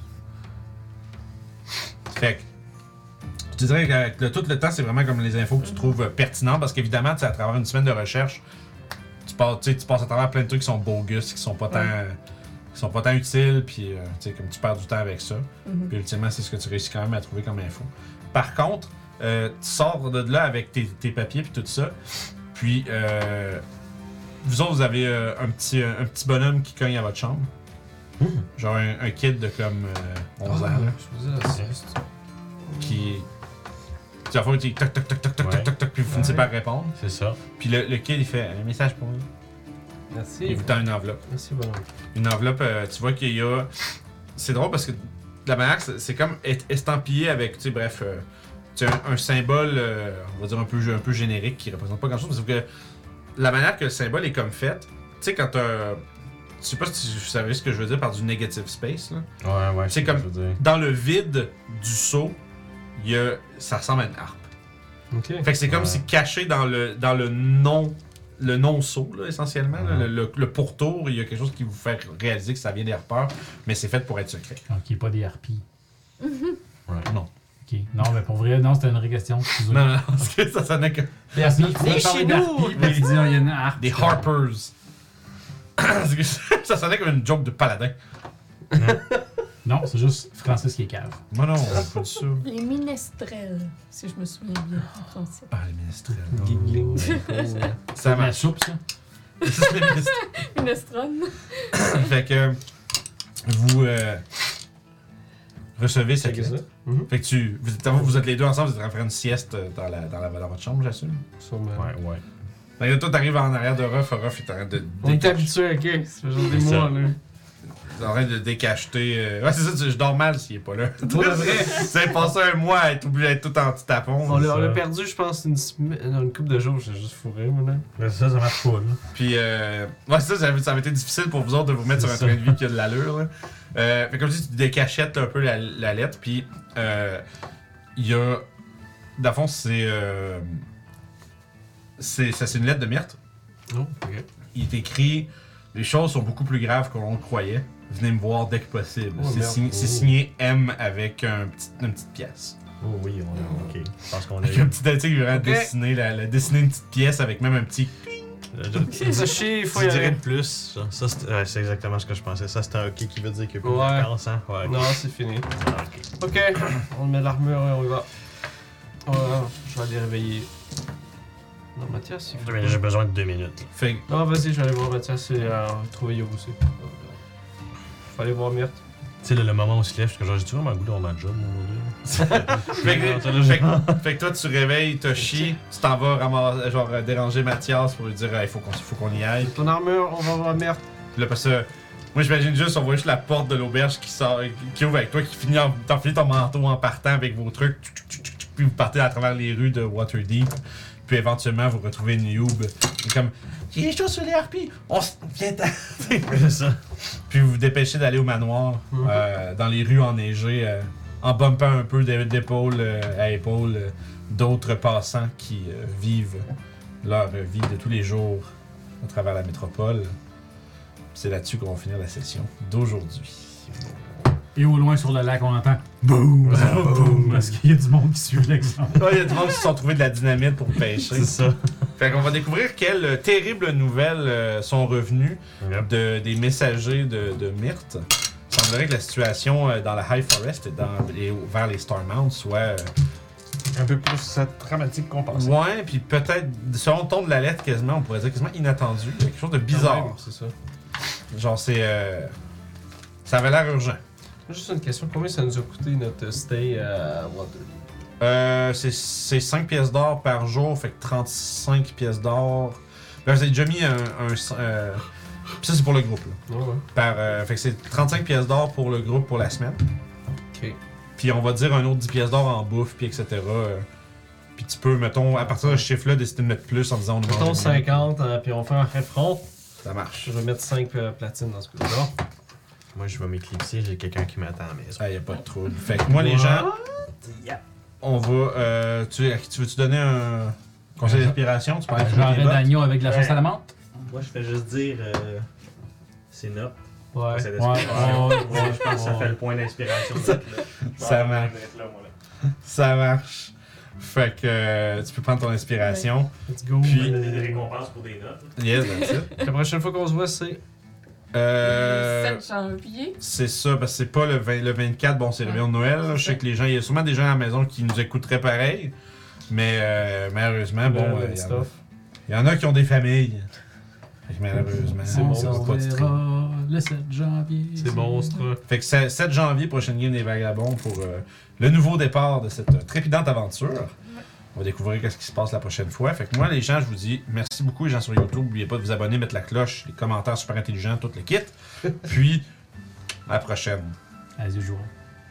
Fait que. Je te dirais qu'avec le, tout le temps, c'est vraiment comme les infos que tu trouves euh, pertinentes parce qu'évidemment, tu sais, à travers une semaine de recherche, tu passes, tu sais, tu passes à travers plein de trucs qui sont bogus, qui sont pas tant, qui sont pas tant utiles, puis euh, tu sais, comme tu perds du temps avec ça. Mhm. Puis ultimement, c'est ce que tu réussis quand même à trouver comme info. Par contre, euh, tu sors de là avec tes, tes papiers puis tout ça. Puis, euh, vous autres, vous avez euh, un, petit, un petit bonhomme qui cogne à votre chambre. Genre un, un kid de comme euh, onze ans, là, Je faisais la sieste. qui. Tu vas faire, tu toc toc toc toc toc Ouais. toc toc toc, puis vous finissez Ouais. par répondre. C'est ça. Puis le, le kid, il fait un message pour lui. Merci. Il vous tend une enveloppe. Merci, bonhomme. Une enveloppe, euh, tu vois qu'il y a. C'est drôle parce que de la manière que c'est- c'est comme est- estampillé avec, tu sais, bref, euh, c'est un, un symbole, euh, on va dire un peu, un peu générique qui représente pas grand-chose. Sauf que la manière que le symbole est comme fait, tu sais, quand t'as. Je sais pas si vous savez ce que je veux dire par du negative space. Là. Ouais, ouais. C'est comme dans le vide du seau, il y a, ça ressemble à une harpe. Ok. Fait que c'est comme Ouais. si caché dans le dans le non le non seau là, essentiellement, là, Ouais. le, le, le pourtour, il y a quelque chose qui vous fait réaliser que ça vient des harpeurs, mais c'est fait pour être secret. Ok, pas des harpies. Ouais. Non. Ok. Non, mais pour vrai, non, c'était une vraie question. Excusez. Non, non, non, parce que ça sonnait que Des harpies. Venez Il chez parlait nous! d'harpies, puis il dit, ah, il y a une harpe. des harpers. Parce que ça sonnait comme une joke de paladin. Non, c'est juste Francis qui est cave. Moi non, pas du tout. Les minestrels, si je me souviens bien du principe. Ah, les minestrels. Giggling. Ça La marche. soupe, ça. C'est les minestrels. Minestrone. Fait que vous euh, recevez cette C'est ça. lettre. Mhm. Fait que tu, vous êtes, vous êtes les deux ensemble, vous êtes en train de faire une sieste dans, la, dans, la, dans votre chambre, j'assume. Sûrement. Ouais, ouais. Fait que toi, t'arrives en arrière de Ruff, Ruff est en train de, On est décacheter- habitué, ok? Ça fait genre des C'est mois, ça. là. en train de décacheter. euh, Ouais, c'est ça, tu- je dors mal s'il est pas là. Pour de vrai. Vous avez passé un mois à être obligé d'être tout en petit tapon. On l'a on l'a ça. perdu, je pense, une semaine. Non, une couple de jours, j'ai juste fourré, moi, là. Mais ça, ça marche pas, là. Puis, euh, ouais, ça, ça avait, ça avait été difficile pour vous autres de vous mettre sur un C'est train de vie qui a de l'allure. Là. Euh, fait comme je dis, tu décachettes un peu la, la lettre, puis euh, il y a. Dans le fond, c'est. Euh, c'est ça, c'est une lettre de Myrte. Oh, ok. Il est écrit les choses sont beaucoup plus graves que l'on le croyait. Venez me voir dès que possible. Oh, c'est, merde. signé, c'est Oh. signé M avec un petit, une petite pièce. Oh oui, on ok. Je pense qu'on a Avec un eu. petit article, il aurait Ok. dessiné, la, la- dessiné une petite pièce avec même un petit. Je- Ça chie, il faut Tu y dirais aller. de plus. ça. Ça, c'est ouais, c'est exactement ce que je pensais. Ça, c'est un ok qui veut dire que plus Ouais. de pense, hein? Ouais. Non, c'est fini. Ah, ok. Ok, on met l'armure et on y va. Voilà, je vais aller réveiller. Non, Mathias, il faut. Mais j'ai besoin de deux minutes. là. Fait que- Non, vas-y, je vais aller voir Mathias et euh, trouver Yob aussi. Faut aller voir Myrte. Tu sais, le, le moment où on se lève, parce que genre, j'ai-tu vraiment le goût d'avoir ma job, mon dieu? Fait que, fait que- fait que toi, tu réveilles Toshi, tu t'en vas ramasser, genre, euh, déranger Mathias pour lui dire il faut qu'on faut qu'on y aille. Ton armure, on va voir Myrte. Puis là, parce que moi, j'imagine juste, on voit juste la porte de l'auberge qui sort, qui ouvre avec toi, qui finit en. T'en finis ton manteau en partant avec vos trucs, tchou, tchou, tchou, tchou, puis vous partez à travers les rues de Waterdeep. Puis éventuellement, vous retrouvez Newb. C'est comme il y a des choses sur les harpies, on se. Viens t'en- C'est ça. Puis vous vous dépêchez d'aller au manoir, Mhm. euh, dans les rues enneigées, euh, en bumpant un peu d'é- d'épaule euh, à épaule euh, d'autres passants qui euh, vivent leur vie de tous les jours à travers la métropole. C'est là-dessus qu'on va finir la session d'aujourd'hui. Et au loin sur le lac, on entend boum, boum, parce qu'il y a du monde qui suit l'exemple. Ah, il y a du monde qui se sont trouvés de la dynamite pour pêcher. C'est ça. Fait qu'on va découvrir quelles euh, terribles nouvelles euh, sont revenues Yep. de, des messagers de, de Myrte. Il semblerait que la situation euh, dans la High Forest et, dans, et vers les Starmount soit. euh, Un peu plus euh, dramatique qu'on pensait. ouais, puis peut-être, selon le ton de la lettre, quasiment, on pourrait dire quasiment inattendu. Il y a quelque chose de bizarre. Quand même, C'est ça. Genre, c'est. euh, ça avait l'air urgent. Juste une question, combien ça nous a coûté notre stay à Waterdeep? Euh, c'est, c'est cinq pièces d'or par jour, fait que trente-cinq pièces d'or. Ben, vous avez déjà mis un. un euh, pis ça, c'est pour le groupe, là. Ouais, ouais. Par, euh, fait que c'est trente-cinq pièces d'or pour le groupe pour la semaine. Ok. Puis on va dire un autre dix pièces d'or en bouffe, puis et cetera. euh, Puis tu peux, mettons, à partir de ce chiffre-là, décider de mettre plus en disant on Mettons cinquante, euh, puis on fait un front. Ça marche. Je vais mettre cinq euh, platines dans ce cas-là. Moi, je vais m'éclipser, j'ai quelqu'un qui m'attend à la maison. Ah, y a pas de trouble. Fait que moi, les gens, on va. Euh, tu, à qui tu veux-tu donner un conseil d'inspiration? Tu peux aller J'aurais des bottes? d'agneau avec de la sauce Ouais. à la menthe. Moi, je fais juste dire. Euh, c'est note. Ouais. C'est Ouais, d'inspiration. ouais, Ouais, je pense que ça ouais. fait le point d'inspiration. Ça- ça marche. Là, moi, là. Ça marche. Fait que euh, tu peux prendre ton inspiration. Let's go. Puis- On va donner des récompenses pour des notes. Yes, that's it. La prochaine fois qu'on se voit, c'est. Euh, Le sept janvier. c'est ça, parce que c'est pas le, vingt le vingt-quatre, bon, c'est le réveillon de Noël. là. Je sais que les gens, il y a sûrement des gens à la maison qui nous écouteraient pareil. Mais euh, malheureusement, bon, Le- euh, le il y en a- stuff. il y en a qui ont des familles. Fait que malheureusement, C'est On bon, ça se va pas du verra le sept janvier. C'est monstre. Fait que c'est sept janvier, prochaine game des Vagabonds pour euh, le nouveau départ de cette euh, trépidante aventure. On va découvrir ce qui se passe la prochaine fois. Fait que moi, les gens, je vous dis merci beaucoup, les gens sur YouTube. N'oubliez pas de vous abonner, mettre la cloche, les commentaires super intelligents, tout le kit. Puis, à la prochaine. As usual.